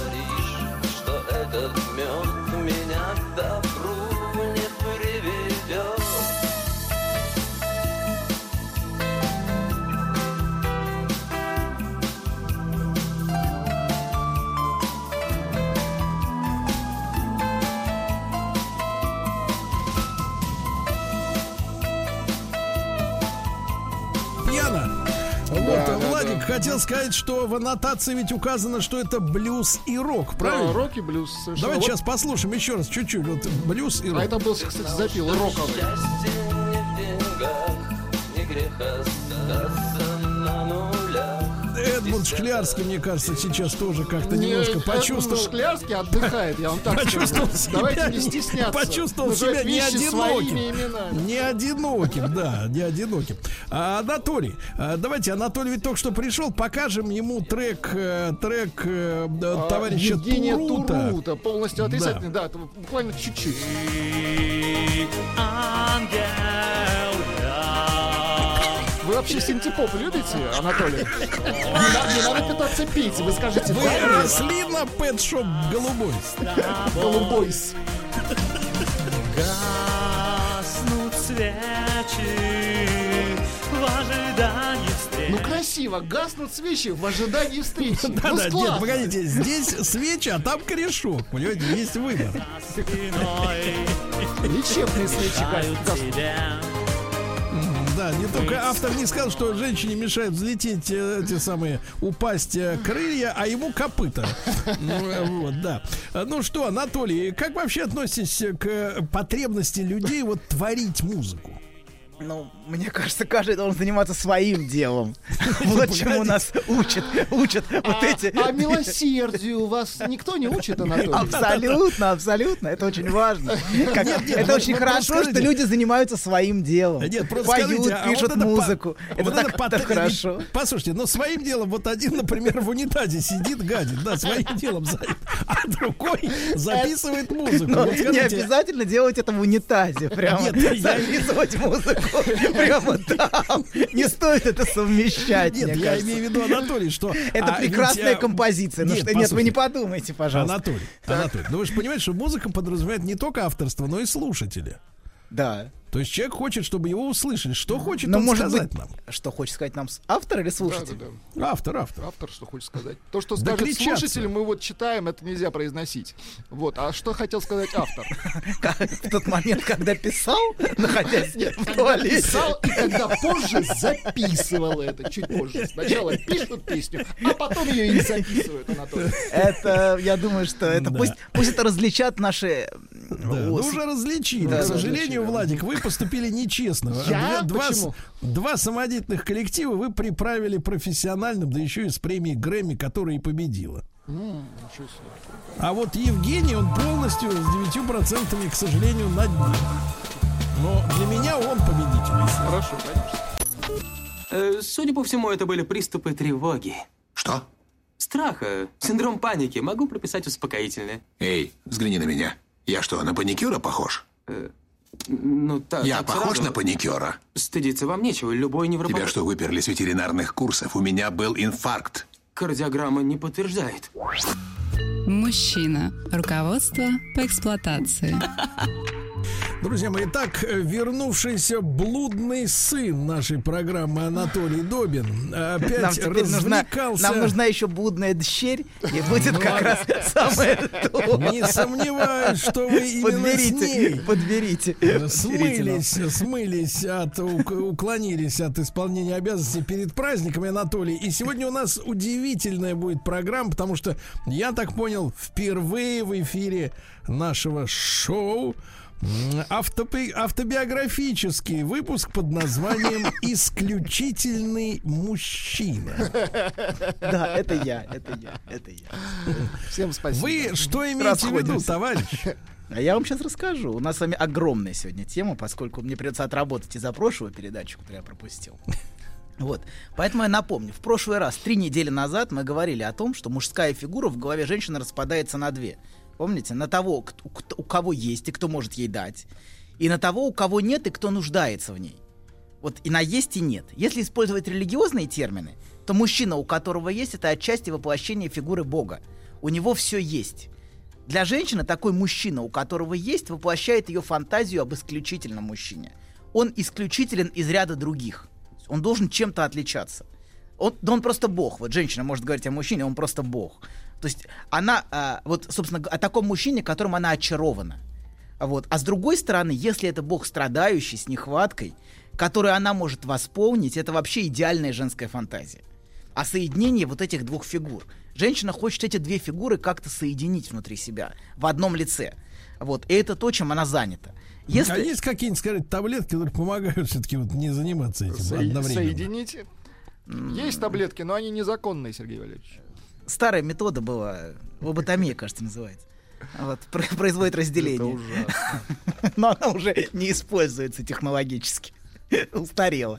Меня к добру не приведет. Лена. Вот, Владик хотел сказать, что в аннотации ведь указано, что это блюз и рок, правильно? Да, рок и блюз. Давайте сейчас послушаем еще раз чуть-чуть. Вот блюз и рок. А это был, кстати, запил роком. Эдмунд Шклярский, мне кажется, сейчас тоже как-то немножко почувствовал. Эдмунд Шклярский отдыхает, я вам так почувствовал скажу. себя, Давайте не стесняться. Почувствовал себя не одиноким. Не одиноким, да, не одиноким. Анатолий, давайте, Анатолий ведь только что пришел, покажем ему трек товарища Евгения Турута. Турута, полностью отрицательный, да, буквально чуть-чуть. Вы вообще синтепоп любите, Анатолий? Не надо пытаться петь, вы скажите. Вы росли на Pet Shop Голубой. Голубойс. Гаснут свечи в ожидании встречи. Ну красиво, гаснут свечи в ожидании встречи. Да, нет, погодите, здесь свечи, а там корешок. Понимаете, есть выбор. Лечебные свечи гаснут. Да, не только автор не сказал, что женщине мешает взлететь эти самые, упасть крылья, а ему копыта. Вот, да. Ну что, Анатолий, как вообще относитесь к потребности людей вот творить музыку? Ну, мне кажется, каждый должен заниматься своим делом. Вот чему нас учат вот эти... А милосердию вас никто не учит, Анатолий? Абсолютно, абсолютно. Это очень важно. Это очень хорошо, что люди занимаются своим делом. Поют, пишут музыку. Это так хорошо. Послушайте, но своим делом вот один, например, в унитазе сидит, гадит, да, своим делом занят, а другой записывает музыку. Не обязательно делать это в унитазе, прямо записывать музыку. Прямо там. Не стоит это совмещать. Нет, я имею в виду, Анатолий, что... Это прекрасная композиция. Нет, вы не подумайте, пожалуйста. Анатолий, ну вы же понимаете, что музыка подразумевает не только авторство, но и слушателя. Да. То есть человек хочет, чтобы его услышали. Что хочет он сказать нам? Что хочет сказать нам автор или слушатель? Да. Автор. Автор, что хочет сказать. То, что скажет слушатель, мы вот читаем, это нельзя произносить. Вот. А что хотел сказать автор? В тот момент, когда писал, находясь в туалете. Писал, и когда позже записывал это. Чуть позже. Сначала пишут песню, а потом ее и записывают, Анатолий. Это, я думаю, что это пусть это различат наши... Ну уже различили. К сожалению, Владик, вы поступили нечестно. Два самодеятельных коллектива вы приправили профессиональным, да еще и с премией Грэмми, которая и победила. А вот Евгений, он полностью с 9%, к сожалению, на дне. Но для меня он победитель. Хорошо, конечно. Судя по всему, это были приступы тревоги. Что? Страха, синдром паники. Могу прописать успокоительное. Эй, взгляни на меня. Я что, на паникюра похож? Ну, так, я похож на паникюра? Стыдиться вам нечего, любой невропатолог... Тебя что, выперли с ветеринарных курсов? У меня был инфаркт. Кардиограмма не подтверждает. Мужчина. Руководство по эксплуатации. Друзья мои, итак, вернувшийся блудный сын нашей программы Анатолий Добин опять развлекался. Нам нужна еще блудная дщерь, и будет как раз самое то. Не сомневаюсь, что вы именно с ней подберите. Смылись уклонились от исполнения обязанностей перед праздниками, Анатолий. И сегодня у нас удивительная будет программа, потому что, я так понял, впервые в эфире нашего шоу автобиографический выпуск под названием «Исключительный мужчина». Да, это я. Всем спасибо. Вы что имеете в виду, товарищ? А я вам сейчас расскажу. У нас с вами огромная сегодня тема, поскольку мне придется отработать из-за прошлого передачу, которую я пропустил. Вот. Поэтому я напомню, в прошлый раз, 3 недели назад, мы говорили о том, что мужская фигура в голове женщины распадается на 2. Помните? На того, у кого есть и кто может ей дать, и на того, у кого нет и кто нуждается в ней. Вот и на есть, и нет. Если использовать религиозные термины, то мужчина, у которого есть, это отчасти воплощение фигуры Бога. У него все есть. Для женщины такой мужчина, у которого есть, воплощает ее фантазию об исключительном мужчине. Он исключителен из ряда других. Он должен чем-то отличаться. Он просто Бог. Вот женщина может говорить о мужчине, он просто Бог. То есть она, вот, собственно, о таком мужчине, которым она очарована. Вот. А с другой стороны, если это Бог страдающий, с нехваткой, которую она может восполнить, это вообще идеальная женская фантазия. А соединение вот этих двух фигур. Женщина хочет эти две фигуры как-то соединить внутри себя, в одном лице. Вот. И это то, чем она занята. Если... А есть какие-нибудь, скажите, таблетки, которые помогают все-таки вот не заниматься этим одновременно? Соедините. Есть таблетки, но они незаконные, Сергей Валерьевич. Старая метода была, лоботомия, кажется, называется. Вот, производит разделение. Это ужасно. Но она уже не используется технологически. Устарела.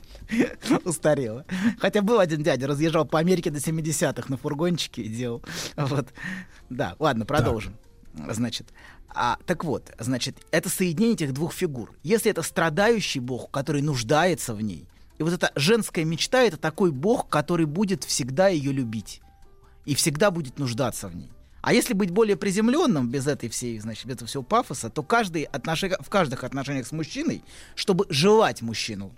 Хотя был один дядя, разъезжал по Америке до 70-х на фургончике и делал. Вот. Да, ладно, продолжим. Значит, так вот, значит, это соединение этих двух фигур. Если это страдающий бог, который нуждается в ней, и вот эта женская мечта — это такой бог, который будет всегда ее любить и всегда будет нуждаться в ней. А если быть более приземленным, без этой всей, значит, без этого всего пафоса, то в каждых отношениях с мужчиной, чтобы желать мужчину,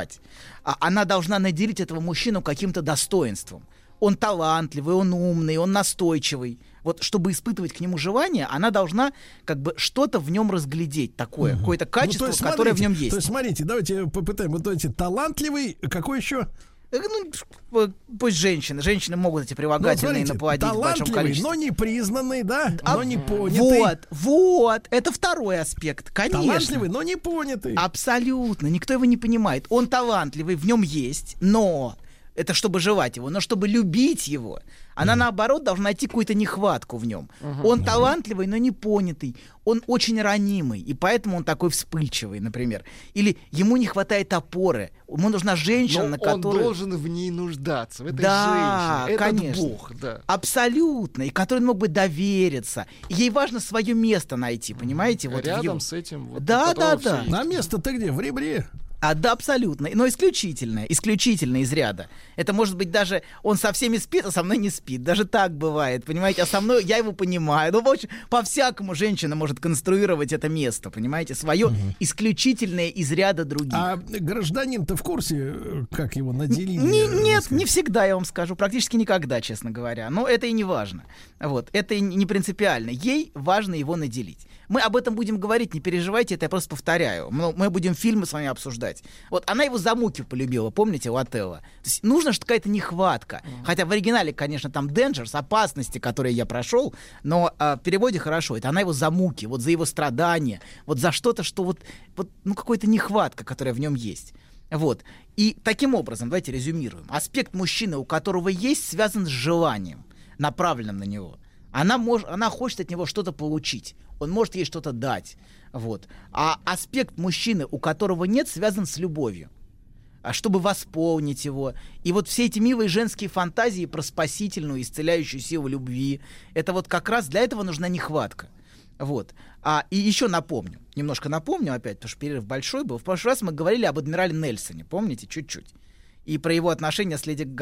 она должна наделить этого мужчину каким-то достоинством. Он талантливый, он умный, он настойчивый. Вот чтобы испытывать к нему желание, она должна как бы что-то в нем разглядеть такое, какое-то качество, есть, которое в нем есть. То есть, смотрите, давайте попытаем. Вот эти талантливый, какой еще? Ну, пусть женщины могут эти прилагательные наплодить в большом количестве. Но не признанный, да, но не понятый. Вот, это второй аспект, конечно. Талантливый, но не понятый. Абсолютно, никто его не понимает. Он талантливый, в нем есть, но это чтобы желать его, но чтобы любить его, она наоборот должна найти какую-то нехватку в нем. Он талантливый, но не понятый. Он очень ранимый, и поэтому он такой вспыльчивый, например. Или ему не хватает опоры. Ему нужна женщина, на которую... Он должен в ней нуждаться, в этой женщине. Конечно. Бог, да. Абсолютно. И которой он мог бы довериться. И ей важно свое место найти, понимаете? Вот рядом с этим. Вот, да. На место-то где? В ребре? Да, абсолютно. Но исключительно из ряда. Это может быть даже он со всеми спит, а со мной не спит. Даже так бывает, понимаете? А со мной я его понимаю. Ну, по-всякому женщина может конструировать это место, понимаете? Свое исключительное из ряда других. А гражданин-то в курсе, как его наделили? Нет, не всегда, я вам скажу. Практически никогда, честно говоря. Но это и не важно. Вот. Это и не принципиально. Ей важно его наделить. Мы об этом будем говорить, не переживайте, это я просто повторяю. Мы будем фильмы с вами обсуждать. Вот она его за муки полюбила, помните, у Отелло? То есть нужна же какая-то нехватка. Хотя в оригинале, конечно, там Dangers, опасности, которые я прошел, но в переводе хорошо. Это она его за муки, вот за его страдания, вот за что-то, что вот какая-то нехватка, которая в нем есть. Вот. И таким образом, давайте резюмируем. Аспект мужчины, у которого есть, связан с желанием, направленным на него. Она хочет от него что-то получить. Он может ей что-то дать. Вот. А аспект мужчины, у которого нет, связан с любовью. Чтобы восполнить его. И вот все эти милые женские фантазии про спасительную, исцеляющую силу любви, это вот как раз для этого нужна нехватка. Вот. И еще немножко напомню опять, потому что перерыв большой был. В прошлый раз мы говорили об адмирале Нельсоне, помните, чуть-чуть. И про его отношения с леди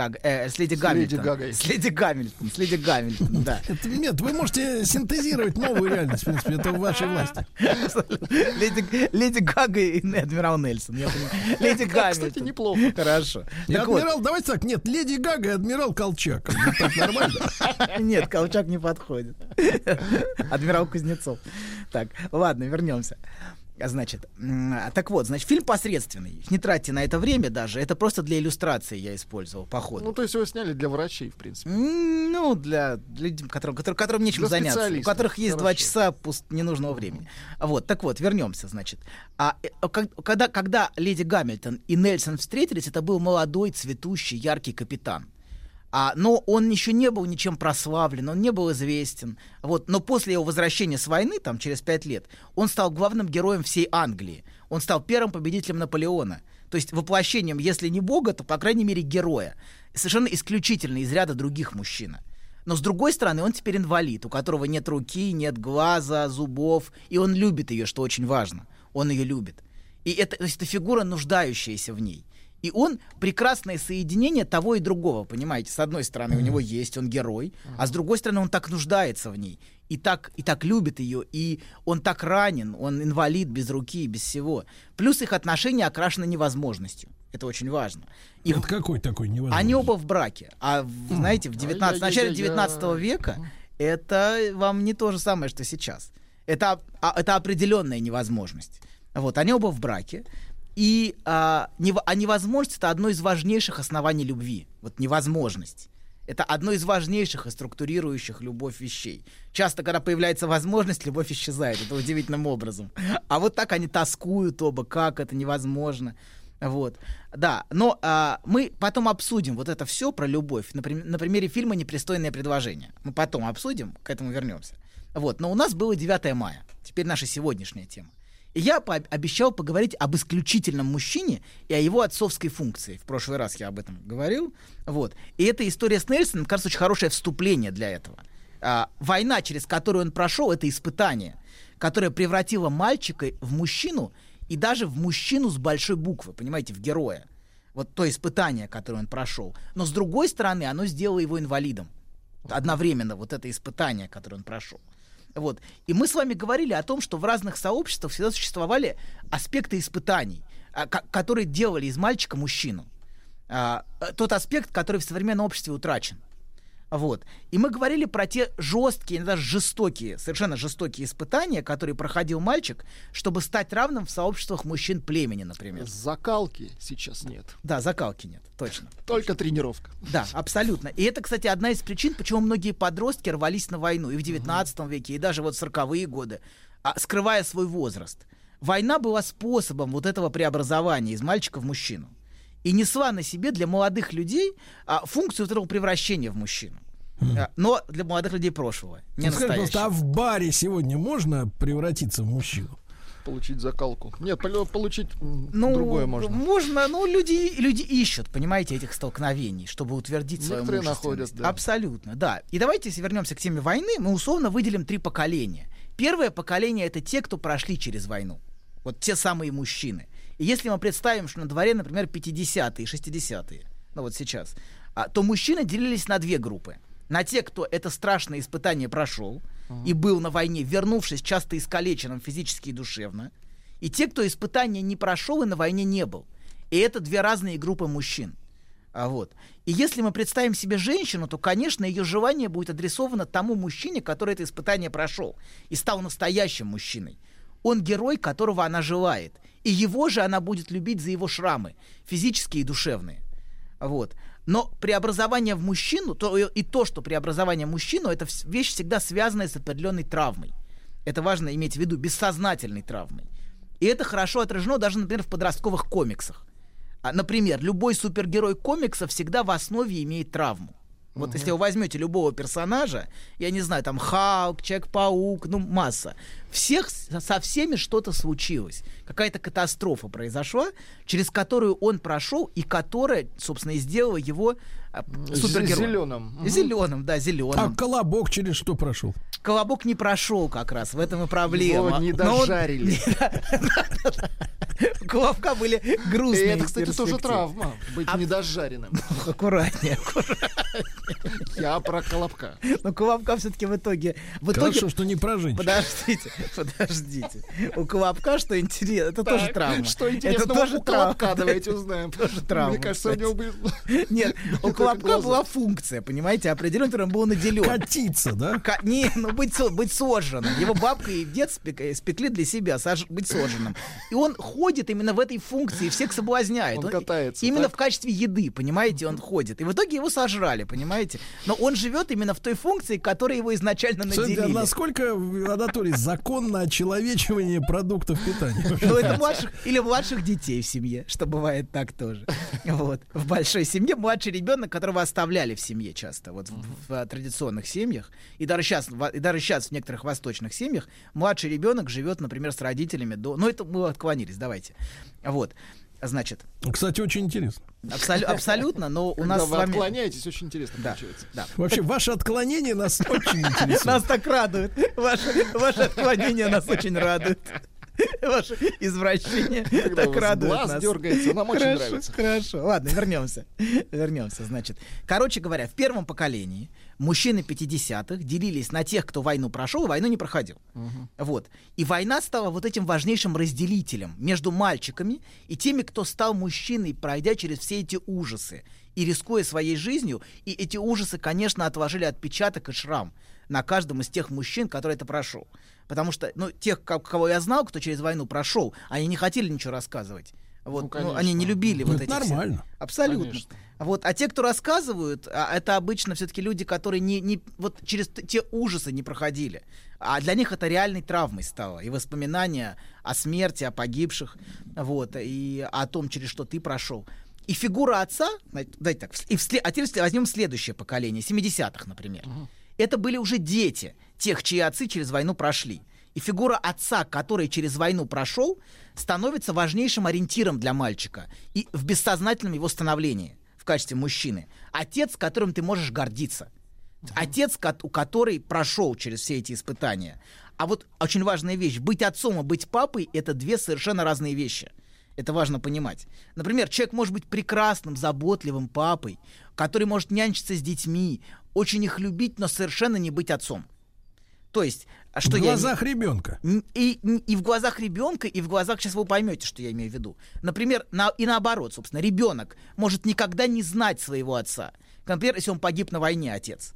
Гамильтон, да. Нет, вы можете синтезировать новую реальность, в принципе, это в вашей власти. Леди Гага и адмирал Нельсон, я понимаю. Леди Гамильтон. Кстати, неплохо. Хорошо. И адмирал, давайте так, нет, леди Гага и адмирал Колчак. Так нормально? Нет, Колчак не подходит. Адмирал Кузнецов. Так, ладно, вернемся. Значит, фильм посредственный. Не тратьте на это время даже. Это просто для иллюстрации я использовал, по ходу. Ну, то есть его сняли для врачей, в принципе. Ну, для людей, которым нечем заняться. У которых есть 2 часа ненужного времени. Вот, так вот, вернемся, значит. Когда леди Гамильтон и Нельсон встретились, это был молодой, цветущий, яркий капитан. Но он еще не был ничем прославлен, он не был известен. Вот. Но после его возвращения с войны, там, через 5 лет, он стал главным героем всей Англии. Он стал первым победителем Наполеона. То есть воплощением, если не бога, то, по крайней мере, героя. Совершенно исключительно из ряда других мужчин. Но, с другой стороны, он теперь инвалид, у которого нет руки, нет глаза, зубов. И он любит ее, что очень важно. Он ее любит. И это фигура, нуждающаяся в ней. И он прекрасное соединение того и другого, понимаете? С одной стороны, у него есть, он герой, а с другой стороны, он так нуждается в ней. И так любит ее, и он так ранен, он инвалид, без руки, без всего. Плюс их отношения окрашены невозможностью. Это очень важно. И вот какой такой невозможный? Они оба в браке. А знаете, в начале 19 века это вам не то же самое, что сейчас. Это определенная невозможность. Вот, они оба в браке. И невозможность — это одно из важнейших оснований любви. Вот невозможность. Это одно из важнейших и структурирующих любовь вещей. Часто, когда появляется возможность, любовь исчезает. Это удивительным образом. А вот так они тоскуют оба, как это невозможно. Вот. Да, но мы потом обсудим вот это все про любовь на примере фильма «Непристойное предложение». Мы потом обсудим, к этому вернемся. Вот. Но у нас было 9 мая. Теперь наша сегодняшняя тема. И я обещал поговорить об исключительном мужчине и о его отцовской функции. В прошлый раз я об этом говорил. Вот. И эта история с Нельсоном, кажется, очень хорошее вступление для этого. Война, через которую он прошел, это испытание, которое превратило мальчика в мужчину и даже в мужчину с большой буквы, понимаете, в героя. Вот то испытание, которое он прошел. Но с другой стороны, оно сделало его инвалидом. Одновременно вот это испытание, которое он прошел. Вот. И мы с вами говорили о том, что в разных сообществах всегда существовали аспекты испытаний, которые делали из мальчика мужчину. Тот аспект, который в современном обществе утрачен. Вот. И мы говорили про те жесткие, даже жестокие, совершенно жестокие испытания, которые проходил мальчик, чтобы стать равным в сообществах мужчин племени, например. Закалки сейчас нет. Да, закалки нет, точно. Только тренировка. Да, абсолютно. И это, кстати, одна из причин, почему многие подростки рвались на войну и в 19 веке, и даже вот в 40-е годы, скрывая свой возраст. Война была способом вот этого преобразования из мальчика в мужчину. И несла на себе для молодых людей функцию вот этого превращения в мужчину. Но для молодых людей прошлого, не настоящего. А в баре сегодня можно превратиться в мужчину? Получить закалку. Нет, получить другое можно. Можно, но люди ищут, понимаете, этих столкновений, чтобы утвердить свою мужественность. Находят, да. Абсолютно, да. И давайте, если вернемся к теме войны, мы условно выделим 3 поколения. Первое поколение — это те, кто прошли через войну. Вот те самые мужчины. И если мы представим, что на дворе, например, 50-е, 60-е, ну вот сейчас, то мужчины делились на 2 группы. На те, кто это страшное испытание прошел и был на войне, вернувшись часто искалеченным физически и душевно, и те, кто испытание не прошел и на войне не был. И это 2 разные группы мужчин. Вот. И если мы представим себе женщину, то, конечно, ее желание будет адресовано тому мужчине, который это испытание прошел и стал настоящим мужчиной. Он герой, которого она желает. И его же она будет любить за его шрамы, физические и душевные. Вот. Но преобразование в мужчину, то, что преобразование в мужчину, это вещь всегда связанная с определенной травмой. Это важно иметь в виду, бессознательной травмой. И это хорошо отражено даже, например, в подростковых комиксах. Например, любой супергерой комикса всегда в основе имеет травму. Вот если вы возьмете любого персонажа, я не знаю, там Халк, Человек-паук, масса, со всеми что-то случилось. Какая-то катастрофа произошла, через которую он прошел и которая, собственно, и сделала его супергероем. Зеленым, да, зеленым. А Колобок через что прошел? Колобок не прошел как раз, в этом и проблема. Его не дожарили. У Колобка были грустные. И это, кстати, тоже травма, быть недожаренным. Аккуратнее. Я про Колобка. Но Колобка все-таки в итоге... Хорошо, что не про женщин. Подождите. У Колобка, что интересно, это тоже травма. Что интересно, у Колобка, давайте узнаем. Тоже травма. Мне кажется, у него был... Нет, у Колобка была функция, понимаете, определенная, которым был наделен. Катиться, да? Не, быть сожженным. Его бабка и дед спекли для себя быть сожженным. И он ходит именно в этой функции, всех соблазняет. Он катается. Именно в качестве еды, понимаете, он ходит. И в итоге его сожрали, понимаете? Но он живет именно в той функции, которой его изначально наделили. Насколько, Анатолий, законно очеловечивание продуктов питания? Ну, это младших детей в семье, что бывает так тоже. Вот. В большой семье младший ребенок, которого оставляли в семье часто, вот в традиционных семьях, и даже сейчас в некоторых восточных семьях младший ребенок живет, например, с родителями до... Ну, это мы отклонились, давайте. Вот. Значит. Кстати, очень интересно. Абсолютно, но у нас с вами... Вы отклоняетесь, очень интересно получается. Да. Вообще, ваше отклонение нас очень интересует. Нас так радует. Ваше отклонение нас очень радует. Ваше извращение так радует нас. Глаз дергается, нам очень нравится. Хорошо, ладно, вернемся. Значит, короче говоря, в первом поколении мужчины 50-х делились на тех, кто войну прошел и войну не проходил. Вот. И война стала вот этим важнейшим разделителем между мальчиками и теми, кто стал мужчиной, пройдя через все эти ужасы и рискуя своей жизнью. И эти ужасы, конечно, отложили отпечаток и шрам на каждом из тех мужчин, который это прошел. Потому что, тех, кого я знал, кто через войну прошел, они не хотели ничего рассказывать. Вот, они не любили вот эти нормально. все. Абсолютно. Конечно. Вот, а те, кто рассказывают, это обычно все-таки люди, которые вот через те ужасы не проходили. А для них это реальной травмой стало. И воспоминания о смерти, о погибших, вот, и о том, через что ты прошел. И фигура отца, давайте так, а теперь возьмем следующее поколение, 70-х, например. Это были уже дети тех, чьи отцы через войну прошли. И фигура отца, который через войну прошел, становится важнейшим ориентиром для мальчика и в бессознательном его становлении в качестве мужчины. Отец, которым ты можешь гордиться. Отец, который прошел через все эти испытания. А вот очень важная вещь. Быть отцом и быть папой — это две совершенно разные вещи. Это важно понимать. Например, человек может быть прекрасным, заботливым папой, который может нянчиться с детьми, очень их любить, но совершенно не быть отцом. То есть, что в глазах ребенка. И в глазах ребенка, и в глазах, сейчас вы поймете, что я имею в виду. Например, и наоборот, собственно, ребенок может никогда не знать своего отца. Например, если он погиб на войне, отец.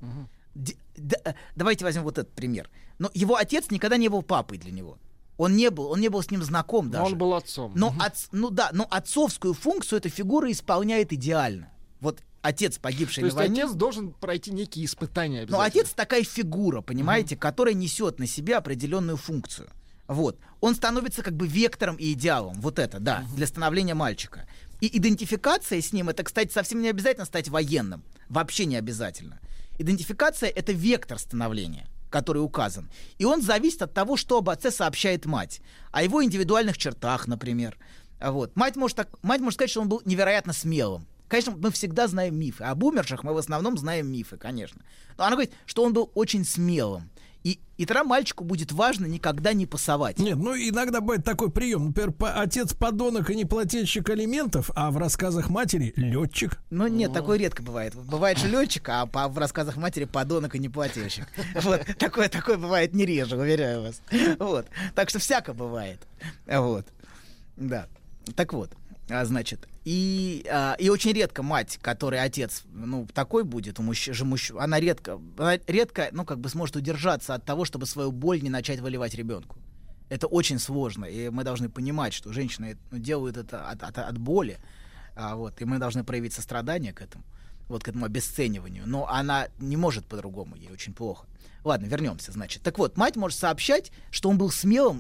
Давайте возьмем вот этот пример. Но его отец никогда не был папой для него. Он не был с ним знаком даже. Но он был отцом. Но отцовскую функцию эта фигура исполняет идеально. Вот отец, погибший на войне. То есть отец должен пройти некие испытания обязательно. Но отец такая фигура, понимаете, которая несет на себе определенную функцию. Вот. Он становится как бы вектором и идеалом. Вот это, да, для становления мальчика. И идентификация с ним, это, кстати, совсем не обязательно стать военным. Вообще не обязательно. Идентификация — это вектор становления, который указан. И он зависит от того, что об отце сообщает мать. О его индивидуальных чертах, например. Вот. Мать может сказать, что он был невероятно смелым. Конечно, мы всегда знаем мифы. Об умерших мы в основном знаем мифы, конечно. Но она говорит, что он был очень смелым. И тогда мальчику будет важно никогда не пасовать. Нет, иногда бывает такой прием. Например, отец подонок и не плательщик алиментов, а в рассказах матери летчик. Ну нет, такое редко бывает. Бывает же летчик, а в рассказах матери подонок и не плательщик. Вот. Такое бывает не реже, уверяю вас. Вот. Так что всяко бывает. Вот. Да. Так вот. Значит, и очень редко мать, которой отец, такой будет, она редко, сможет удержаться от того, чтобы свою боль не начать выливать ребенку. Это очень сложно, и мы должны понимать, что женщины делают это от боли, и мы должны проявить сострадание к этому обесцениванию, но она не может по-другому, ей очень плохо. Ладно, вернемся, значит. Так вот, мать может сообщать, что он был смелым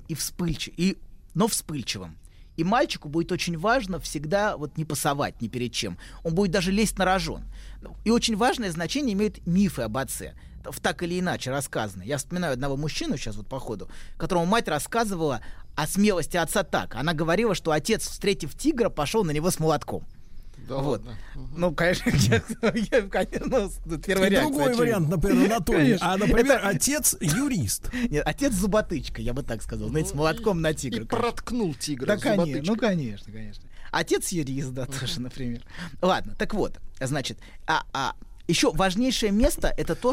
но вспыльчивым. И мальчику будет очень важно всегда не пасовать ни перед чем. Он будет даже лезть на рожон. И очень важное значение имеют мифы об отце. Так или иначе рассказаны. Я вспоминаю одного мужчину сейчас по ходу, которому мать рассказывала о смелости отца так. Она говорила, что отец, встретив тигра, пошел на него с молотком. Да, вот. Конечно, первая реакция. Другой вариант, например, Анатолий. А, например, отец юрист. Нет, отец зубатычка, я бы так сказал. Знаете, с молотком на тигра. И проткнул тигра. Да, конечно, конечно. Отец юрист, да, тоже, например. Ладно, так вот, значит, еще важнейшее место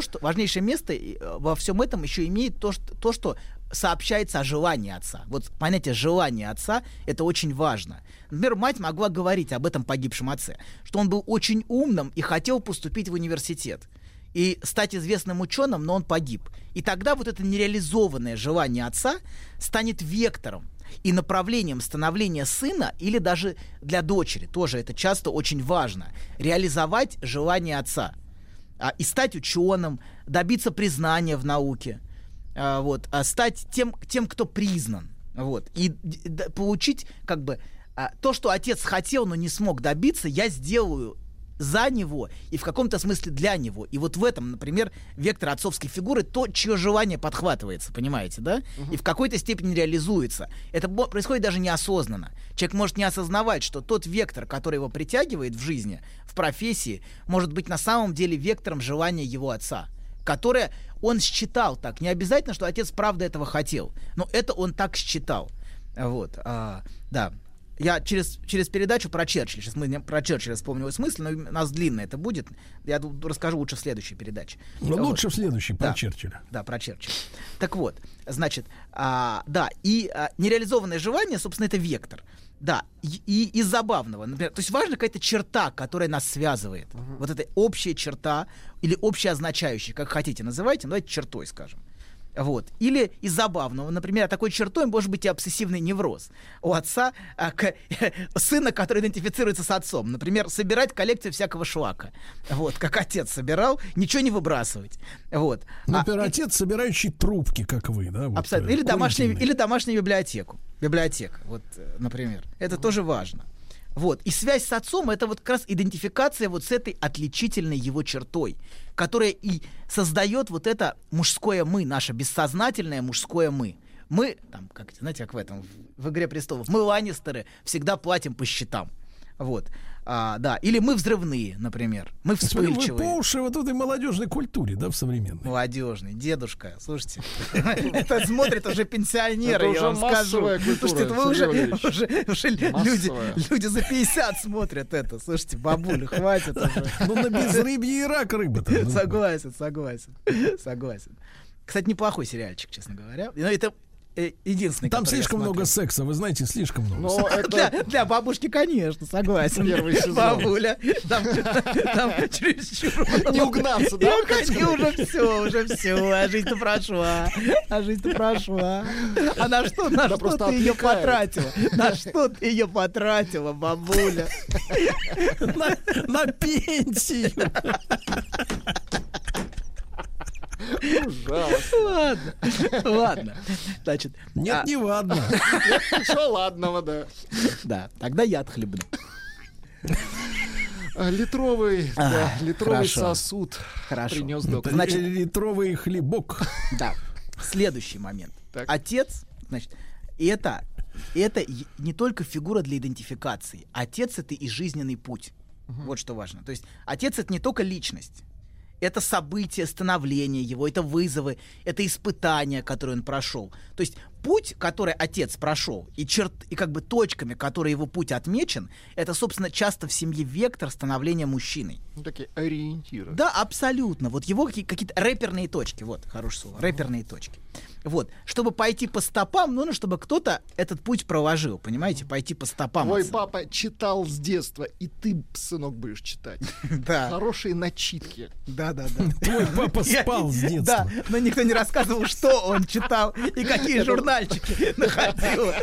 во всем этом еще имеет то, что сообщается о желании отца. Вот понятие желания отца — это очень важно. Например, мать могла говорить об этом погибшем отце, что он был очень умным и хотел поступить в университет и стать известным ученым, но он погиб. И тогда вот это нереализованное желание отца станет вектором и направлением становления сына или даже для дочери. Тоже это часто очень важно. Реализовать желание отца. И стать ученым, добиться признания в науке. Стать тем, кто признан, и получить то, что отец хотел, но не смог добиться, я сделаю за него и в каком-то смысле для него. И вот в этом, например, вектор отцовской фигуры, то, чье желание подхватывается, понимаете, да? И в какой-то степени реализуется. Это происходит даже неосознанно. Человек может не осознавать, что тот вектор, который его притягивает в жизни, в профессии, может быть на самом деле вектором желания его отца, которое он считал так. Не обязательно, что отец правда этого хотел, но это он так считал. Да. Я через передачу про Черчилля, сейчас мы про Черчилля вспомнили смысл, но у нас длинно это будет. Я расскажу лучше в следующей передаче. Лучше в следующей про Черчилля. Да, про Черчилля. Так вот, значит, нереализованное желание, собственно, это вектор. Да, и из забавного, например, то есть важна какая-то черта, которая нас связывает. Вот эта общая черта или общая означающая, как хотите называйте, но давайте чертой скажем. Вот. Или из забавного, например, такой чертой может быть и обсессивный невроз. У отца, сына, который идентифицируется с отцом. Например, собирать коллекцию всякого шлака. Вот, как отец собирал, ничего не выбрасывать. Вот. Например, отец, собирающий трубки, как вы, да? Вот, абсолютно. Или домашнюю библиотеку. Библиотека, вот, например. Это тоже важно. Вот. И связь с отцом — это вот как раз идентификация вот с этой отличительной его чертой, которая и создает вот это мужское «мы», наше бессознательное мужское «мы». Мы, там, как, знаете, как в «Игре престолов», мы ланнистеры, всегда платим по счетам. Вот. Да. Или мы взрывные, например. Мы вспыльчивые. Вы по уши вот этой молодежной культуре, да, в современной. Молодежный. Дедушка, слушайте. Это смотрят уже пенсионеры, я вам скажу. Слушайте, вы уже люди за 50 смотрят это. Слушайте, бабуля, хватит уже. Ну, на безрыбье и рак рыба-то. Согласен. Кстати, неплохой сериальчик, честно говоря. Но это единственный. Там слишком много секса, вы знаете, слишком много секса. Для бабушки, конечно, согласен. Первый сезон. Бабуля. Там чересчур. Не угнаться, да? Уже все. А жизнь-то прошла. А на что ты ее потратила? На что ты ее потратила, бабуля? На пенсию. Ужасно. Ладно. Значит, нет, не ладно. Ничего ладного, да. Да, тогда я отхлебну. Литровый сосуд принес доктор. Значит, литровый хлебок. Да. Следующий момент. Отец, значит, это не только фигура для идентификации. Отец — это и жизненный путь. Вот что важно. То есть отец — это не только личность. Это события, становления его, это вызовы, это испытания, которые он прошел. То есть путь, который отец прошел, и как бы точками, которые его путь отмечен, это, собственно, часто в семье вектор становления мужчиной. Ну, такие ориентиры. Да, абсолютно. Вот его какие-то рэперные точки. Вот, хорошее слово. Рэперные точки. Вот. Чтобы пойти по стопам, нужно, чтобы кто-то этот путь проложил, понимаете? Пойти по стопам. Твой папа читал с детства, и ты, сынок, будешь читать. Да. Хорошие начитки. Да. Твой папа спал с детства. Да, но никто не рассказывал, что он читал и какие журнальчики находил.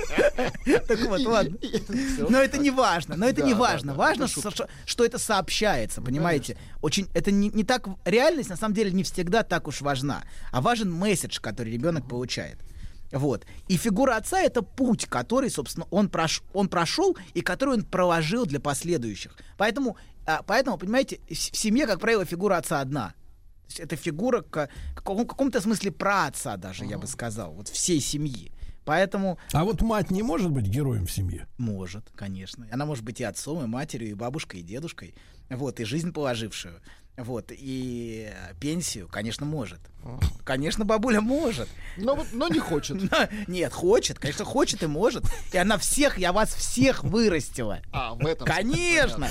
Так вот, ладно. Но это не важно. Важно, что это сообщается, понимаете? Очень, это не так... Реальность, на самом деле, не всегда так уж важна. А важен месседж, который ребенок получает. Вот. И фигура отца — это путь, который, собственно, он прошел и который он проложил для последующих. Поэтому, понимаете, в семье, как правило, фигура отца одна. То есть это фигура в каком-то смысле праотца даже, я бы сказал, вот всей семьи. Поэтому... А вот мать не может быть героем в семье? Может, конечно. Она может быть и отцом, и матерью, и бабушкой, и дедушкой. Вот, и жизнь положившую. Вот, и пенсию, конечно, может. Конечно, бабуля может. Но не хочет. Нет, хочет, конечно, хочет и может. И она я вас всех вырастила. В этом. Конечно.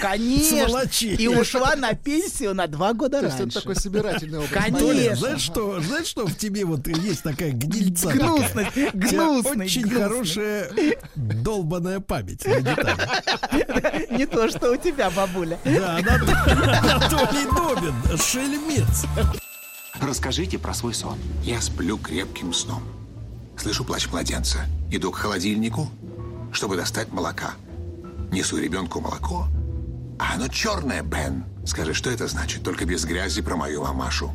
Сволочи. И ушла на пенсию на 2 года раньше. То есть это такой собирательный образ. Конечно. Знаешь, что в тебе вот есть такая гнильца? Гнусность. Очень хорошая долбаная память на детали. Не то, что у тебя, бабуля. Да, Анатолий Добин, шельмец. Расскажите про свой сон. Я сплю крепким сном. Слышу плач младенца. Иду к холодильнику, чтобы достать молока. Несу ребенку молоко. А оно черное, Бен. Скажи, что это значит? Только без грязи про мою мамашу.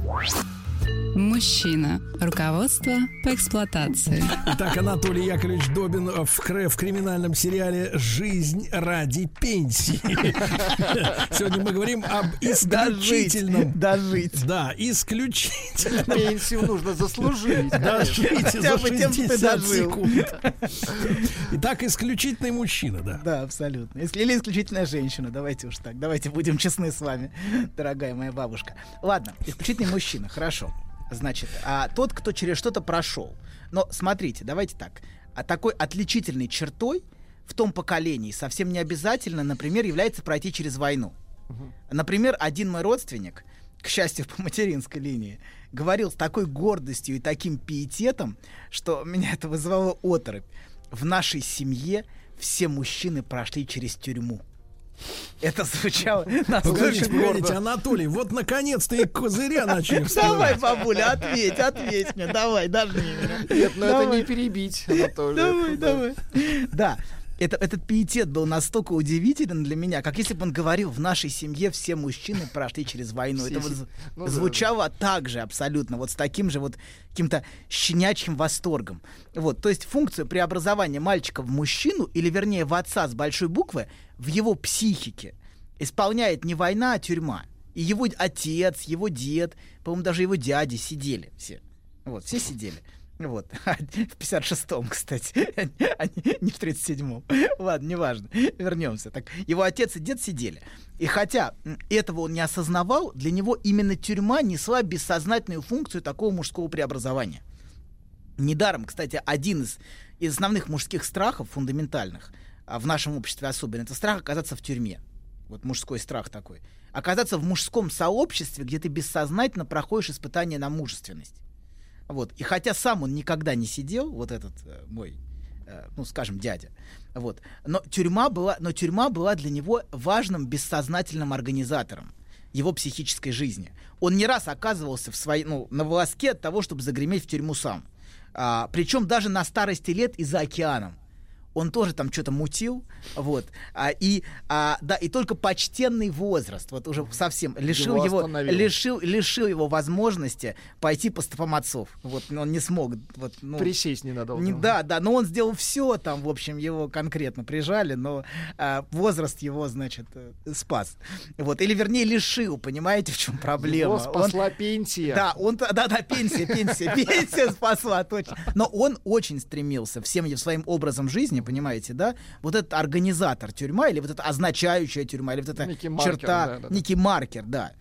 Мужчина. Руководство по эксплуатации. Итак, Анатолий Яковлевич Добин в криминальном сериале «Жизнь ради пенсии». Сегодня мы говорим об исключительном... Дожить. Да, исключительно. Пенсию нужно заслужить. Дожите за 60 секунд. Итак, исключительный мужчина, да. Да, абсолютно. Или исключительная женщина. Давайте уж так. Давайте будем честны с вами, дорогая моя бабушка. Ладно, исключительный мужчина. Хорошо. Значит, тот, кто через что-то прошел. Но смотрите, давайте так. Такой отличительной чертой в том поколении совсем не обязательно, например, является пройти через войну. Например, один мой родственник, к счастью, по материнской линии, говорил с такой гордостью и таким пиететом, что меня это вызывало оторопь. В нашей семье все мужчины прошли через тюрьму. Это звучало Погодите, Анатолий, вот наконец-то и козыря начали вставать. Давай, бабуля, ответь мне, давай, дожми меня. Нет, ну это не перебить, Анатолий. Давай. Да. Этот пиетет был настолько удивителен для меня, как если бы он говорил: в нашей семье все мужчины прошли через войну. Это вот звучало так же абсолютно, вот с таким же вот каким-то щенячьим восторгом. Вот, то есть функцию преобразования мальчика в мужчину, или вернее в отца с большой буквы, в его психике исполняет не война, а тюрьма. И его отец, его дед, по-моему, даже его дяди сидели все. Вот, все сидели. Вот, в 56-м, кстати, а не в 37-м. Ладно, неважно, вернемся. Так, его отец и дед сидели. И хотя этого он не осознавал, для него именно тюрьма несла бессознательную функцию такого мужского преобразования. Недаром, кстати, один из основных мужских страхов, фундаментальных, в нашем обществе особенно, это страх оказаться в тюрьме. Вот мужской страх такой. Оказаться в мужском сообществе, где ты бессознательно проходишь испытания на мужественность. Вот. И хотя сам он никогда не сидел, вот этот мой, ну, скажем, дядя, вот, но тюрьма была для него важным бессознательным организатором его психической жизни. Он не раз оказывался на волоске от того, чтобы загреметь в тюрьму сам. Причем даже на старости лет и за океаном. Он тоже там что-то мутил, вот, и только почтенный возраст, вот уже совсем лишил его возможности пойти по стопам отцов. Вот, он не смог. Вот, присесть ненадолго. Да, но он сделал все там, в общем, его конкретно прижали, но возраст его, значит, спас. Вот, или вернее лишил, понимаете, в чем проблема? Его спасла пенсия. Да, пенсия спасла, точно. Но он очень стремился всем своим образом жизни, понимаете, да? Вот этот организатор тюрьма, или вот эта означающая тюрьма, или вот эта черта, некий маркер, да.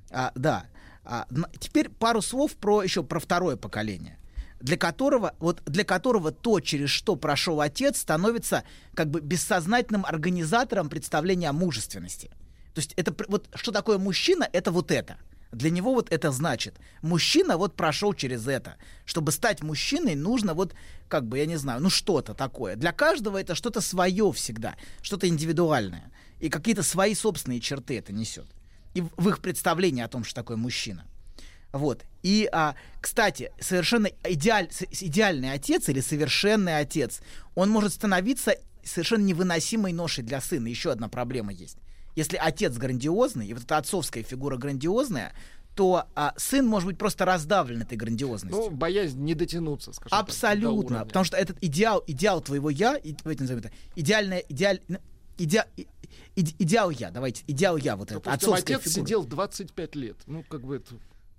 Теперь пару слов еще про второе поколение, для которого то, через что прошел отец, становится как бы бессознательным организатором представления о мужественности. То есть это вот что такое мужчина, это вот это. Для него вот это значит. Мужчина вот прошел через это. Чтобы стать мужчиной, нужно вот, как бы, я не знаю, что-то такое. Для каждого это что-то свое всегда, что-то индивидуальное. И какие-то свои собственные черты это несет. И в их представлении о том, что такое мужчина. Вот. И, кстати, совершенно идеальный отец или совершенный отец, он может становиться совершенно невыносимой ношей для сына. Еще одна проблема есть. Если отец грандиозный, и вот эта отцовская фигура грандиозная, то сын может быть просто раздавлен этой грандиозностью. Ну, боязнь не дотянуться, скажем абсолютно, так, потому что этот идеал твоего я, давайте назовем это, идеал я, давайте, идеал я, вот это, отцовская отец фигура. Сидел 25 лет, как бы это...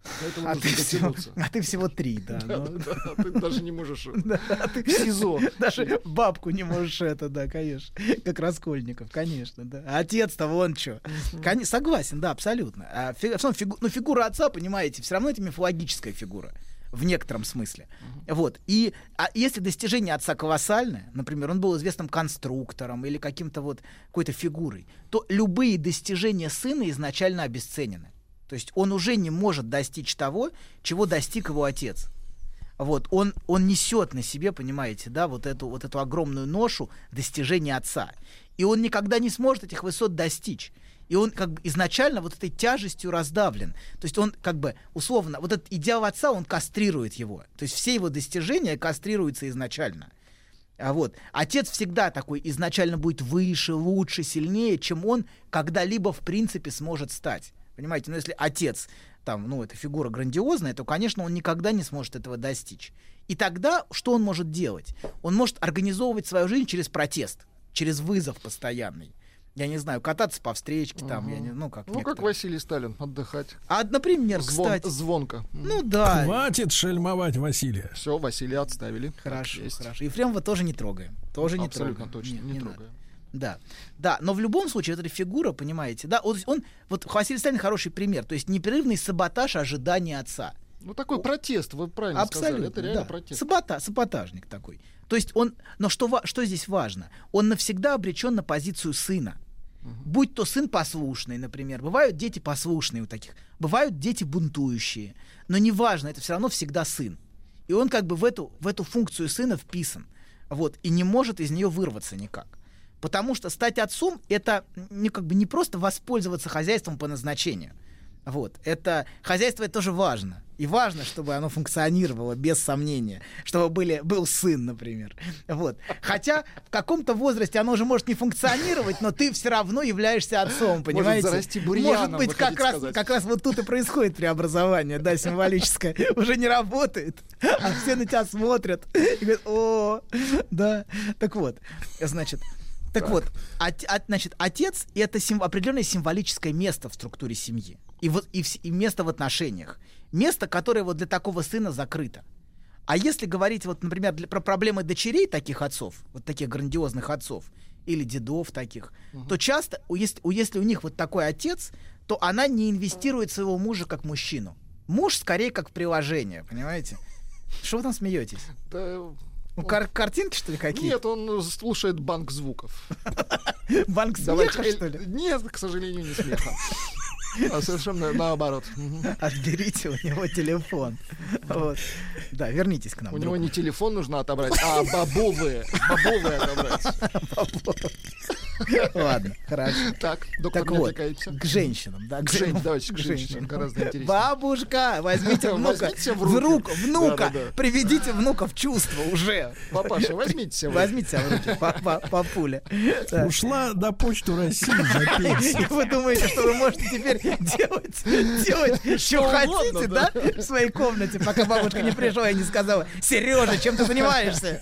ты всего 3, да. Ты даже не можешь в СИЗО. Даже бабку не можешь конечно. Как Раскольников, конечно, да. Отец-то вон что. Согласен, да, абсолютно. Фигура отца, понимаете, все равно это мифологическая фигура. В некотором смысле. Вот. Если достижение отца колоссальное, например, он был известным конструктором или какой-то фигурой, то любые достижения сына изначально обесценены. То есть он уже не может достичь того, чего достиг его отец. Вот. Он несет на себе, понимаете, да, вот эту огромную ношу достижения отца. И он никогда не сможет этих высот достичь. И он как бы изначально вот этой тяжестью раздавлен. То есть он как бы условно, вот этот идеал отца, он кастрирует его. То есть все его достижения кастрируются изначально. Вот. Отец всегда такой изначально будет выше, лучше, сильнее, чем он когда-либо в принципе сможет стать. Понимаете, если отец, эта фигура грандиозная, то, конечно, он никогда не сможет этого достичь. И тогда что он может делать? Он может организовывать свою жизнь через протест, через вызов постоянный. Я не знаю, кататься по встречке, как Василий Сталин, отдыхать. Например, кстати. Звонко. Да. Хватит шельмовать Василия. Все, Василия отставили. Хорошо. Ефремова тоже не трогаем. Абсолютно точно, не трогаем. Да, но в любом случае эта фигура, понимаете, да, Василий Сталин хороший пример, то есть непрерывный саботаж ожидания отца. Такой протест, вы правильно сказали, это реально протест. Саботажник такой. То есть но что здесь важно? Он навсегда обречен на позицию сына. Будь то сын послушный, например, бывают дети послушные у таких, бывают дети бунтующие, но неважно, это все равно всегда сын. И он как бы в эту функцию сына вписан, вот, и не может из нее вырваться никак. Потому что стать отцом — это не просто воспользоваться хозяйством по назначению. Вот. Это хозяйство — это тоже важно. И важно, чтобы оно функционировало, без сомнения. Чтобы был сын, например. Вот. Хотя в каком-то возрасте оно уже может не функционировать, но ты все равно являешься отцом, понимаете? Может зарасти бурьяном, может быть, как раз вот тут и происходит преобразование, да, символическое. Уже не работает, а все на тебя смотрят и говорят: о, да. Так вот, значит... Значит, отец — это определенное символическое место в структуре семьи. И место в отношениях. Место, которое вот для такого сына закрыто. А если говорить, вот, например, про проблемы дочерей таких отцов, вот таких грандиозных отцов, или дедов таких, то часто, если у них вот такой отец, то она не инвестирует в своего мужа как мужчину. Муж скорее как в приложение, понимаете? Что вы там смеетесь? Картинки, что ли, какие? Нет, он слушает банк звуков. Банк смеха, что ли? Нет, к сожалению, не смеха. А совершенно наоборот. Отберите у него телефон. Вот. Да, вернитесь к нам. У него не телефон нужно отобрать, а бобовые. Бобовые отобрать. Ладно, хорошо. Так, доктор, так вот, к женщинам, да? Давайте к женщинам, гораздо интереснее. Бабушка, возьмите внука, приведите внука в чувство уже. Папаша, возьмите себя в руки. Возьмите себя в руки, папуля. Ушла на почту России за пенсию. И вы думаете, что вы можете теперь делать, что хотите, да? В своей комнате, пока бабушка не пришла и не сказала: Сережа, чем ты занимаешься?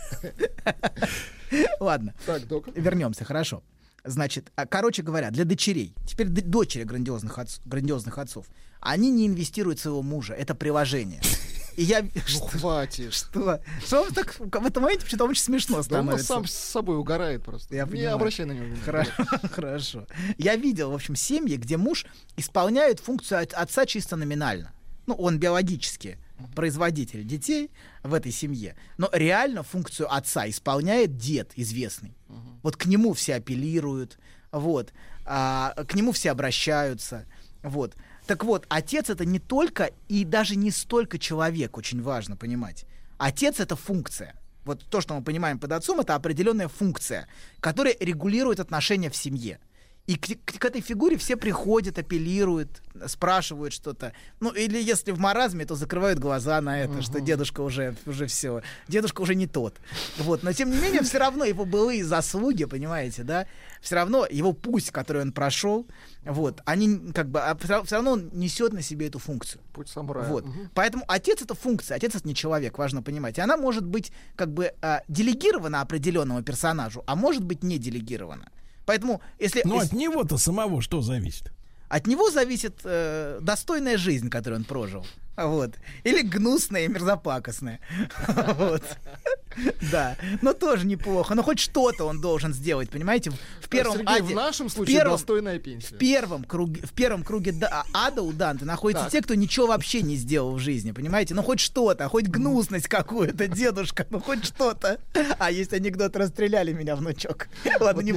Ладно, вернемся, хорошо. Значит, короче говоря, для дочерей, теперь дочери грандиозных отцов, они не инвестируют в своего мужа, это приложение. И я... хватит. Что вам так в этом моменте почему-то очень смешно становится? Он сам с собой угорает просто. Не обращай на него внимания. Хорошо. Я видел, в общем, семьи, где муж исполняет функцию отца чисто номинально. Ну, он биологически производитель детей в этой семье, но реально функцию отца исполняет дед известный. Вот к нему все апеллируют, вот, к нему все обращаются, вот. Так вот, отец — это не только и даже не столько человек, очень важно понимать. Отец — это функция. Вот то, что мы понимаем под отцом, это определенная функция, которая регулирует отношения в семье. И к этой фигуре все приходят, апеллируют, спрашивают что-то. Ну, или если в маразме, то закрывают глаза на это, что дедушка уже все. Дедушка уже не тот. Вот. Но, тем не менее, все равно его былые заслуги, понимаете, да? Все равно его путь, который он прошел, вот, они как бы... все равно он несет на себе эту функцию. Путь самурая. Вот. Поэтому отец — это функция, отец — это не человек, важно понимать. И она может быть как бы делегирована определенному персонажу, а может быть не делегирована. Поэтому, если... Но от него-то самого что зависит? От него зависит достойная жизнь, которую он прожил. Вот. Или гнусная и мерзопакостная. Вот. Да. Но тоже неплохо. Но хоть что-то он должен сделать, понимаете? В первом Сергей, в нашем случае достойная пенсия. В первом круге ада у Данте находятся те, кто ничего вообще не сделал в жизни, понимаете? Ну хоть что-то, хоть гнусность какую-то, дедушка, ну хоть что-то. А есть анекдот: расстреляли меня, внучок. Ладно, не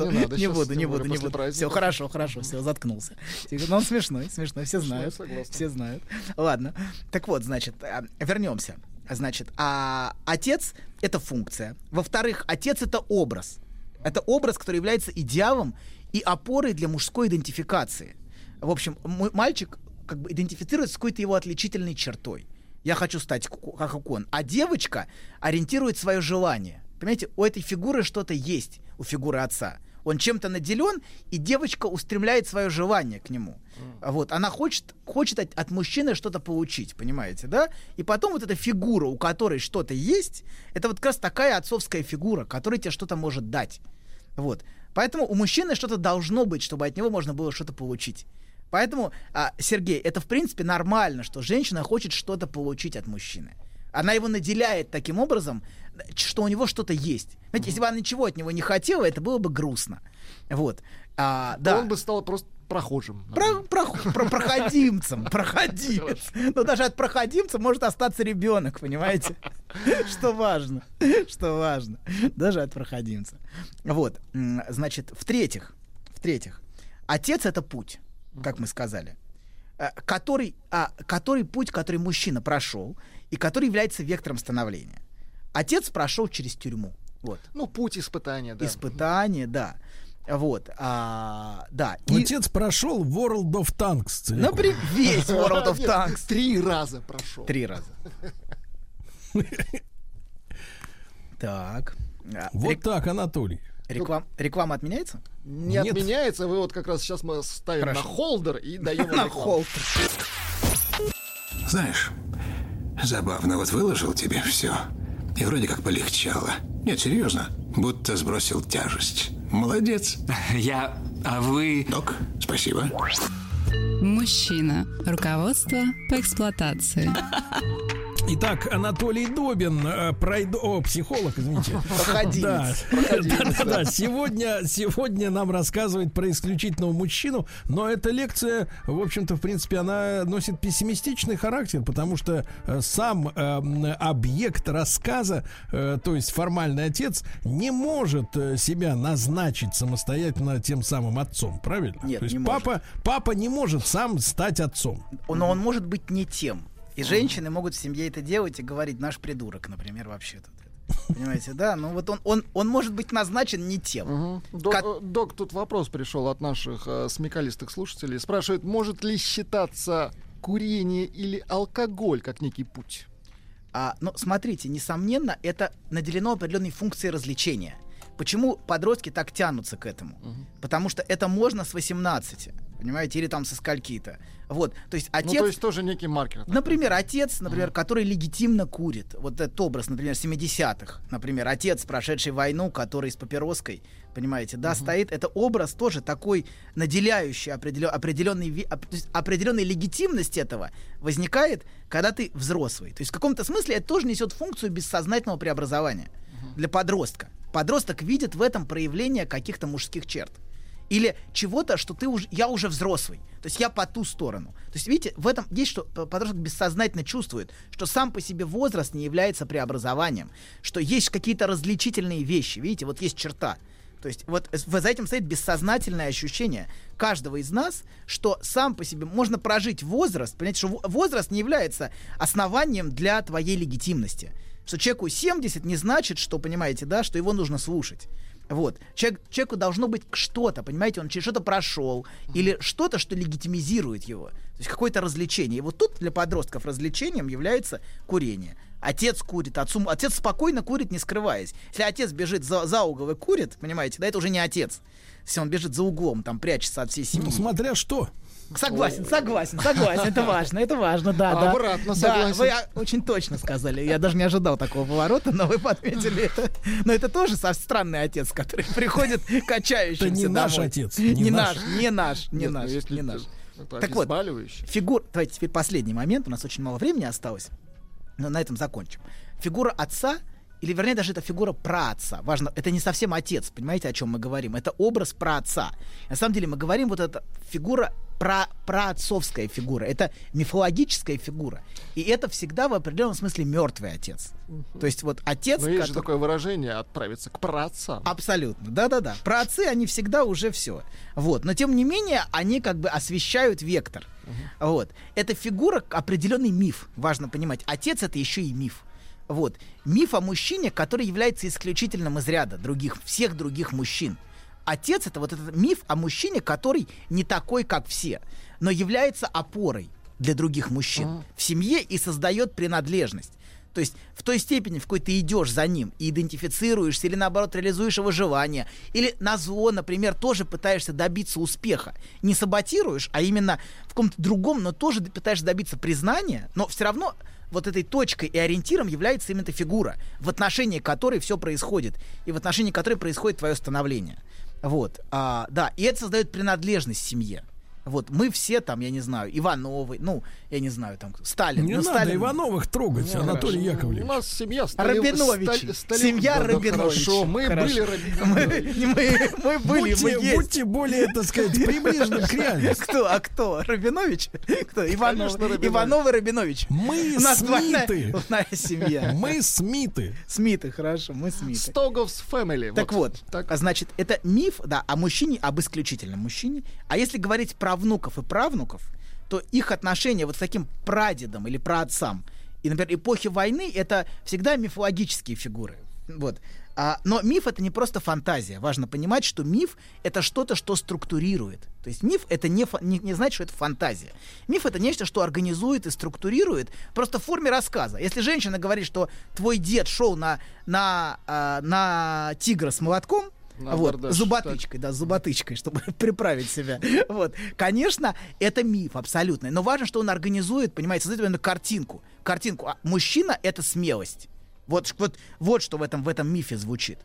буду. Все, хорошо, все, заткнулся. Но он смешной, все знают. Все знают. Ладно. Так вот, значит, вернемся. Значит, отец — это функция. Во-вторых, отец — это образ. Это образ, который является идеалом и опорой для мужской идентификации. В общем, мальчик как бы идентифицируется с какой-то его отличительной чертой. Я хочу стать как он. А девочка ориентирует свое желание. Понимаете, у этой фигуры что-то есть, у фигуры отца. Он чем-то наделен, и девочка устремляет свое желание к нему. Вот. Она хочет от мужчины что-то получить, понимаете, да? И потом вот эта фигура, у которой что-то есть, это вот как раз такая отцовская фигура, которая тебе что-то может дать. Вот. Поэтому у мужчины что-то должно быть, чтобы от него можно было что-то получить. Поэтому, Сергей, это в принципе нормально, что женщина хочет что-то получить от мужчины. Она его наделяет таким образом, что у него что-то есть. Знаете, если бы она ничего от него не хотела, это было бы грустно. Вот. Да. Он бы стал просто прохожим. Проходимцем. Проходимец. Но даже от проходимца может остаться ребенок, понимаете? Что важно. Даже от проходимца. Вот. Значит, в-третьих, отец — это путь, как мы сказали. Который путь, который мужчина прошел, и который является вектором становления. Отец прошел через тюрьму. Вот. Ну, путь испытания, да. Испытание, да. Вот, да. Отец прошел World of Tanks целиком. Например, весь World of Tanks. 3 раза прошел. 3 раза. Так. Вот так, Анатолий. Реклама отменяется? Не отменяется. Вы вот как раз сейчас мы ставим на холдер и даем на холдер. Знаешь, забавно, вот выложил тебе все, и вроде как полегчало. Нет, серьезно, будто сбросил тяжесть. Молодец. А вы... Док, спасибо. Мужчина. Руководство по эксплуатации. Итак, Анатолий Добин, психолог, извините. Проходимец. Да. Сегодня нам рассказывает про исключительного мужчину, но эта лекция, в общем-то, в принципе, она носит пессимистичный характер, потому что сам объект рассказа, то есть формальный отец, не может себя назначить самостоятельно тем самым отцом, правильно? Нет, то есть не папа не может сам стать отцом. Но он может быть не тем. И женщины могут в семье это делать и говорить: наш придурок, например, вообще-то. Понимаете, да? Ну вот он может быть назначен не тем. Док, тут вопрос пришел от наших смекалистых слушателей. Спрашивает, может ли считаться курение или алкоголь как некий путь? Ну, смотрите, несомненно, это наделено определенной функцией развлечения. Почему подростки так тянутся к этому? Потому что это можно с 18, понимаете, или там со скольки-то. Вот, то есть отец... Ну, то есть тоже некий маркер. Например, отец, который легитимно курит. Вот этот образ, например, 70-х. Например, отец, прошедший войну, который с папироской, понимаете, да, стоит. Это образ тоже такой, наделяющий определенной легитимность этого возникает, когда ты взрослый. То есть в каком-то смысле это тоже несет функцию бессознательного преобразования для подростка. Подросток видит в этом проявление каких-то мужских черт. Или чего-то, что я уже взрослый. То есть я по ту сторону. То есть, видите, в этом есть, что подросток бессознательно чувствует, что сам по себе возраст не является преобразованием, что есть какие-то различительные вещи. Видите, вот есть черта. То есть вот за этим стоит бессознательное ощущение каждого из нас, что сам по себе можно прожить возраст, понимаете, что возраст не является основанием для твоей легитимности. Что человеку 70 не значит, что, понимаете, да, что его нужно слушать. Вот. Человеку должно быть что-то, понимаете, он через что-то прошел, или что-то, что легитимизирует его. То есть какое-то развлечение. И вот тут для подростков развлечением является курение. Отец курит, отец спокойно курит, не скрываясь. Если отец бежит за угол и курит, понимаете, да, это уже не отец. Если он бежит за углом, там прячется от всей семьи. Ну, смотря что. Согласен, это важно, да. Обратно согласен. Вы очень точно сказали, я даже не ожидал такого поворота, но вы подметили это. Но это тоже странный отец, который приходит качающимся домой. Это не наш отец. Не наш. Так вот, давайте теперь последний момент, у нас очень мало времени осталось, но на этом закончим. Фигура отца, или вернее даже это фигура праотца. Важно, это не совсем отец, понимаете, о чем мы говорим? Это образ праотца. На самом деле мы говорим, вот эта фигура, праотцовская фигура, это мифологическая фигура. И это всегда в определенном смысле мертвый отец. То есть вот отец... Но есть же такое выражение «отправиться к праотцам». Абсолютно, да-да-да. Праотцы, они всегда уже все. Вот. Но тем не менее, они как бы освещают вектор. Вот. Это фигура, определенный миф, важно понимать. Отец — это еще и миф. Вот. Миф о мужчине, который является исключительным из ряда всех других мужчин. Отец — это вот этот миф о мужчине, который не такой, как все, но является опорой для других мужчин в семье и создает принадлежность. То есть в той степени, в какой ты идешь за ним и идентифицируешься, или наоборот реализуешь его желание, или назло, например, тоже пытаешься добиться успеха. Не саботируешь, а именно в каком-то другом, но тоже пытаешься добиться признания, но все равно вот этой точкой и ориентиром является именно эта фигура, в отношении которой все происходит, и в отношении которой происходит твое становление. Вот, да, и это создает принадлежность семье. Вот, мы все там, я не знаю, Ивановы, я не знаю, там, Сталин. Не надо Сталин... Ивановых трогать, Анатолий Яковлевич. У нас семья Рабиновичи. Семья Рабиновичи. Хорошо, мы были Рабиновичи. Мы были, будьте более, так сказать, приближены к реальности. Кто? Рабинович? Кто? Ивановы, Рабинович. Мы Смиты. Двойная семья. Мы Смиты. Смиты, хорошо, мы Смиты. Стоговс Фэмили. Так вот, значит, это миф, да, о мужчине, об исключительном мужчине. А если говорить про внуков и правнуков, то их отношения вот с таким прадедом или праотцам, и, например, эпохи войны, это всегда мифологические фигуры. Вот. Но миф — это не просто фантазия. Важно понимать, что миф — это что-то, что структурирует. То есть миф — это не значит, что это фантазия. Миф — это нечто, что организует и структурирует просто в форме рассказа. Если женщина говорит, что твой дед шел на тигра с молотком, зуботычкой, чтобы приправить себя. Конечно, это миф абсолютный. Но важно, что он организует, понимаете, создает именно картинку. А мужчина — это смелость. Вот что в этом мифе звучит.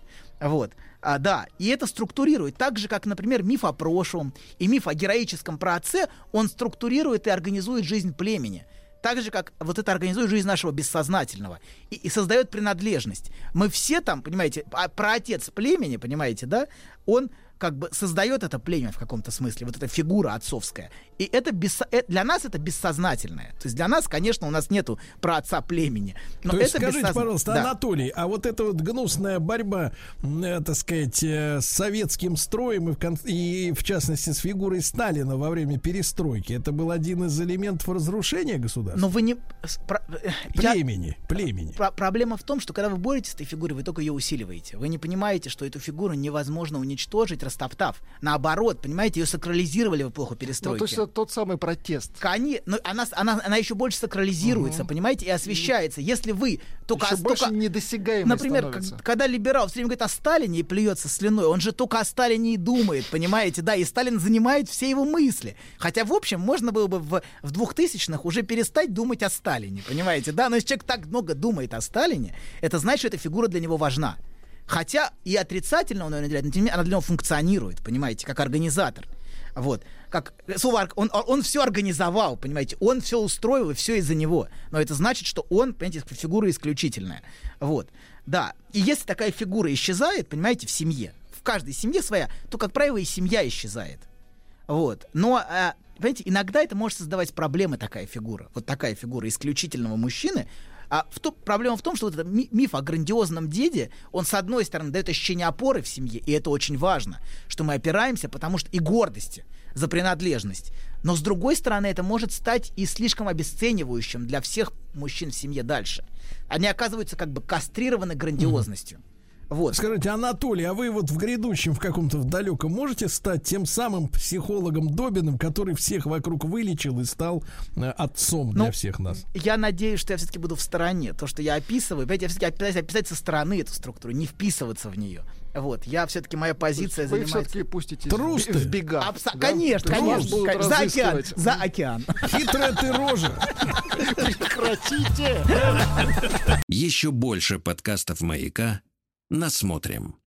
Да, и это структурирует. Так же, как, например, миф о прошлом и миф о героическом праотце, он структурирует и организует жизнь племени. Так же, как вот это организует жизнь нашего бессознательного и создает принадлежность. Мы все там, понимаете, праотец племени, понимаете, да, он как бы создает это племя в каком-то смысле, вот эта фигура отцовская. И это для нас это бессознательное. То есть для нас, конечно, у нас нету праотца племени. Но то есть это скажите, пожалуйста, Анатолий, а вот эта вот гнусная борьба, так сказать, с советским строем и в частности с фигурой Сталина во время перестройки, это был один из элементов разрушения государства? Но вы не... Племени. Проблема в том, что когда вы боретесь с этой фигурой, вы только ее усиливаете. Вы не понимаете, что эту фигуру невозможно уничтожить, растоптав. Наоборот, понимаете, ее сакрализировали в эпоху перестройки. То есть это тот самый протест. Но она еще больше сакрализируется, понимаете, и освещается. Если вы еще больше недосягаемой например, когда либерал все время говорит о Сталине и плюется слюной, он же только о Сталине и думает, понимаете, да, и Сталин занимает все его мысли. Хотя, в общем, можно было бы в 2000-х уже перестать думать о Сталине, понимаете, да, но если человек так много думает о Сталине, это значит, что эта фигура для него важна. Хотя и отрицательно он ее наделяет, но тем не менее она для него функционирует, понимаете, как организатор. Как слово, он все организовал, понимаете, он все устроил, и все из-за него. Но это значит, что он, понимаете, фигура исключительная. Да. И если такая фигура исчезает, понимаете, в семье, в каждой семье своя, то, как правило, и семья исчезает. Но, понимаете, иногда это может создавать проблемы, такая фигура исключительного мужчины. Проблема в том, что вот этот миф о грандиозном деде, он, с одной стороны, дает ощущение опоры в семье, и это очень важно, что мы опираемся, потому что и гордости за принадлежность. Но, с другой стороны, это может стать и слишком обесценивающим для всех мужчин в семье дальше. Они оказываются как бы кастрированы грандиозностью. Скажите, Анатолий, а вы вот в грядущем, в каком-то в далеком, можете стать тем самым психологом Добиным, который всех вокруг вылечил и стал отцом для всех нас? Я надеюсь, что я все-таки буду в стороне. То, что я описываю, понимаете, я все-таки пытаюсь описать со стороны эту структуру, не вписываться в нее. Я все-таки, моя позиция занимается... Вы все-таки пуститесь в бега. Конечно. За океан. Хитрая ты рожа. Прекратите. Еще больше подкастов «Маяка» насмотрим.